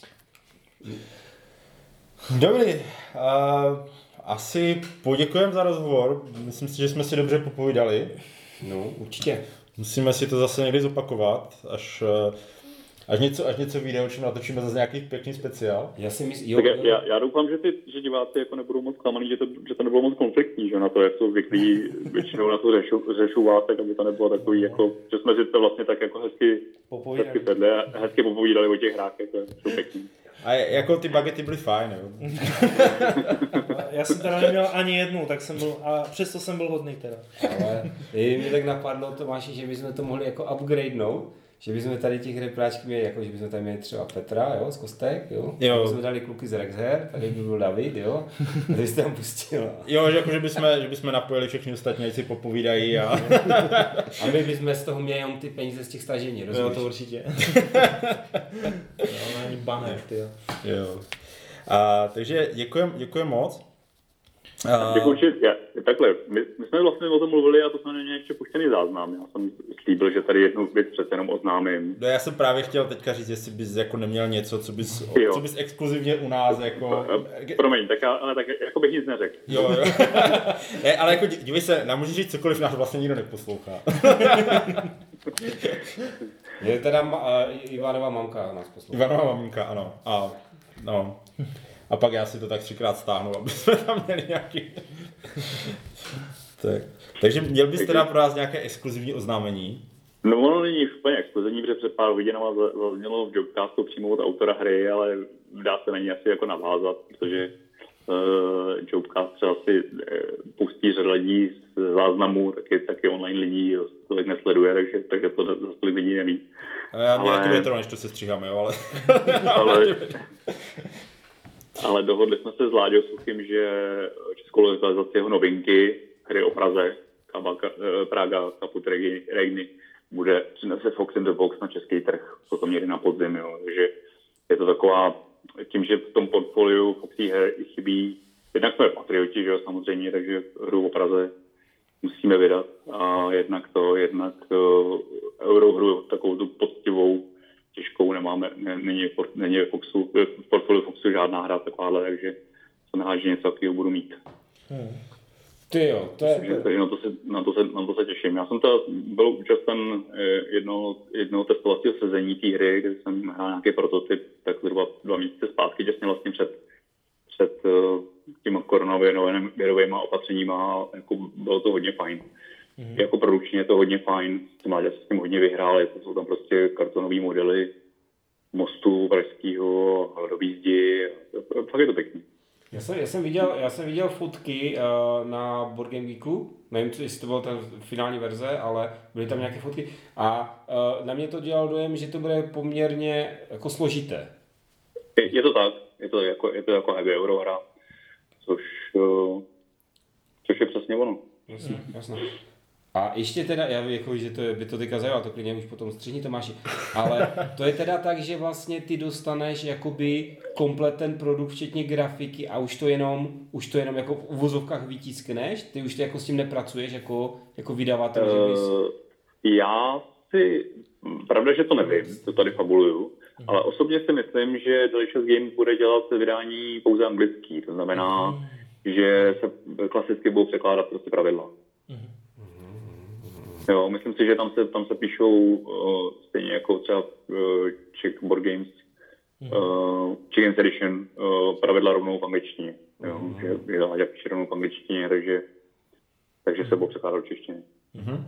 Dobrý. Uh, asi poděkujeme za rozhovor. Myslím si, že jsme si dobře popovídali. No, určitě. Musíme si to zase někdy zopakovat, až, až, něco, až něco vyjde, o čem natočíme zase nějaký pěkný speciál. Já si myslím, jo, tak já, já doufám, že, ty, že diváci jako nebudou moc klamaný, že to, že to nebylo moc konfliktní, že na to, jak jsou zvyklí většinou na to řešu, řešuvátek, aby to nebylo takový, jako, že jsme si to vlastně tak jako hezky, hezky sedli a hezky popovídali o těch hrách, jako jsou pěkný. A jako ty bagety byly fajn, jo. Já jsem teda neměl ani jednu, tak jsem byl, a přesto jsem byl hodný teda. Ale mě tak napadlo, Tomáši, že bychom to mohli jako upgradenout, že bychom tady těch repráčky měli, jako že bychom tady měli třeba Petra, jo, z Kostek, jo, jo. bychom dali kluky z Rexher, tady by byl David, jo, a ty jste tam pustil. Jo, že, jako, že, bychom, že bychom napojili všechny ostatní, ať si popovídají a... A my bychom z toho měli jenom ty peníze z těch stažení, rozumíš? Jo, to určitě. Jo, ani banek, ty jo. Jo. A, takže děkujem, děkujem moc. Uh... Děkuji, já, takhle, my, my jsme vlastně o tom mluvili a to jsme neměli ještě puštěný záznam. Já jsem slíbil, že tady jednu věc přece jenom oznámím. No, já jsem právě chtěl teďka říct, jestli bys jako neměl něco, co bys, co bys exkluzivně u nás jako... Promiň, tak, ale tak jako bych nic neřekl. Jo, jo. je, ale jako dívej se, nám můžeš říct cokoliv, nás vlastně nikdo neposlouchá. Je teda uh, Ivanova mamka nás poslouchá. Ivanova maminka, ano. A, no. A pak já si to tak třikrát stáhnu, aby jsme tam měli nějaký... tak. Takže měl bys teda pro nás nějaké exkluzivní oznámení? No ono není úplně exkluzivní, protože před pár hodinama zaznělo v Jobcastu přímo od autora hry, ale dá se na ní asi jako navázat, protože uh, Jobcast třeba si uh, pustí řada lidí z záznamů, taky, taky online lidí, tolik nesleduje, takže, takže to za tolik lidí neví. Já ale... nějaký větro, než to se stříháme, jo, ale... ale... Ale dohodli jsme se s Láďou Suchým, že českou lokalizaci jeho novinky, hry o Praze, Praga, Kaput Regny, bude přinese Fox in the Box na český trh, potom někdy na podzim, jo. Takže je to taková, tím, že v tom portfoliu Foxí her chybí, jednak jsme patrioti, že jo, samozřejmě, takže hru o Praze musíme vydat a jednak to, jednak uh, eurohru, takovou tu poctivou, těžkou nemáme, ne, není, není v, Foxu, v portfoliu Foxu žádná hra takováhle, takže jsem rád, že něco takového budu mít. Hmm. Ty jo, to je... Takže, takže na, to se, na, to se, na to se těším. Já jsem to byl účasten jednoho, jednoho testovacího sezení té hry, kde jsem hrál nějaký prototyp, tak zhruba dva měsíce zpátky, těsně vlastně před, před uh, těma koronavirovými opatřeníma, jako bylo to hodně fajn. Mm-hmm. Jako produkčně je to hodně fajn, ty mladé se s tím hodně vyhráli, to jsou tam prostě kartonové modely mostu pražského, hledový zdi, fakt je to pěkný. Já jsem, já jsem, viděl, já jsem viděl fotky uh, na Board Game Geeku, nevím, jestli to byla ta finální verze, ale byly tam nějaké fotky a uh, na mě to dělal dojem, že to bude poměrně jako složité. Je, je to tak, je to jako, je to jako heavy euro hra, což, uh, což je přesně ono. Jasně, jasně. A ještě teda, já vím, jako, že to je, by to teďka zajímalo, to klidně už potom střihni Tomáši, ale to je teda tak, že vlastně ty dostaneš jakoby komplet ten produkt, včetně grafiky a už to jenom, už to jenom jako v uvozovkách vytiskneš, ty už ty jako s tím nepracuješ jako, jako vydavatel, uh, že bys... Já si, pravda, že to nevím, to tady fabuluju, uh-huh. ale osobně si myslím, že Delicious Games bude dělat vydání pouze anglický, to znamená, uh-huh. že se klasicky budou překládat prostě pravidla. Uh-huh. Jo, myslím si, že tam se, tam se píšou uh, stejně jako třeba uh, Czech Board Games, uh, Chicken Edition, uh, pravidla rovnou v angličtině. Jo, mm. že je Láďa píše rovnou v angličtině, takže, takže se budou překládat do češtiny. Mm.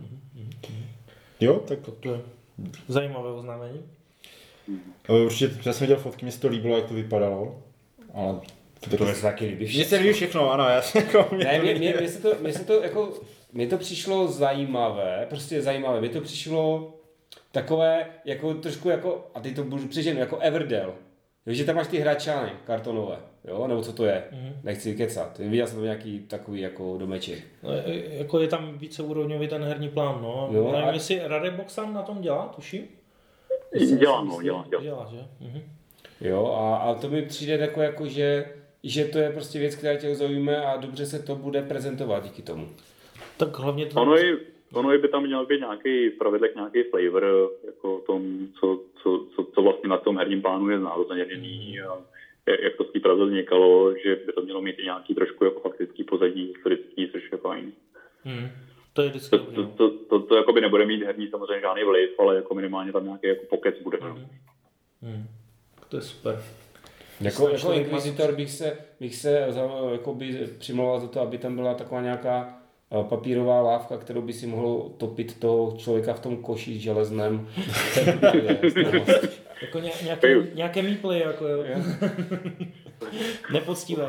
Jo, tak to je zajímavé oznámení. Mm. Určitě, já jsem viděl fotky, mě se to líbilo, jak to vypadalo, ale... To, to se taky líbí. Mně se líbí všechno, ano, já jsem jako... Ne, mě, mě, mě, se to, mě se to jako... Mně to přišlo zajímavé, prostě zajímavé, mně to přišlo takové, jako trošku jako, a ty to budu přeženu, jako Everdell. Jo, že tam máš ty hračány kartonové, jo, nebo co to je, mm-hmm. nechci kecat, viděl jsem tam nějaký takový jako domeček. No, jako je tam víceúrovňový ten herní plán, no, jo, nevím, a... jestli Radeboxan na tom dělá, tuším? Dělá, no, dělá, dělá. dělá že? Mm-hmm. Jo, a, a to mi přijde takové jako, že, že to je prostě věc, která tě zaujíme a dobře se to bude prezentovat díky tomu. Tak hlavně to... Ono, je, ono je by tam měl být nějaký pravidlek, nějaký flavor, jako o tom, co, co, co, co vlastně na tom herním plánu je znárodněný mm. a jak to v té Praze vznikalo, že by to mělo mít i nějaký trošku jako faktický pozadí, historický, což je fajn. Mm. To je vždycky to, to, to, to, to jako by nebude mít herní samozřejmě žádný vliv, ale jako minimálně tam nějaký jako pokec bude. Mm. Mm. To je super. Jako, jako inkvizitor bych se, bych se přimlouval za to, aby tam byla taková nějaká papírová lávka, kterou by si mohlo topit toho člověka v tom koši železném. Jako ně, nějaké, nějaké meeply, jako jo. Nepoctivé.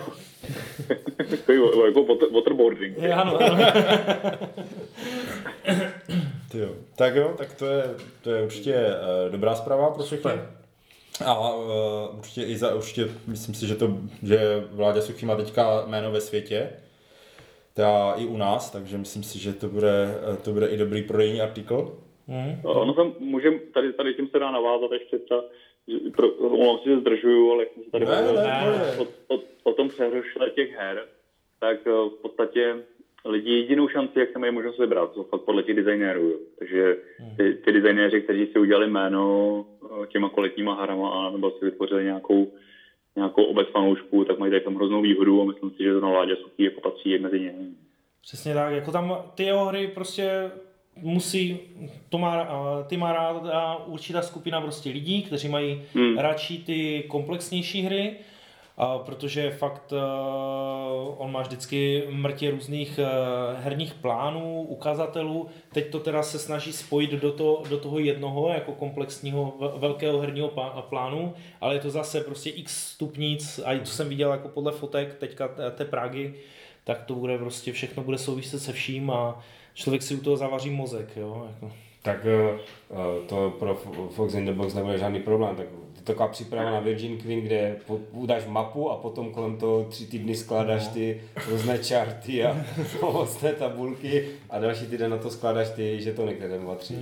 Jako waterboarding. Ano, ano. Jo. Tak jo, tak to je, to je určitě uh, dobrá zpráva pro všechny. A uh, určitě i za, určitě myslím si, že to, že Vláďa Suchý má teďka jméno ve světě. Teda i u nás, takže myslím si, že to bude, to bude i dobrý prodejní artikl. Mm. Ono se můžem, tady, tady tím se dá navázat ještě ta, omlouvám si, že zdržuju, ale jak jsme se tady ne, bavili ne, o, o, o tom přehrošle těch her, tak v podstatě lidi jedinou šanci, jak se mají možnost vybrat, jsou fakt podle těch designérů. Jo. Takže ty, ty designéři, kteří si udělali jméno těma kvalitníma hrama a nebo si vytvořili nějakou, nějakou obec fanoušků, tak mají tady tam hroznou výhodu a myslím si, že to na Vláďa Suchý jako patří mezi ně. Přesně tak, jako tam ty jeho hry prostě musí, to má, ty má ráda určitá skupina prostě lidí, kteří mají hmm. radši ty komplexnější hry, a protože fakt uh, on má vždycky mrtě různých uh, herních plánů, ukazatelů. Teď to teda se snaží spojit do, to, do toho jednoho jako komplexního velkého herního plánu, ale je to zase prostě x stupnic a co jsem viděl jako podle fotek teďka té Pragy, tak to bude prostě všechno bude souviset se vším a člověk si u toho zavaří mozek, jo. Jako. Tak uh, to pro Fox in the Box nebude žádný problém, tak taková příprava na Virgin Queen, kde udáš mapu a potom kolem toho tři týdny skládáš ty různé čarty a ovocné tabulky a další týden na to skládáš ty žetony, které má tři.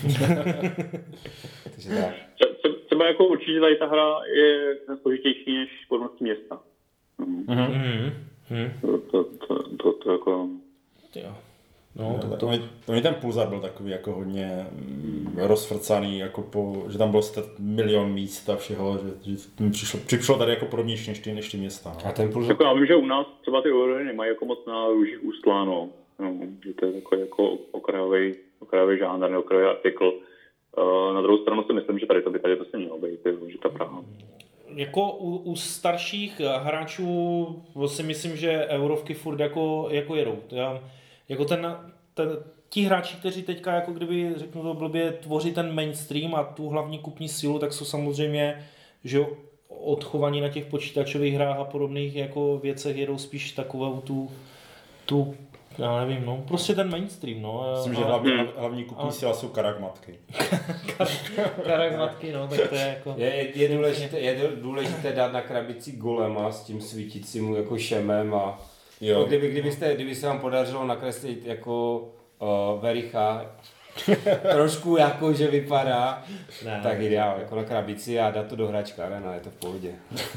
Takže tak. Třeba jako určitě tady ta hra je složitější než podmorský města. Mm-hmm. Mm. To, to, to, to, to jako... Jo. No, to, to, mi, to mi ten Pulsar byl takový jako hodně mm, rozfrcaný, jako po, že tam bylo milion míst a všeho, že, že mi přišlo, přišlo tady jako podobnější než ty, než ty města. No. A ten Pulsar... Jako já vím, že u nás třeba ty hry nemají jako moc na růžích ustláno, no, že to je takový jako okrajový, okrajový žánr, okrajový artikl. Uh, na druhou stranu si myslím, že tady to by tady prostě mělo být, že ta Praha. Jako u, u starších hráčů si myslím, že eurovky furt jako, jako jedou. Já, jako ten, ten, ti hráči, kteří teďka, jako kdyby řeknu to blbě, tvoří ten mainstream a tu hlavní kupní sílu, tak jsou samozřejmě, že odchovaní na těch počítačových hrách a podobných jako věcech jedou spíš takovou tu, tu já nevím, no, prostě ten mainstream, no. Myslím, že hlavní, hlavní kupní a... síla jsou karagmatky. Karagmatky, no, tak to je jako... Je, je, důležité, je důležité dát na krabici golema s tím svítícím jako šemem a... Jo. Kdyby, kdybyste, kdyby se vám podařilo nakreslit jako uh, Vericha, trošku jako, že vypadá, ne, tak ideál, jako na krabici a dát to do hračkáren a je to v pohodě.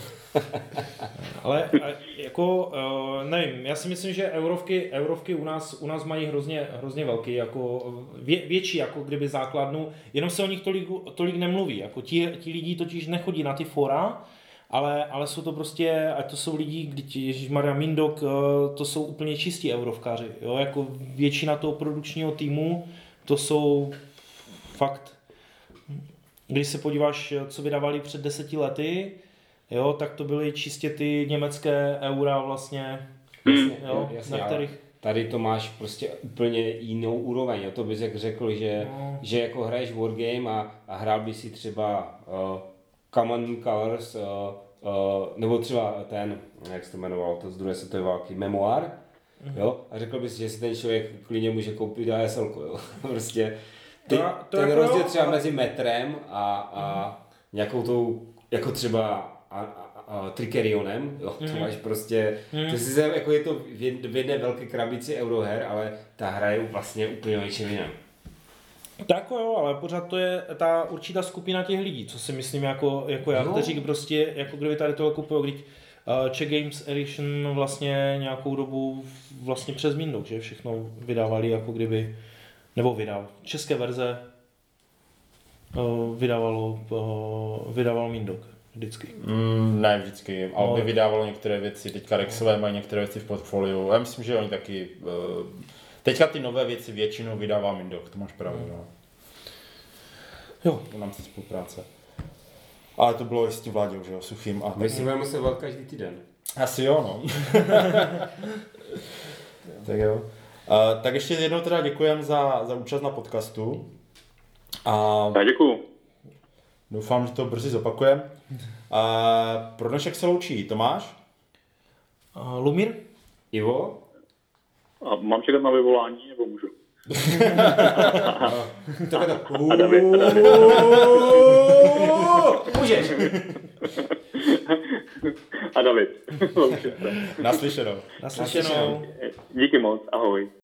Ale jako, uh, nevím, já si myslím, že eurovky, eurovky u nás, u nás mají hrozně, hrozně velký, jako vě, větší, jako kdyby základnu, jenom se o nich tolik, tolik nemluví, jako ti, ti lidi totiž nechodí na ty fora, ale, ale jsou to prostě, ať to jsou lidi, kdy ježišmarja Mindok, to jsou úplně čistí eurovkáři, jo, jako většina toho produkčního týmu, to jsou fakt, když se podíváš, co vydávali před deseti lety, jo, tak to byly čistě ty německé eura vlastně, hmm. jo, jasně, na kterých... Tady to máš prostě úplně jinou úroveň, jo, to bys jak řekl, že, no. že jako hraješ wargame a, a hrál by si třeba uh, Common Colors, uh, uh, nebo třeba ten, jak se to jmenoval, to z druhé světové války, Memoir, mm-hmm. jo, a řekl bys, že si ten člověk klidně může koupit A S L ko, jo, prostě ty, to, to ten rozdíl jako... třeba mezi metrem a, a mm-hmm. nějakou tou, jako třeba a, a, a Trickerionem, jo, to mm-hmm. máš prostě, mm-hmm. to si jako je to v jedné velké krabici euroher, ale ta hra je vlastně úplně něčím jiném. Tak jo, ale pořád to je ta určitá skupina těch lidí, co si myslím jako, jako já, no. kteří prostě, jako kdyby tady tohle kupují, když uh, Czech Games Edition vlastně nějakou dobu vlastně přes Mindok, že všechno vydávali jako kdyby, nebo vydával, české verze uh, vydávalo, uh, vydával Mindok vždycky. Mm, ne vždycky, ale no. by vydávalo některé věci, teďka Rexové mají některé věci v portfoliu, já myslím, že oni taky... Uh, Teďka ty nové věci většinou vydává Mindok, to máš pravdu, no. Jo. To nám se spolupráce. Ale to bylo i s tím Vláďou, že jo, Suchým. A my si budeme muset volat každý týden. Asi jo, no. Tak jo. Uh, tak ještě jednou teda děkujem za, za účast na podcastu. A já děkuju. Doufám, že to brzy zopakujeme. A pro dnešek se loučí Tomáš. Uh, Lumír? Ivo? A mám čekat na vyvolání, nebo můžu? Tak to... A David, a David. Můžeš. A David. Naslyšenou. Naslyšenou. Díky moc, ahoj.